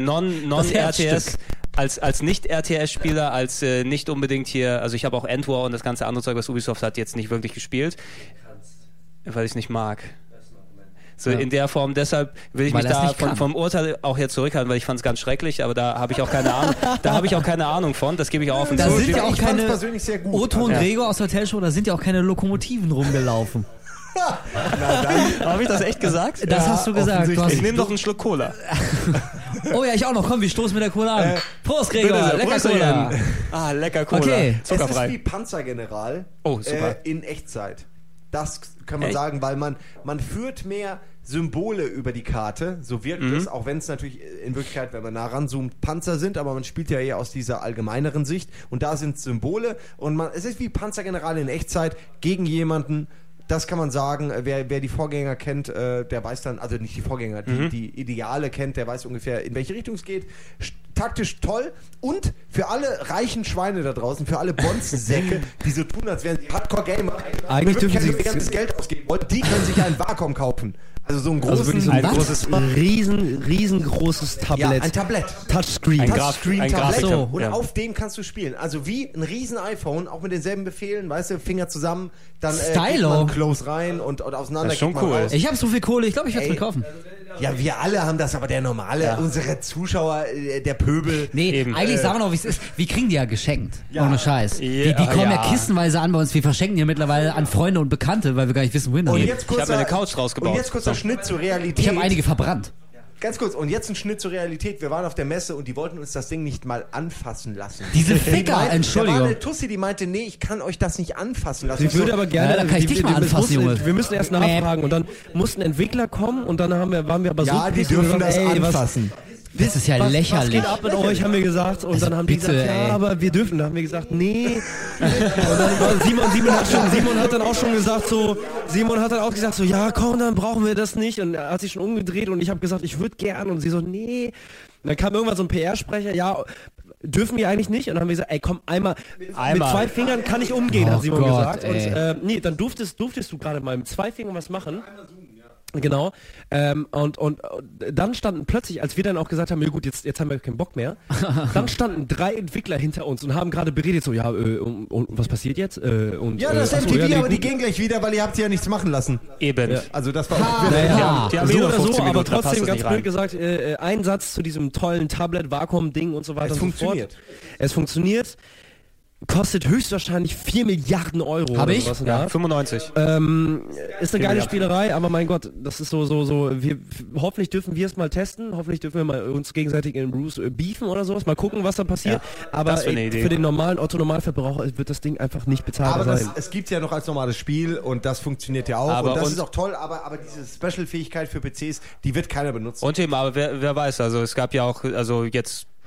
Non-RTS, als Nicht-RTS-Spieler, als nicht unbedingt hier, also ich habe auch End War und das ganze andere Zeug, was Ubisoft hat, jetzt nicht wirklich gespielt, weil ich es nicht mag. So in der Form, deshalb will ich mich da vom Urteil auch jetzt zurückhalten, weil ich fand es ganz schrecklich, aber da habe ich auch keine Ahnung, von, das gebe ich auch offen zu. Da sind ja auch keine Otto und Gregor aus der Hotelshow, da sind ja auch keine Lokomotiven rumgelaufen. Habe ich das echt gesagt? Das hast du gesagt. Ich nehme doch einen Schluck Cola. Oh ja, ich auch noch. Komm, wir stoßen mit der Cola an. Prost, Gregor. Lecker Cola. Lecker Cola. Okay. Zuckerfrei. Es ist wie Panzergeneral in Echtzeit. Das kann man sagen, weil man führt mehr Symbole über die Karte, so wirkt es, auch wenn es natürlich in Wirklichkeit, wenn man nah ranzoomt, Panzer sind, aber man spielt ja eher aus dieser allgemeineren Sicht und da sind Symbole und es ist wie Panzergeneral in Echtzeit gegen jemanden. Das kann man sagen, wer die Vorgänger kennt, der weiß dann, also nicht die Vorgänger, die Ideale kennt, der weiß ungefähr, in welche Richtung es geht. Taktisch toll und für alle reichen Schweine da draußen, für alle Bonzensäcke, die so tun, als wären sie Hardcore-Gamer, eigentlich dürfen sie ihr ganzes Geld ausgeben wollen, die können sich einen Wacom kaufen. Also so ein großes, riesengroßes Tablett. Ja, ein Tablett. Touchscreen. Touchscreen-Tablett. So. Und auf dem kannst du spielen. Also wie ein riesen iPhone, auch mit denselben Befehlen, weißt du, Finger zusammen, dann geht man close rein und auseinander. Das ist schon cool. Ich habe so viel Kohle, ich glaube, ich werde es mir kaufen. Ja, wir alle haben das, aber der normale, unsere Zuschauer, der Pöbel. Nee, eben. Eigentlich sagen wir noch, wie es ist. Wir kriegen die ja geschenkt. Ohne Scheiß. Die kommen ja kistenweise an bei uns. Wir verschenken die ja mittlerweile an Freunde und Bekannte, weil wir gar nicht wissen, wohin damit. Ich habe mir eine Couch rausgebaut. Und jetzt kurz der Schnitt zur Realität. Ich habe einige verbrannt. Ganz kurz, und jetzt ein Schnitt zur Realität. Wir waren auf der Messe und die wollten uns das Ding nicht mal anfassen lassen. Diese Ficker, Entschuldigung. Da war eine Tussi, die meinte, nee, ich kann euch das nicht anfassen lassen. Sie würde aber gerne, da kann ich dich mal anfassen, Junge. Wir müssen erst nachfragen und dann mussten Entwickler kommen und dann waren wir aber so... Ja, die dürfen das anfassen. Das ist ja lächerlich. Was geht ab mit euch, haben wir gesagt. Und dann haben die gesagt, ja, aber wir dürfen. Da haben wir gesagt, nee. Und dann war Simon hat dann auch gesagt, so, ja, komm, dann brauchen wir das nicht. Und er hat sich schon umgedreht und ich habe gesagt, ich würde gern. Und sie so, nee. Und dann kam irgendwann so ein PR-Sprecher, ja, dürfen wir eigentlich nicht? Und dann haben wir gesagt, ey, komm, einmal. Mit 2 Fingern kann ich umgehen, hat Simon gesagt. Und nee, dann durftest du gerade mal mit 2 Fingern was machen. Genau. Und dann standen plötzlich, als wir dann auch gesagt haben, ja gut, jetzt haben wir keinen Bock mehr, dann standen 3 Entwickler hinter uns und haben gerade beredet, so, ja, und was passiert jetzt? Das ist MTV, aber die gehen gleich wieder, weil ihr habt sie ja nichts machen lassen. Eben. Ja. Also das war auch die haben so oder so, Minuten, aber trotzdem ganz blöd gesagt, ein Satz zu diesem tollen Tablet, Vakuum-Ding und so weiter. Es funktioniert. Kostet höchstwahrscheinlich 4 Milliarden Euro. Habe ich? Ja, 95. Ist eine geile Spielerei, aber mein Gott, das ist so. Hoffentlich dürfen wir es mal testen. Hoffentlich dürfen wir mal uns gegenseitig in Bruce beefen oder sowas. Mal gucken, was da passiert. Ja, aber für den normalen Otto-Normalverbraucher wird das Ding einfach nicht bezahlbar sein. Aber es gibt ja noch als normales Spiel und das funktioniert ja auch. Aber und das ist auch toll, aber diese Special-Fähigkeit für PCs, die wird keiner benutzen. Und eben, aber wer weiß, also es gab ja auch, also jetzt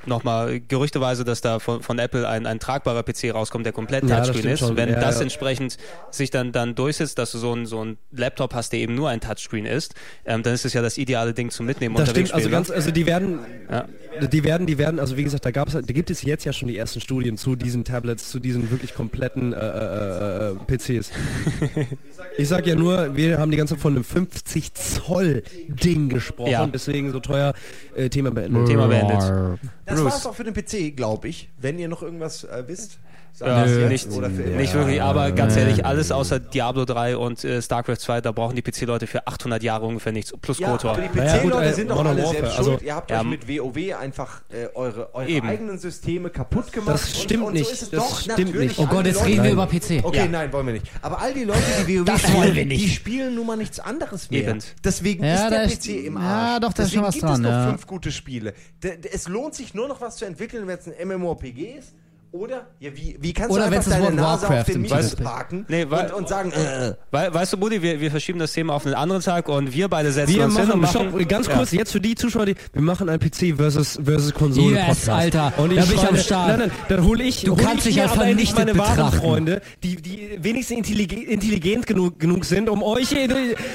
nochmal gerüchteweise, dass da von Apple ein tragbarer PC rauskommt, der komplett Touchscreen ist. Schon. Wenn das entsprechend sich dann durchsetzt, dass du so einen Laptop hast, der eben nur ein Touchscreen ist, dann ist es ja das ideale Ding zum Mitnehmen das unterwegs. Stimmt, also die werden, also wie gesagt, da gibt es jetzt ja schon die ersten Studien zu diesen Tablets, zu diesen wirklich kompletten PCs. Ich sag ja nur, wir haben die ganze Zeit von einem 50 Zoll Ding gesprochen, deswegen so teuer. Thema beendet. Das war's auch für den PC, glaube ich. Wenn ihr noch irgendwas wisst. Nicht wirklich, aber ganz ehrlich, alles außer Diablo 3 und StarCraft 2, da brauchen die PC-Leute für 800 Jahre ungefähr nichts, plus KOTOR. Aber die PC-Leute sind doch alle selbst schuld. Ihr habt euch mit WoW einfach eure eigenen Systeme kaputt gemacht. Das stimmt nicht. So ist es stimmt nicht. Oh Gott, jetzt reden wir über PC. Okay, nein, wollen wir nicht. Aber all die Leute, die WoW spielen, die spielen nun mal nichts anderes mehr. Eben. Deswegen ist der PC im Arsch. Ja, doch, da ist schon was dran. Deswegen gibt es noch 5 gute Spiele. Es lohnt sich nur noch was zu entwickeln, wenn es ein MMORPG ist. Oder, wie kannst du einfach deine Nase auf den Mikros parken und sagen, Weißt du, Buddy, wir verschieben das Thema auf einen anderen Tag und wir beide setzen uns hin und machen... Ganz kurz, jetzt für die Zuschauer, wir machen ein PC versus Konsole-Podcast. Yes, Alter, und da bin ich am Start. Nein, dann hole ich... Du kannst dich als vernichtet meine wahren betrachten. Freunde, die wenigstens intelligent genug sind, um euch in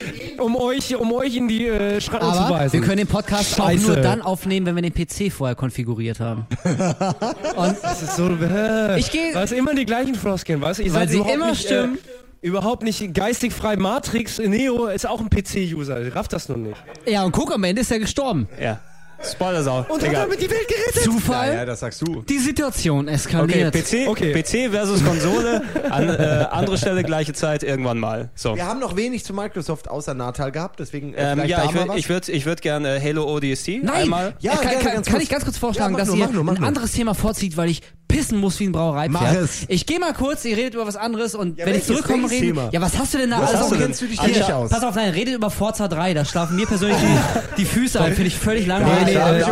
die Schranken zu weisen. Wir können den Podcast auch nur dann aufnehmen, wenn wir den PC vorher konfiguriert haben. Und das ist so... Was immer die gleichen Floskeln, weißt du? Ihr weil seid sie überhaupt immer nicht, stimmen. Überhaupt nicht geistig frei. Matrix, Neo ist auch ein PC-User. Rafft das noch nicht. Ja, und guck, am Ende ist er gestorben. Ja. Spoiler sau. Und hat damit die Welt gerettet. Zufall? Ja, das sagst du. Die Situation eskaliert. PC versus Konsole, an andere Stelle, gleiche Zeit, irgendwann mal. So. Wir haben noch wenig zu Microsoft außer Natal gehabt, deswegen ich würde gerne Halo ODST einmal... Ja, kann ich ganz kurz vorschlagen, dass ihr ein anderes Thema vorzieht, weil ich pissen muss wie ein Brauereipferd. Ich gehe mal kurz, ihr redet über was anderes und wenn ich zurückkomme, reden... Ja, was hast du denn da alles? Kennst du dich nicht aus? Pass auf, nein, redet über Forza 3, da schlafen mir persönlich die Füße ein, finde ich völlig langweilig.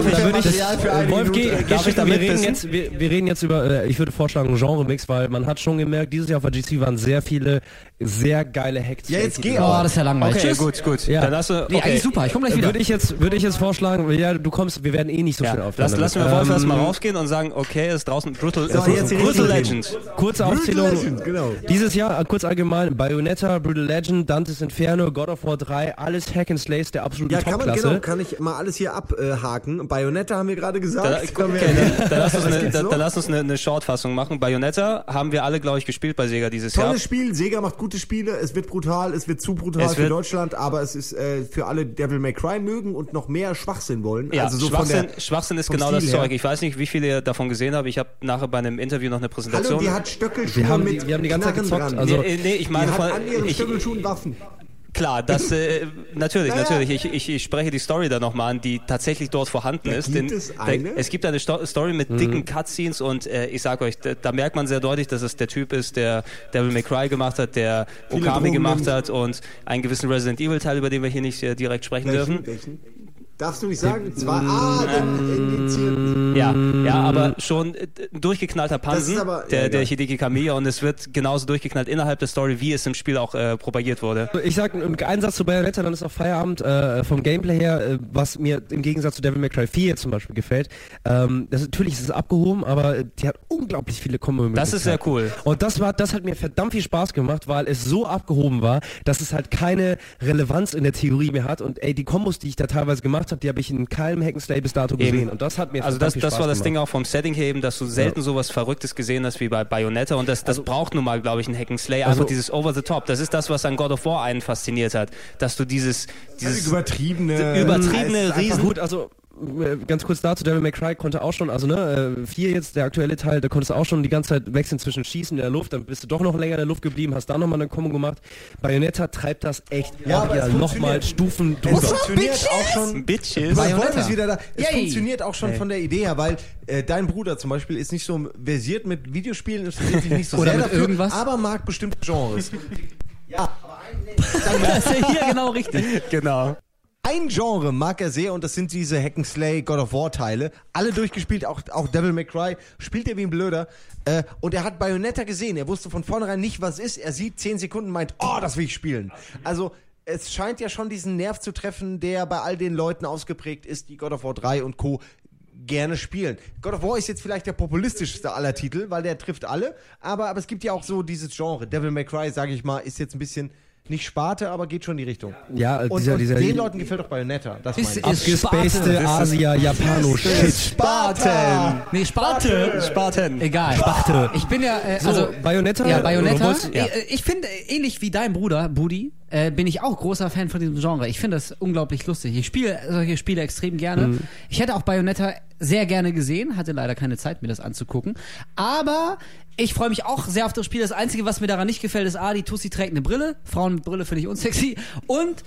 Wir reden jetzt über, ich würde vorschlagen, einen Genre-Mix, weil man hat schon gemerkt, dieses Jahr auf der GC waren sehr viele sehr geile Hacks. Ja, jetzt geh das ist ja langweilig. Okay, gut. Ja. Dann hast du, eigentlich super, ich komme gleich wieder. Würde ich jetzt vorschlagen, ja, du kommst, wir werden eh nicht so viel aufnehmen. Lassen wir Wolf erstmal rausgehen und sagen, okay, es ist draußen Brutal Legend. Kurze Aufzählung. Legend, genau. Dieses Jahr, kurz allgemein, Bayonetta, Brutal Legend, Dante's Inferno, God of War 3, alles Hack and Slays der absoluten Topklasse. Kann ich mal alles hier abhaken. Bayonetta haben wir gerade gesagt. Dann lass uns eine Short-Fassung machen. Bayonetta haben wir alle, glaube ich, gespielt bei Sega dieses Jahr. Tolles Spiel, Sega macht gute Spiele, es wird brutal, es wird zu brutal für Deutschland, aber es ist für alle Devil May Cry mögen und noch mehr Schwachsinn wollen. Ja, also so Schwachsinn ist genau das Zeug. Ich weiß nicht, wie viele ihr davon gesehen habt. Ich habe nachher bei einem Interview noch eine Präsentation. Hallo, die hat Stöckelschuhe wir haben die ganze Zeit gezockt. Also, ich meine, die hat an ihren Stöckelschuhen Waffen. Klar, das natürlich. Ich spreche die Story da nochmal an, die tatsächlich dort vorhanden ist. Es gibt eine Story mit dicken Cutscenes und ich sag euch, da merkt man sehr deutlich, dass es der Typ ist, der Devil May Cry gemacht hat, der Okami gemacht hat und einen gewissen Resident Evil Teil, über den wir hier nicht direkt sprechen dürfen. Darfst du nicht sagen? Ja, aber schon durchgeknallter Pansen, der Hideki Kamiya, und es wird genauso durchgeknallt innerhalb der Story, wie es im Spiel auch propagiert wurde. Ich sag einen Satz zu Bayonetta, dann ist auch Feierabend. Vom Gameplay her, was mir im Gegensatz zu Devil May Cry 4 zum Beispiel gefällt, natürlich ist es abgehoben, aber die hat unglaublich viele Kombo-Möglichkeiten. Das ist sehr cool. Und das hat mir verdammt viel Spaß gemacht, weil es so abgehoben war, dass es halt keine Relevanz in der Theorie mehr hat und die Kombos, die ich da teilweise gemacht habe, die habe ich in keinem Hack'n'Slay bis dato gesehen. Und das hat mir das war das Ding auch vom Setting her eben, dass du selten sowas Verrücktes gesehen hast wie bei Bayonetta, und das braucht nun mal, glaube ich, ein Hack'n'Slay, einfach dieses Over the Top. Das ist das, was an God of War einen fasziniert hat, dass du dieses übertriebene Riesen... Gut, also ganz kurz dazu, Devil May Cry konnte auch schon, 4 jetzt, der aktuelle Teil, da konntest du auch schon die ganze Zeit wechseln zwischen Schießen in der Luft, dann bist du doch noch länger in der Luft geblieben, hast da nochmal eine Kombo gemacht. Bayonetta treibt das echt nochmal Stufen drüber. Es funktioniert auch schon. Bitches. Bayonetta ist wieder da. Es funktioniert auch schon von der Idee her, weil dein Bruder zum Beispiel ist nicht so versiert mit Videospielen, interessiert sich nicht so oder sehr mit dafür, irgendwas, aber mag bestimmte Genres. Ja, aber das ist ja hier genau richtig. Genau. Ein Genre mag er sehr und das sind diese Hack'n'Slay God of War Teile. Alle durchgespielt, auch Devil May Cry. Spielt er wie ein Blöder. Und er hat Bayonetta gesehen. Er wusste von vornherein nicht, was es ist. Er sieht 10 Sekunden und meint, das will ich spielen. Also es scheint ja schon diesen Nerv zu treffen, der bei all den Leuten ausgeprägt ist, die God of War 3 und Co. gerne spielen. God of War ist jetzt vielleicht der populistischste aller Titel, weil der trifft alle, aber es gibt ja auch so dieses Genre. Devil May Cry, sage ich mal, ist jetzt ein bisschen nicht Sparte, aber geht schon in die Richtung. Ja, und den Leuten gefällt doch Bayonetta. Das ist abgespacede Asia-Japano-Shit. Spartan! Nee, Spartan. Egal. Sparte. Ich bin ja, Bayonetta? Ja, Bayonetta. Ich finde, ähnlich wie dein Bruder, Budi, bin ich auch großer Fan von diesem Genre. Ich finde das unglaublich lustig. Ich spiele solche Spiele extrem gerne. Ich hätte auch Bayonetta sehr gerne gesehen, hatte leider keine Zeit, mir das anzugucken. Aber ich freue mich auch sehr auf das Spiel. Das Einzige, was mir daran nicht gefällt, ist die Tussi trägt eine Brille. Frauen mit Brille finde ich unsexy. Und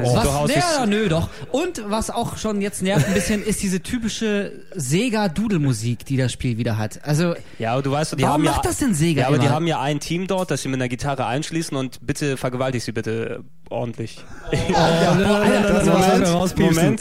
Und was auch schon jetzt nervt ein bisschen, ist diese typische Sega-Doodle-Musik, die das Spiel wieder hat. Also, ja, aber du weißt, die warum haben macht das denn Sega? Ja, aber die haben ja ein Team dort, das sie mit einer Gitarre einschließen und bitte vergewaltig sie bitte ordentlich. Moment,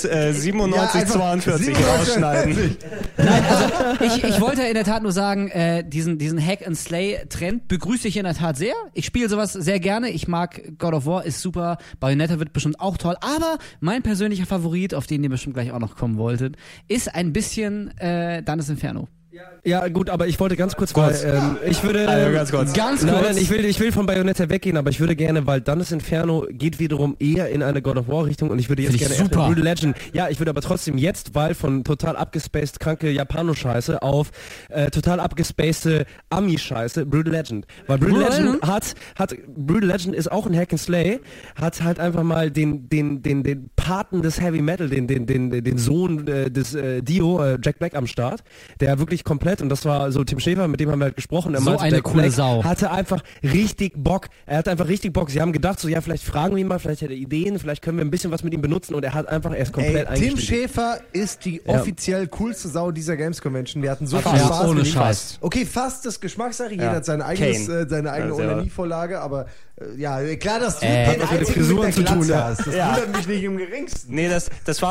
97,42 rausschneiden. Nein, also ich wollte in der Tat nur sagen, diesen Hack-and-Slay-Trend begrüße ich in der Tat sehr. Ich spiele sowas sehr gerne. Ich mag God of War, ist super. Bayonetta wird bestimmt auch toll. Aber mein persönlicher Favorit, auf den ihr bestimmt gleich auch noch kommen wolltet, ist ein bisschen Dantes Inferno. Ja, gut, aber ich wollte ganz kurz, weil ich würde ganz kurz. Nein, ich will von Bayonetta weggehen, aber ich würde gerne, weil Dantes Inferno geht wiederum eher in eine God of War Richtung und ich würde jetzt gerne super. Brutal Legend. Ja, ich würde aber trotzdem jetzt, weil von total abgespaced kranke Japano-Scheiße auf total abgespacede Ami-Scheiße Brutal Legend. Weil Brutal Legend Brutal Legend ist auch ein Hack and Slay, hat halt einfach mal den Paten des Heavy Metal, den Sohn des Dio, Jack Black am Start, der wirklich komplett, und das war so Tim Schäfer, mit dem haben wir halt gesprochen, er so meinte, eine Jack coole Black Sau. hatte einfach richtig Bock. Er hatte einfach richtig Bock. Sie haben gedacht, so ja, vielleicht fragen wir ihn mal, vielleicht hat er Ideen, vielleicht können wir ein bisschen was mit ihm benutzen und er hat einfach erst komplett eingestiegen. Tim Schäfer ist die offiziell coolste Sau dieser Games Convention. Wir hatten so viel Spaß. Spaß. Ohne Scheiß. Okay, fast das Geschmackssache. Jeder hat seine eigene Onanie-Vorlage, aber ja, klar, dass du den mit Frisuren zu tun hast. Das wundert mich nicht im geringsten. Nee, das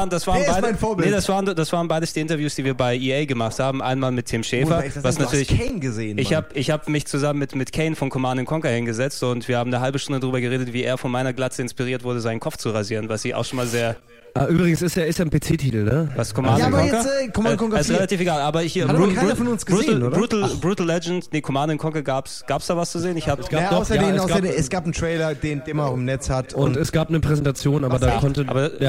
waren beides die Interviews, die wir bei EA gemacht haben. Einmal mit Tim Schäfer, was natürlich. Du hast Kane gesehen, Mann. Ich hab mich zusammen mit Kane von Command & Conquer hingesetzt und wir haben eine halbe Stunde darüber geredet, wie er von meiner Glatze inspiriert wurde, seinen Kopf zu rasieren, was ich auch schon mal sehr. Übrigens ist er ein PC-Titel, ne? Was Command & Conquer? Ja, aber jetzt Command & Conquer ist relativ egal, aber hier keiner von uns gesehen, oder? Brutal Legend, nee, Command & Conquer gab's da was zu sehen? Es gab einen Trailer, den man im Netz hat und es gab eine Präsentation, aber da konnte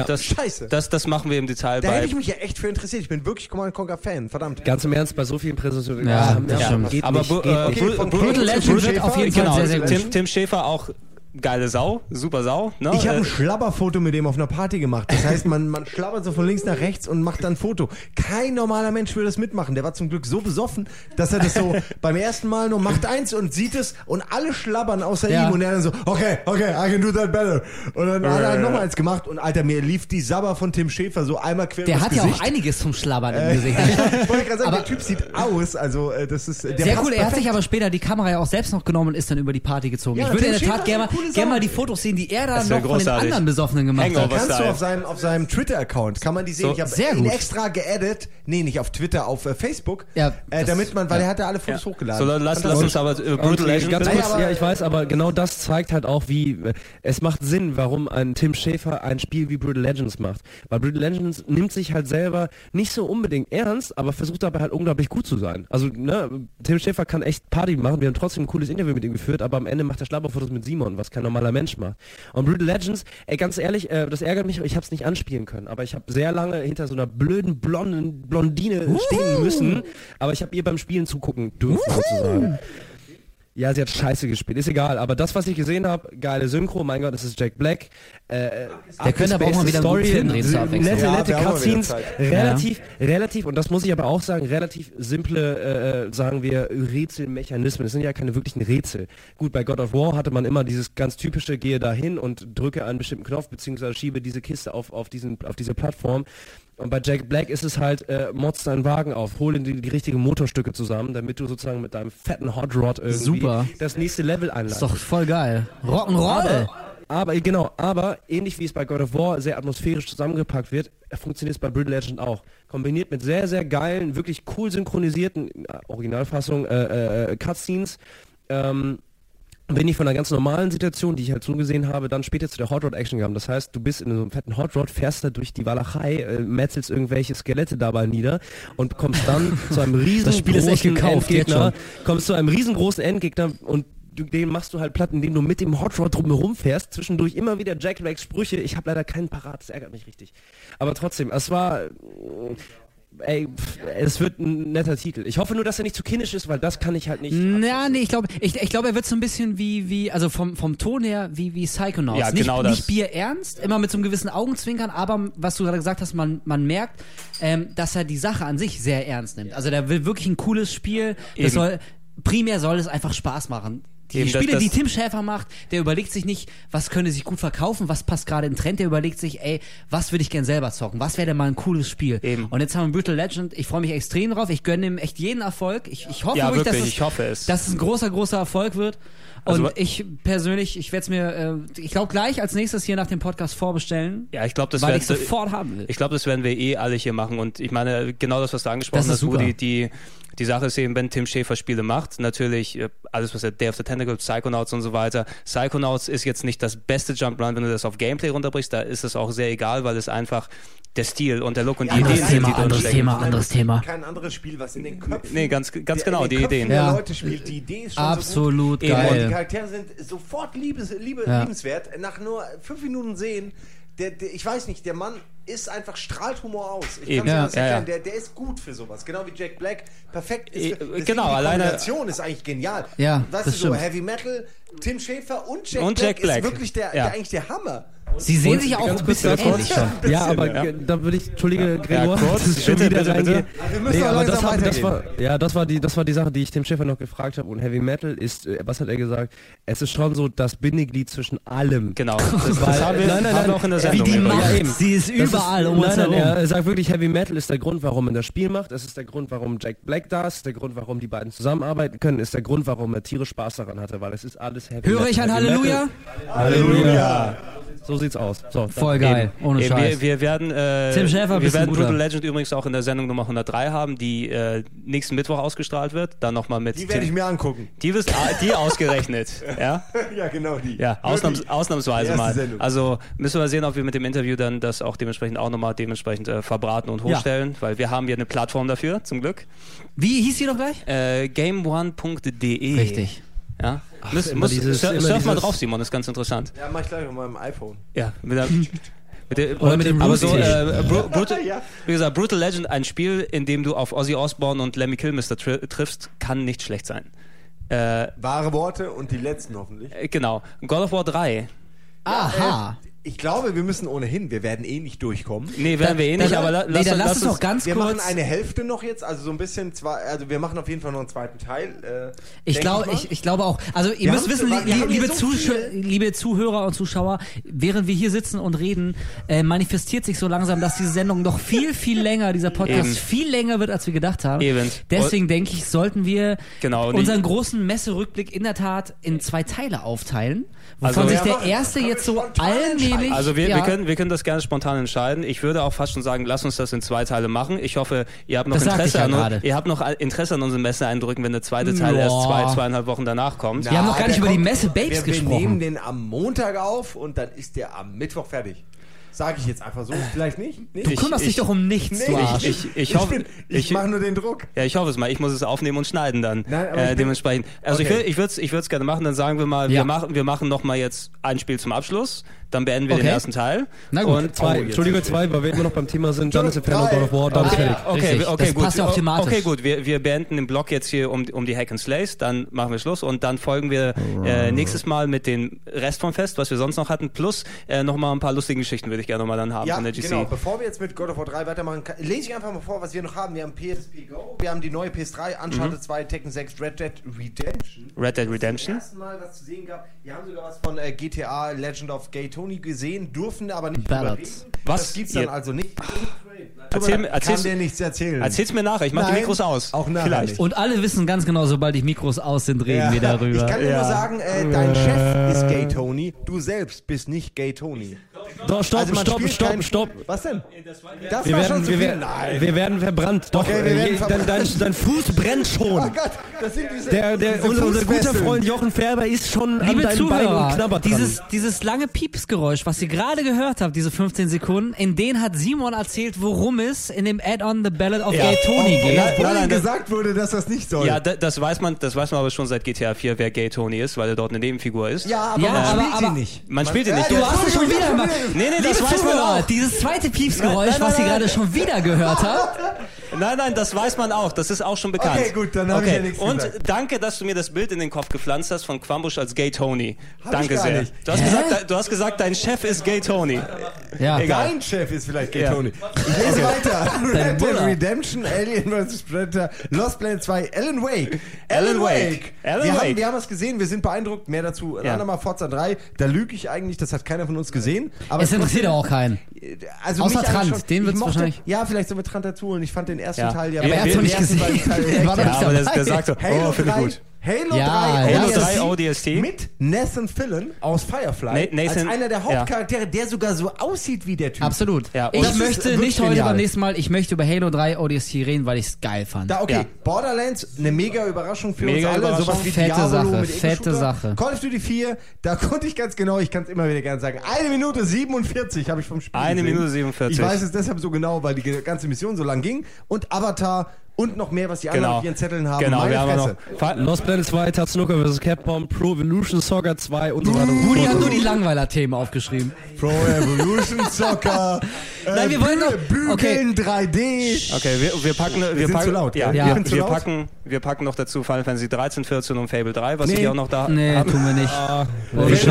das machen wir im Detail da hätte ich mich ja echt für interessiert. Ich bin wirklich Command & Conquer Fan, verdammt. Ganz im Ernst, bei so vielen Präsentationen. Geht aber Brutal Legend wird auf jeden Fall sehr, sehr gut. Tim Schäfer auch geile Sau, super Sau. Ne? Ich habe ein Schlabberfoto mit dem auf einer Party gemacht. Das heißt, man schlabbert so von links nach rechts und macht dann ein Foto. Kein normaler Mensch will das mitmachen. Der war zum Glück so besoffen, dass er das so beim ersten Mal nur macht eins und sieht es und alle schlabbern außer ihm und er dann so, okay, I can do that better. Und dann hat er halt noch eins gemacht und Alter, mir lief die Sabber von Tim Schäfer so einmal quer Der ins hat Gesicht. Ja auch einiges zum Schlabbern im Gesicht. Ich wollte gerade sagen, der Typ sieht aus, also das ist der sehr cool, er hat sich aber später die Kamera ja auch selbst noch genommen und ist dann über die Party gezogen. Ja, ich würde in der Tat gerne mal die Fotos sehen, die er da noch von den anderen Besoffenen gemacht hat. Kannst du auf seinem Twitter-Account, kann man die sehen. Ich habe ihn extra geaddet, nicht auf Twitter, auf Facebook, damit man, weil er hat ja alle Fotos hochgeladen. So, lass uns aber Brutal Legend. Ganz kurz, ja, ich weiß, aber genau das zeigt halt auch, wie es macht Sinn, warum ein Tim Schäfer ein Spiel wie Brutal Legends macht. Weil Brutal Legends nimmt sich halt selber nicht so unbedingt ernst, aber versucht dabei halt unglaublich gut zu sein. Also, Tim Schäfer kann echt Party machen, wir haben trotzdem ein cooles Interview mit ihm geführt, aber am Ende macht er Schlabberfotos mit Simon, was kein normaler Mensch macht. Und Brutal Legends, ganz ehrlich, das ärgert mich, ich habe es nicht anspielen können, aber ich habe sehr lange hinter so einer blöden Blondine stehen müssen, aber ich habe ihr beim Spielen zugucken dürfen, sozusagen. Ja, sie hat scheiße gespielt, ist egal, aber das, was ich gesehen habe, geile Synchro, mein Gott, das ist Jack Black. Der könnte aber auch mal wieder einen guten Film drehen zur Abwechslung. Nette Cutscenes, relativ, und das muss ich aber auch sagen, relativ simple, sagen wir, Rätselmechanismen. Das sind ja keine wirklichen Rätsel. Gut, bei God of War hatte man immer dieses ganz typische, gehe dahin und drücke einen bestimmten Knopf, beziehungsweise schiebe diese Kiste auf diese Plattform. Und bei Jack Black ist es halt, motz deinen Wagen auf, hol die richtigen Motorstücke zusammen, damit du sozusagen mit deinem fetten Hot Rod irgendwie das nächste Level einleitest. Ist doch voll geil. Rock'n'Roll! Aber ähnlich wie es bei God of War sehr atmosphärisch zusammengepackt wird, funktioniert es bei Brutal Legend auch. Kombiniert mit sehr, sehr geilen, wirklich cool synchronisierten Originalfassungen, Cutscenes, bin ich von einer ganz normalen Situation, die ich halt so gesehen habe, dann später zu der Hot Rod Action gegangen. Das heißt, du bist in so einem fetten Hot Rod, fährst da durch die Walachei, metzelst irgendwelche Skelette dabei nieder und kommst dann zu einem riesengroßen Endgegner, und den machst du halt platt, indem du mit dem Hot Rod drumherum fährst, zwischendurch immer wieder Jack Blacks Sprüche. Ich habe leider keinen parat, das ärgert mich richtig. Aber trotzdem, es war... es wird ein netter Titel. Ich hoffe nur, dass er nicht zu kindisch ist, weil das kann ich halt nicht. Ja, nee, ich glaube, er wird so ein bisschen also vom Ton her wie Psychonauts. Ja, genau nicht bierernst, immer mit so einem gewissen Augenzwinkern, aber was du gerade gesagt hast, man merkt, dass er die Sache an sich sehr ernst nimmt. Also der will wirklich ein cooles Spiel. Primär soll es einfach Spaß machen. Die Spiele, die Tim Schafer macht, der überlegt sich nicht, was könnte sich gut verkaufen, was passt gerade in Trend, der überlegt sich, was würde ich gern selber zocken, was wäre denn mal ein cooles Spiel. Eben. Und jetzt haben wir Brutal Legend, ich freue mich extrem drauf, ich gönne ihm echt jeden Erfolg, ich hoffe wirklich, dass es ein großer Erfolg wird. Und ich persönlich, ich werde es mir, ich glaube gleich als nächstes hier nach dem Podcast vorbestellen. Ja, ich glaube, weil ich sofort haben will. Ich glaube, das werden wir alle hier machen. Und ich meine, genau das, was du angesprochen hast, wo die Sache ist eben, wenn Tim Schafer Spiele macht, natürlich alles, was Day of the Tentacle, Psychonauts und so weiter. Psychonauts ist jetzt nicht das beste Jump-Run, wenn du das auf Gameplay runterbrichst, da ist es auch sehr egal, weil es einfach der Stil und der Look und die Ideen sind, die drin stecken. Anderes Thema. Kein anderes Spiel, was in den Köpfen... Nee, ganz genau, die Ideen. Der Leute spielt, die Idee ist schon absolut so gut. geil. Und die Charaktere sind sofort liebenswert. Nach nur 5 Minuten sehen, ich weiß nicht, der Mann ist einfach, strahlt Humor aus. Ich kann es dir erklären, der ist gut für sowas. Genau wie Jack Black, perfekt ist. Genau, die alleine... Kombination ist eigentlich genial. Ja, weißt das du, stimmt. so Heavy Metal, Tim Schafer und Jack Black ist wirklich eigentlich der Hammer. Sie sehen sich auch ein bisschen ähnlich schon. Ja, aber da würde ich, entschuldige Gregor, bitte. Nee, aber das war die Sache, die ich dem Schäfer noch gefragt habe. Und Heavy Metal ist, was hat er gesagt? Es ist schon so das Bindeglied zwischen allem. Genau. Das haben wir auch in der Sendung. Wie die Macht, sie ist überall um uns herum. Er sagt wirklich, Heavy Metal ist der Grund, warum er das Spiel macht. Es ist der Grund, warum Jack Black da ist. Der Grund, warum die beiden zusammenarbeiten können. Ist der Grund, warum er tierisch Spaß daran hatte. Weil es ist alles Heavy Metal. Höre ich ein Halleluja? Halleluja! So sieht's aus. So, voll geil, ohne Scheiß. Wir werden Tim Schafer, Brutal Legend übrigens auch in der Sendung Nummer 103 haben, die nächsten Mittwoch ausgestrahlt wird. Dann nochmal mit Die werde ich mir angucken. Die ausgerechnet. Ja? Ja, genau die. Ja, ausnahmsweise mal. Sendung. Also müssen wir sehen, ob wir mit dem Interview dann das auch dementsprechend verbraten und hochstellen, weil wir haben ja eine Plattform dafür, zum Glück. Wie hieß die noch gleich? Game1.de. Richtig. Ja. Surf mal drauf, Simon, das ist ganz interessant. Ja, mach ich gleich auf meinem iPhone. Ja, mit dem wie gesagt, Brutal Legend, ein Spiel, in dem du auf Ozzy Osbourne und Lemmy Kilmister triffst, kann nicht schlecht sein. Wahre Worte und die letzten hoffentlich. Genau. God of War 3. Aha. Ich glaube, wir müssen ohnehin, wir werden nicht durchkommen. Nee, werden wir nicht, aber lass uns noch ganz kurz... Wir machen eine Hälfte noch jetzt, also so ein bisschen, also wir machen auf jeden Fall noch einen zweiten Teil. Ich glaube auch, also ihr müsst wissen, liebe Zuhörer und Zuschauer, während wir hier sitzen und reden, manifestiert sich so langsam, dass diese Sendung noch viel, viel länger, dieser Podcast viel länger wird, als wir gedacht haben. Deswegen denke ich, sollten wir unseren großen Messerückblick in der Tat in 2 Teile aufteilen, wovon sich der erste jetzt so allmählich... Also wir können das gerne spontan entscheiden. Ich würde auch fast schon sagen, lass uns das in 2 Teile machen. Ich hoffe, ihr habt noch Interesse an unseren Messeeindrücken, wenn der zweite Teil erst 2,5 Wochen danach kommt. Wir haben noch gar nicht über die Messe Babes gesprochen. Wir nehmen den am Montag auf und dann ist der am Mittwoch fertig. Sage ich jetzt einfach so, vielleicht nicht. Du kümmerst dich doch um nichts, du Arsch. Ich mache nur den Druck. Ja, ich hoffe es mal. Ich muss es aufnehmen und schneiden dann. Nein, dementsprechend. Also okay. ich würde es gerne machen. Dann sagen wir mal, wir machen noch mal jetzt ein Spiel zum Abschluss. Dann beenden wir den ersten Teil. Na gut. Und 2, weil wir immer noch beim Thema sind. Dann ist Inferno, God of War, dann ist fertig. Okay, gut. Passt ja auch thematisch. Okay, gut. Wir beenden den Block jetzt hier um die Hack and Slays. Dann machen wir Schluss und dann folgen wir nächstes Mal mit dem Rest vom Fest, was wir sonst noch hatten. Plus noch mal ein paar lustige Geschichten würde ich gerne noch mal dann haben von der GC. Genau. Bevor wir jetzt mit God of War 3 weitermachen, lese ich einfach mal vor, was wir noch haben. Wir haben PSP Go, wir haben die neue PS3, Uncharted 2, Tekken 6, Red Dead Redemption. Das erste Mal was zu sehen gab. Wir haben sogar was von GTA Legend of Gay Tony gesehen, durften aber nicht überreden. Das gibt's dann also nicht. Kann dir nichts erzählen. Erzähl's mir nachher, ich mach die Mikros aus. Auch nachher vielleicht. Nicht. Und alle wissen ganz genau, sobald die Mikros aus sind, reden wir darüber. Ich kann dir nur sagen, dein Chef ist Gay Tony, du selbst bist nicht Gay Tony. Stopp. Was denn? Das war schon zu viel. Nein. Wir werden verbrannt. Doch, okay, dein Fuß brennt schon. Oh Gott, das sind unser guter Freund Jochen Färber ist schon an deinem Bein und knabbert dran. Dieses lange Piepsgeräusch, was ihr gerade gehört habt, diese 15 Sekunden, in denen hat Simon erzählt, worum es in dem Add-on The Ballad of Gay Tony geht. Nein, gesagt wurde, dass das nicht soll. Ja, das weiß man aber schon seit GTA 4, wer Gay Tony ist, weil er dort eine Nebenfigur ist. Ja, aber man spielt ihn nicht. Man spielt ihn nicht. Du hast es schon wieder gemacht. Nee, das weiß man auch. Dieses zweite Piepsgeräusch, was ihr gerade schon wieder gehört habt. Nein, das weiß man auch. Das ist auch schon bekannt. Okay, gut, dann habe ich ja nichts gesagt. Und danke, dass du mir das Bild in den Kopf gepflanzt hast von Quambusch als Gay Tony. Danke sehr. Nicht. Du hast gesagt, dein Chef ist Gay Tony. Ja. Egal. Dein Chef ist vielleicht Gay Tony. Ich lese weiter. Red Dead Redemption, Alien vs. Predator, Lost Planet 2, Alan Wake. Wir haben es gesehen, wir sind beeindruckt. Mehr dazu. Dann nochmal Forza 3. Da lüge ich eigentlich, das hat keiner von uns gesehen. Aber es interessiert auch keinen. Also außer Trant, den wird es wahrscheinlich... Ja, vielleicht sollen wir Trant dazu holen. Ich fand den ersten Teil ja... Aber er hat es noch nicht gesehen. Aber der sagt so, finde ich gut. Halo 3 ODST mit Nathan Fillion aus Firefly als einer der Hauptcharaktere, der sogar so aussieht wie der Typ. Absolut. Ja. Ich möchte nicht heute beim nächsten Mal, ich möchte über Halo 3 ODST reden, weil ich es geil fand. Borderlands, eine mega Überraschung für uns alle. Sowas wie fette Sache. Call of Duty 4, da konnte ich ganz genau, ich kann es immer wieder gerne sagen, 1 Minute 47 habe ich vom Spiel gesehen. 1 Minute 47. Ich weiß es deshalb so genau, weil die ganze Mission so lang ging. Und Avatar und noch mehr, was die anderen auf ihren Zetteln haben. Genau, wir haben noch Lost Planet 2, Tatsunoko vs. Capcom, Pro Evolution Soccer 2 und so weiter. Rudi hat nur die Langweiler-Themen aufgeschrieben. Pro Evolution Soccer. Nein, wir wollen noch Bügeln 3D. Okay, wir packen zu laut. Wir packen noch dazu Final Fantasy 13, 14 und Fable 3, was ich auch noch da habe. Nee, tun wir nicht.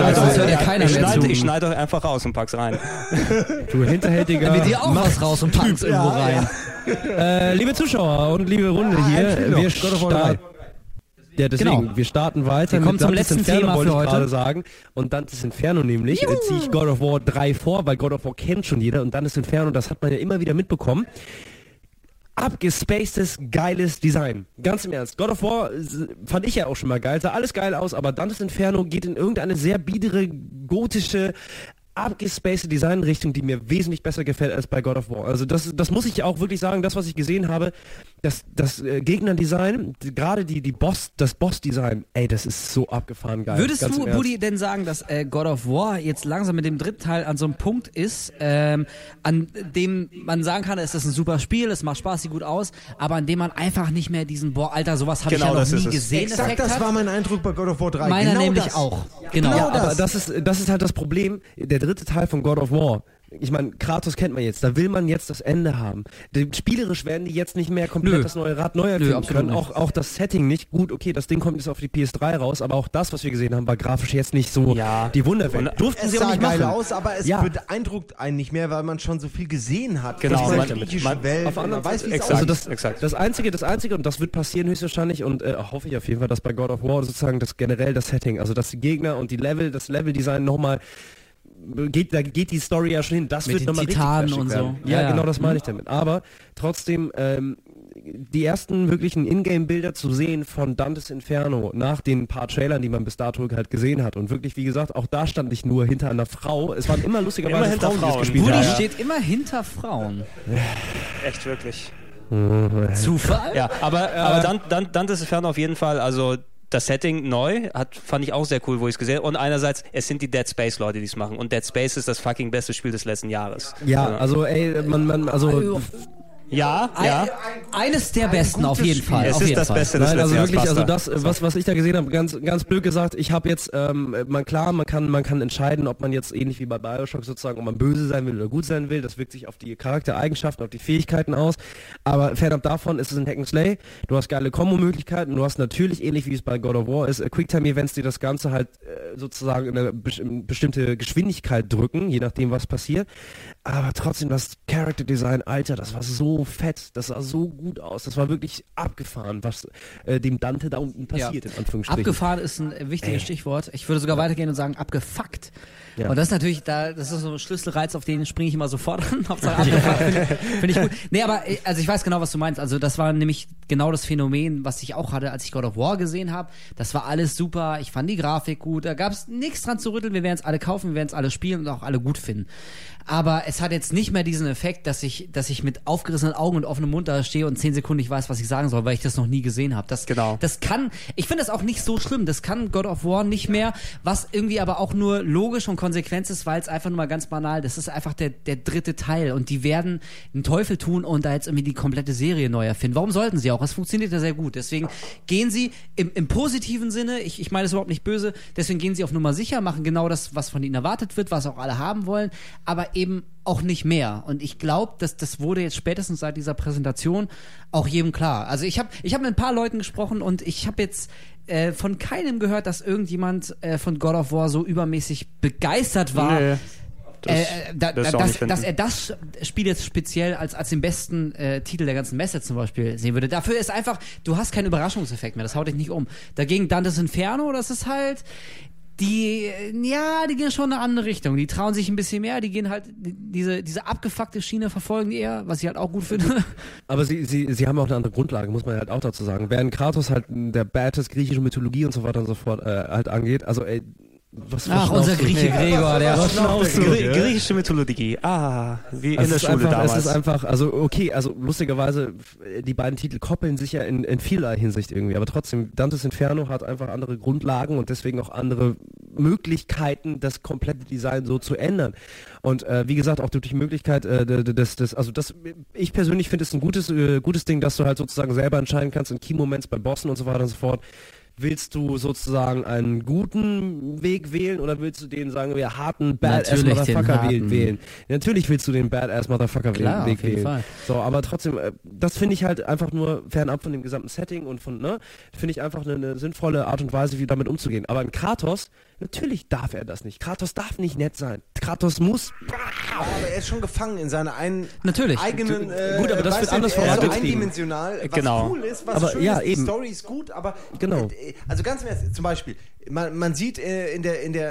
Ich schneide euch einfach raus und pack's rein. Du hinterhältiger. Dann wird dir auch was raus und pack's irgendwo rein. Liebe Zuschauer und liebe Runde hier, wir starten. Ja, deswegen, wir starten weiter. Wir kommen zum letzten Thema für heute. Gerade sagen. Und Dantes Inferno nämlich, ziehe ich God of War 3 vor, weil God of War kennt schon jeder und Dantes Inferno, das hat man ja immer wieder mitbekommen. Abgespacedes, geiles Design. Ganz im Ernst. God of War fand ich ja auch schon mal geil, sah alles geil aus, aber Dantes Inferno geht in irgendeine sehr biedere, gotische, abgespaced Designrichtung, die mir wesentlich besser gefällt als bei God of War. Also das muss ich auch wirklich sagen, das, was ich gesehen habe, das Gegnerdesign, gerade das Boss-Design, ey, das ist so abgefahren geil. Würdest du, Buddy, denn sagen, dass God of War jetzt langsam mit dem dritten Teil an so einem Punkt ist, an dem man sagen kann, es ist ein super Spiel, es macht Spaß, sieht gut aus, aber an dem man einfach nicht mehr diesen, Alter, sowas habe ich ja noch nie gesehen. Exakt, das war mein Eindruck bei God of War 3. Meiner nämlich auch. Genau. Ja, aber das ist halt das Problem, der dritte Teil von God of War. Ich meine, Kratos kennt man jetzt, da will man jetzt das Ende haben. Spielerisch werden die jetzt nicht mehr komplett das neue Rad neu erfinden können. Auch das Setting nicht. Gut, okay, das Ding kommt jetzt auf die PS3 raus, aber auch das, was wir gesehen haben, war grafisch jetzt nicht so die Wunderwelt. Durften sie auch nicht geil aus, aber es beeindruckt einen nicht mehr, weil man schon so viel gesehen hat. Genau, man weiß, wie es aussieht. Das Einzige, und das wird passieren höchstwahrscheinlich, und hoffe ich auf jeden Fall, dass bei God of War sozusagen das Setting, also dass die Gegner und das Leveldesign nochmal da geht die Story ja schon hin. Das mit wird nochmal richtig Titanen und so. Ja, genau, das meine ich damit. Aber trotzdem, die ersten wirklichen Ingame-Bilder zu sehen von Dantes Inferno nach den paar Trailern, die man bis dato halt gesehen hat. Und wirklich, wie gesagt, auch da stand ich nur hinter einer Frau. Es waren immer lustigerweise Frauen, die das gespielt haben. Buddy steht immer hinter Frauen. Echt wirklich. Zufall? Ja, aber Dantes Inferno auf jeden Fall, also das Setting neu, fand ich auch sehr cool, wo ich es gesehen habe. Und einerseits, es sind die Dead Space Leute, die es machen. Und Dead Space ist das fucking beste Spiel des letzten Jahres. Ja, also ey, Ja. Eines der besten auf jeden Fall. Es ist das Beste des letzten Jahres. Also das, was ich da gesehen habe, ganz blöd gesagt, ich habe jetzt, man kann entscheiden, ob man jetzt ähnlich wie bei Bioshock sozusagen, ob man böse sein will oder gut sein will. Das wirkt sich auf die Charaktereigenschaften, auf die Fähigkeiten aus. Aber fernab davon ist es ein Hack'n'Slay. Du hast geile Kombo-Möglichkeiten. Du hast natürlich, ähnlich wie es bei God of War ist, Quicktime-Events, die das Ganze halt sozusagen in eine bestimmte Geschwindigkeit drücken, je nachdem, was passiert. Aber trotzdem, das Character-Design, Alter, das war so fett, das sah so gut aus, das war wirklich abgefahren, was dem Dante da unten passiert, in Anführungsstrichen. Abgefahren ist ein wichtiges Stichwort. Ich würde sogar weitergehen und sagen, abgefuckt. Ja. Und das ist natürlich, das ist so ein Schlüsselreiz, auf den springe ich immer sofort an. Hauptsache abgefuckt, finde ich gut. Nee, aber also ich weiß genau, was du meinst. Also das war nämlich genau das Phänomen, was ich auch hatte, als ich God of War gesehen habe. Das war alles super, ich fand die Grafik gut, da gab es nichts dran zu rütteln, wir werden es alle kaufen, wir werden es alle spielen und auch alle gut finden. Aber es hat jetzt nicht mehr diesen Effekt, dass ich mit aufgerissenen Augen und offenem Mund da stehe und 10 Sekunden nicht weiß, was ich sagen soll, weil ich das noch nie gesehen habe. Ich finde das auch nicht so schlimm, das kann God of War nicht mehr, was irgendwie aber auch nur logisch und konsequent ist, weil es einfach nur mal ganz banal, das ist einfach der dritte Teil und die werden einen Teufel tun und da jetzt irgendwie die komplette Serie neu erfinden. Warum sollten sie auch? Es funktioniert ja sehr gut. Deswegen gehen sie im positiven Sinne, ich meine es überhaupt nicht böse, deswegen gehen sie auf Nummer sicher, machen genau das, was von ihnen erwartet wird, was auch alle haben wollen, aber eben auch nicht mehr. Und ich glaube, dass das wurde jetzt spätestens seit dieser Präsentation auch jedem klar. Also ich hab mit ein paar Leuten gesprochen und ich habe jetzt von keinem gehört, dass irgendjemand von God of War so übermäßig begeistert war. Nee. Dass er das Spiel jetzt speziell als den besten Titel der ganzen Messe zum Beispiel sehen würde. Dafür ist einfach, du hast keinen Überraschungseffekt mehr, das haut dich nicht um. Dagegen Dante's Inferno, das ist halt die gehen schon in eine andere Richtung. Die trauen sich ein bisschen mehr, die gehen halt diese abgefuckte Schiene verfolgen die eher, was ich halt auch gut finde. Aber sie haben auch eine andere Grundlage, muss man halt auch dazu sagen. Während Kratos halt der Badass griechische Mythologie und so weiter und so fort halt angeht, also unser Grieche Gregor, der griechische Mythologie. Wie in der Schule damals. Es ist einfach, also okay, also lustigerweise, die beiden Titel koppeln sich ja in vielerlei Hinsicht irgendwie, aber trotzdem, Dante's Inferno hat einfach andere Grundlagen und deswegen auch andere Möglichkeiten, das komplette Design so zu ändern. Und wie gesagt, auch durch die Möglichkeit, ich persönlich finde es ein gutes Ding, dass du halt sozusagen selber entscheiden kannst in Key-Moments bei Bossen und so weiter und so fort. Willst du sozusagen einen guten Weg wählen oder willst du den, sagen wir, harten Badass-Motherfucker wählen? Natürlich willst du den Badass-Motherfucker-Weg wählen. Fall. So, aber trotzdem, das finde ich halt einfach nur fernab von dem gesamten Setting und finde ich einfach eine sinnvolle Art und Weise, wie damit umzugehen. Aber in Kratos, natürlich darf er das nicht. Kratos darf nicht nett sein. Kratos muss... Aber er ist schon gefangen in seiner eigenen... Gut, aber das wird anders vorangetrieben. Eindimensional, was cool ist, was aber, schön ist, die Story ist gut, aber... Genau. Also ganz im Ernst, zum Beispiel, man sieht in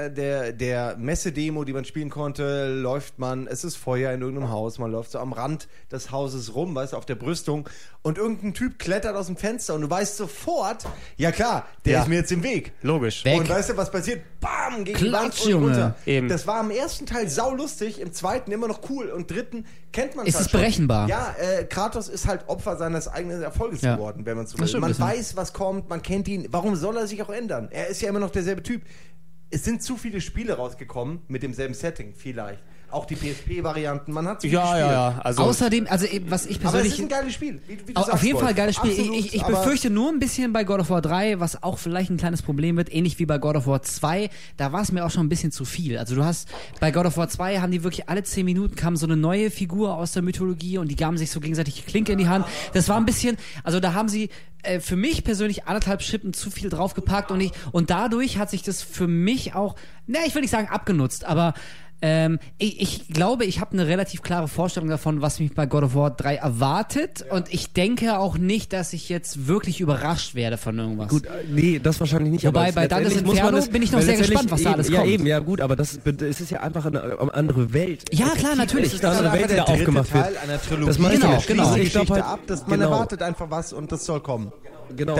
der Messe-Demo, die man spielen konnte, es ist Feuer in irgendeinem Haus, man läuft so am Rand des Hauses rum, weißt du, auf der Brüstung und irgendein Typ klettert aus dem Fenster und du weißt sofort, ja klar, der ist mir jetzt im Weg. Logisch. Weg. Und weißt du, was passiert? Bam, gegen die Wand und runter. Eben. Das war im ersten Teil saulustig, im zweiten immer noch cool und dritten kennt man es halt schon. Ist es berechenbar? Ja, Kratos ist halt Opfer seines eigenen Erfolges geworden, wenn man so will. Man weiß, was kommt, man kennt ihn. Warum soll er sich auch ändern? Er ist ja immer noch derselbe Typ. Es sind zu viele Spiele rausgekommen mit demselben Setting, vielleicht. Auch die PSP-Varianten, man hat zu viele Spiele. Ja. Außerdem, was ich persönlich... Aber es ist ein geiles Spiel. Wie du auf sagst, jeden Fall ein geiles Spiel. Absolut, ich befürchte nur ein bisschen bei God of War 3, was auch vielleicht ein kleines Problem wird, ähnlich wie bei God of War 2, da war es mir auch schon ein bisschen zu viel. Also du hast, bei God of War 2 haben die wirklich alle 10 Minuten kam so eine neue Figur aus der Mythologie und die gaben sich so gegenseitig die Klinke in die Hand. Das war ein bisschen, also da haben sie für mich persönlich 1,5 Schippen zu viel draufgepackt und dadurch hat sich das für mich auch, ich will nicht sagen abgenutzt, aber ich glaube, ich habe eine relativ klare Vorstellung davon, was mich bei God of War 3 erwartet und ich denke auch nicht, dass ich jetzt wirklich überrascht werde von irgendwas. Gut, nee, das wahrscheinlich nicht. Wobei bei Dante's Inferno bin ich noch sehr gespannt, was da alles kommt. Ja gut, aber es ist ja einfach eine andere Welt. Ja klar, natürlich. Es ist eine andere Welt, die da aufgemacht wird. Einer Trilogie. Das meine ich genau. Ich glaube halt, ab, dass man erwartet einfach was und das soll kommen. Genau,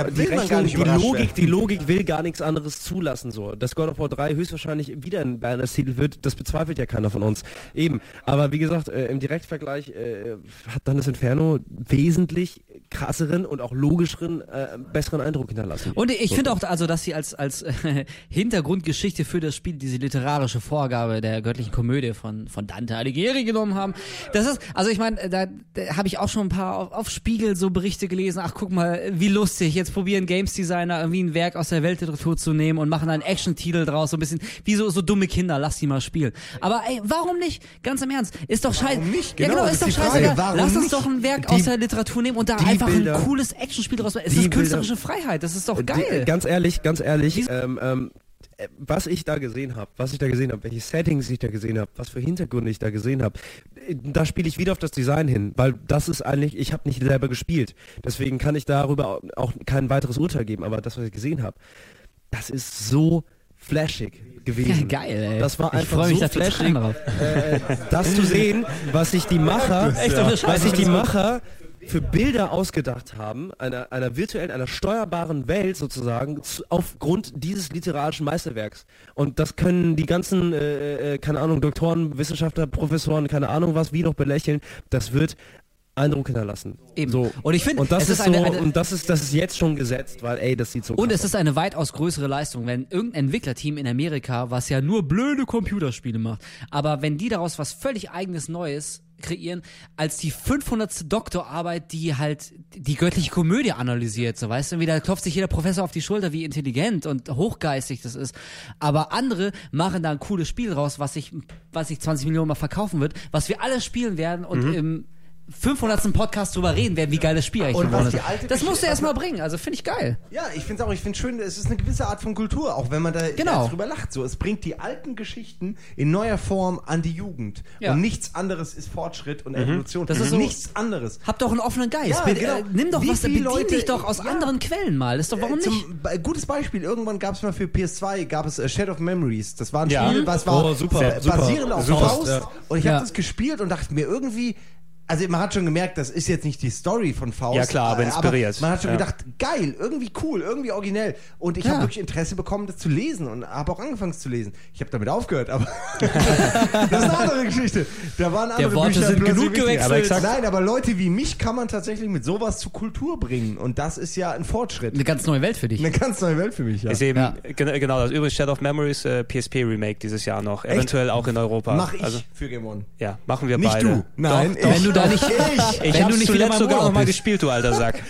die Logik will gar nichts anderes zulassen. So. Dass God of War 3 höchstwahrscheinlich wieder ein Badass-Titel wird, das bezweifelt ja keiner von uns. Eben. Aber wie gesagt, im Direktvergleich hat Dante's Inferno wesentlich krasseren und auch logischeren, besseren Eindruck hinterlassen. Und ich finde auch, also, dass sie als Hintergrundgeschichte für das Spiel diese literarische Vorgabe der göttlichen Komödie von Dante Alighieri genommen haben. Das ist, also ich meine, da habe ich auch schon ein paar auf Spiegel so Berichte gelesen. Ach, guck mal, wie lustig. Jetzt probieren Games Designer irgendwie ein Werk aus der Weltliteratur zu nehmen und machen einen Action-Titel draus, so ein bisschen wie so dumme Kinder, lass die mal spielen. Aber ey, warum nicht? Ganz im Ernst. Ist doch scheiße. Genau, ist doch scheiße. Lass uns doch ein Werk aus der Literatur nehmen und da einfach ein cooles Action-Spiel draus machen. Es ist künstlerische Freiheit. Das ist doch geil. Ganz ehrlich, was ich da gesehen habe, welche Settings ich da gesehen habe, was für Hintergründe ich da gesehen habe, da spiele ich wieder auf das Design hin, weil das ist eigentlich, ich habe nicht selber gespielt, deswegen kann ich darüber auch kein weiteres Urteil geben, aber das, was ich gesehen habe, das ist so flashig gewesen. Ja, geil, ey. Das war einfach so flashig, das zu sehen, was sich die Macher für Bilder ausgedacht haben, einer virtuellen, einer steuerbaren Welt sozusagen, aufgrund dieses literarischen Meisterwerks. Und das können die ganzen, keine Ahnung, Doktoren, Wissenschaftler, Professoren, keine Ahnung was, wie noch belächeln. Das wird Eindruck hinterlassen. Eben. So. Und ich finde, das ist jetzt schon gesetzt, weil das sieht so und es ist eine weitaus größere Leistung, wenn irgendein Entwicklerteam in Amerika, was ja nur blöde Computerspiele macht, aber wenn die daraus was völlig eigenes Neues kreieren, als die 500. Doktorarbeit, die halt die göttliche Komödie analysiert, so weißt du, da klopft sich jeder Professor auf die Schulter, wie intelligent und hochgeistig das ist, aber andere machen da ein cooles Spiel raus, was sich 20 Millionen Mal verkaufen wird, was wir alle spielen werden und im 500. Podcast drüber reden werden, wie geil das Spiel eigentlich geworden ist. Das musst du erstmal bringen, also finde ich geil. Ja, ich finde es auch, ich finde schön, es ist eine gewisse Art von Kultur, auch wenn man da drüber lacht. So, es bringt die alten Geschichten in neuer Form an die Jugend. Ja. Und nichts anderes ist Fortschritt und Evolution. Das ist so, nichts anderes. Hab doch einen offenen Geist. Ja, genau. Nimm doch bedien dich doch aus anderen Quellen mal. Das ist doch, warum nicht? Gutes Beispiel, irgendwann gab es mal für PS2, gab es Shadow of Memories. Das war ein Spiel, was war basierend auf Faust. Ja. Und ich habe das gespielt und dachte mir irgendwie, also man hat schon gemerkt, das ist jetzt nicht die Story von Faust. Ja klar, aber inspiriert. Aber man hat schon gedacht, geil, irgendwie cool, irgendwie originell. Und ich habe wirklich Interesse bekommen, das zu lesen und habe auch angefangen es zu lesen. Ich habe damit aufgehört, aber das ist eine andere Geschichte. Da waren andere Worte Bücher sind genug gewechselt. Nein, aber Leute wie mich kann man tatsächlich mit sowas zu Kultur bringen. Und das ist ja ein Fortschritt. Eine ganz neue Welt für dich. Eine ganz neue Welt für mich, ja. Ist eben, genau, das übrigens Shadow of Memories PSP-Remake dieses Jahr noch. Echt? Eventuell auch in Europa. Mach ich für Game One. Ja, machen wir nicht beide. Nicht du. Nein, doch. Wenn du da nicht... Ich hab's zuletzt sogar noch mal gespielt, du alter Sack.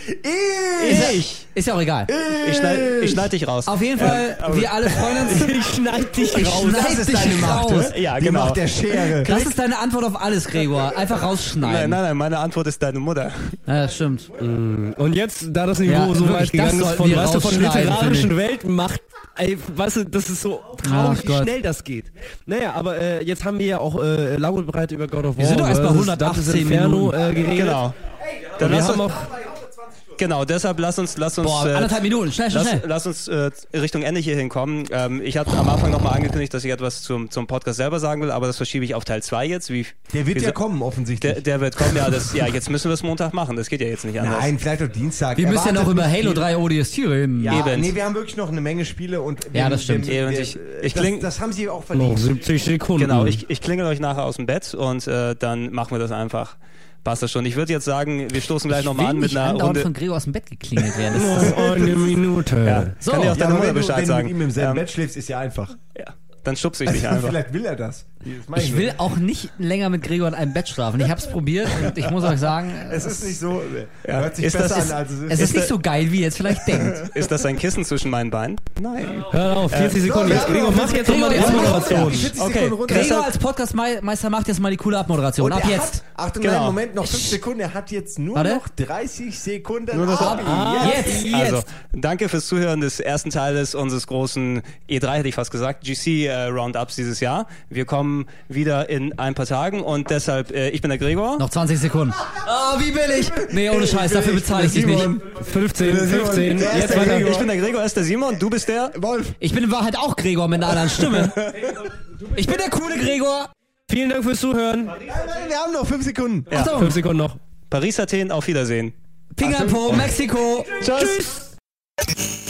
Ist ja auch egal. Ich schneid dich raus. Auf jeden Fall, wir alle freuen uns. Ich schneid dich raus. Das ist deine Macht. Ja, die genau. Macht der Schere. Das ist deine Antwort auf alles, Gregor. Einfach rausschneiden. Nein, meine Antwort ist deine Mutter. Ja, das stimmt. Und jetzt, da das Niveau so weit gegangen ist, von literarischen Weltmacht, ey, weißt du, das ist so traurig, wie schnell das geht. Naja, aber jetzt haben wir ja auch lang und breit über God of War. Wir sind doch erst bei 118 Minuten geredet. Genau. Dann lass uns Genau, deshalb lass uns anderthalb Minuten, schnell. Lass uns Richtung Ende hier hinkommen. Ich hatte am Anfang nochmal angekündigt, dass ich etwas zum Podcast selber sagen will, aber das verschiebe ich auf Teil 2 jetzt. Der wird ja kommen, offensichtlich. Der wird kommen, jetzt müssen wir es Montag machen, das geht ja jetzt nicht anders. Nein, vielleicht auch Dienstag. Wir müssen ja noch über Halo 3 ODST reden. Ja, nee, wir haben wirklich noch eine Menge Spiele und das stimmt. Das haben sie auch verdient. Noch 70 Sekunden. Genau, ich klingel euch nachher aus dem Bett und dann machen wir das einfach. Passt das schon. Ich würde jetzt sagen, wir stoßen gleich nochmal an mit einer Runde. Von Gregor aus dem Bett geklingelt werden. Eine Minute. Ja. So. Kann dir auch deine Mutter Bescheid sagen. Wenn du mit ihm im selben Bett schläfst, ist ja einfach. Ja. Dann schubse ich dich einfach. Vielleicht will er das. Ich will auch nicht länger mit Gregor in einem Bett schlafen. Ich habe es probiert und ich muss euch sagen... Es ist nicht so... Hört sich besser an, als es ist. Es ist nicht so geil, wie ihr jetzt vielleicht denkt. Ist das ein Kissen zwischen meinen Beinen? Nein. Hör auf, 40 Sekunden. Gregor, mach jetzt nochmal die Abmoderation. Okay. Gregor als Podcastmeister macht jetzt mal die coole Abmoderation. Ab jetzt. Achtung, nein, Moment, noch 5 Sekunden. Er hat jetzt nur noch 30 Sekunden. Nur noch jetzt. Also, danke fürs Zuhören des ersten Teiles unseres großen E3, hätte ich fast gesagt, GC Roundups dieses Jahr. Wir kommen wieder in ein paar Tagen und deshalb, ich bin der Gregor. Noch 20 Sekunden. Oh, wie billig. Nee, ohne Scheiß, dafür bezahle ich dich nicht. 15. Jetzt weiter. Ich bin der Gregor, er ist der Simon, du bist der Wolf. Ich bin in Wahrheit auch Gregor mit einer anderen Stimme. Ich bin der coole Gregor. Vielen Dank fürs Zuhören. Wir haben noch 5 Sekunden. Ja. 5 Sekunden noch. Paris, Athen, auf Wiedersehen. Singapur, Mexiko. Tschüss.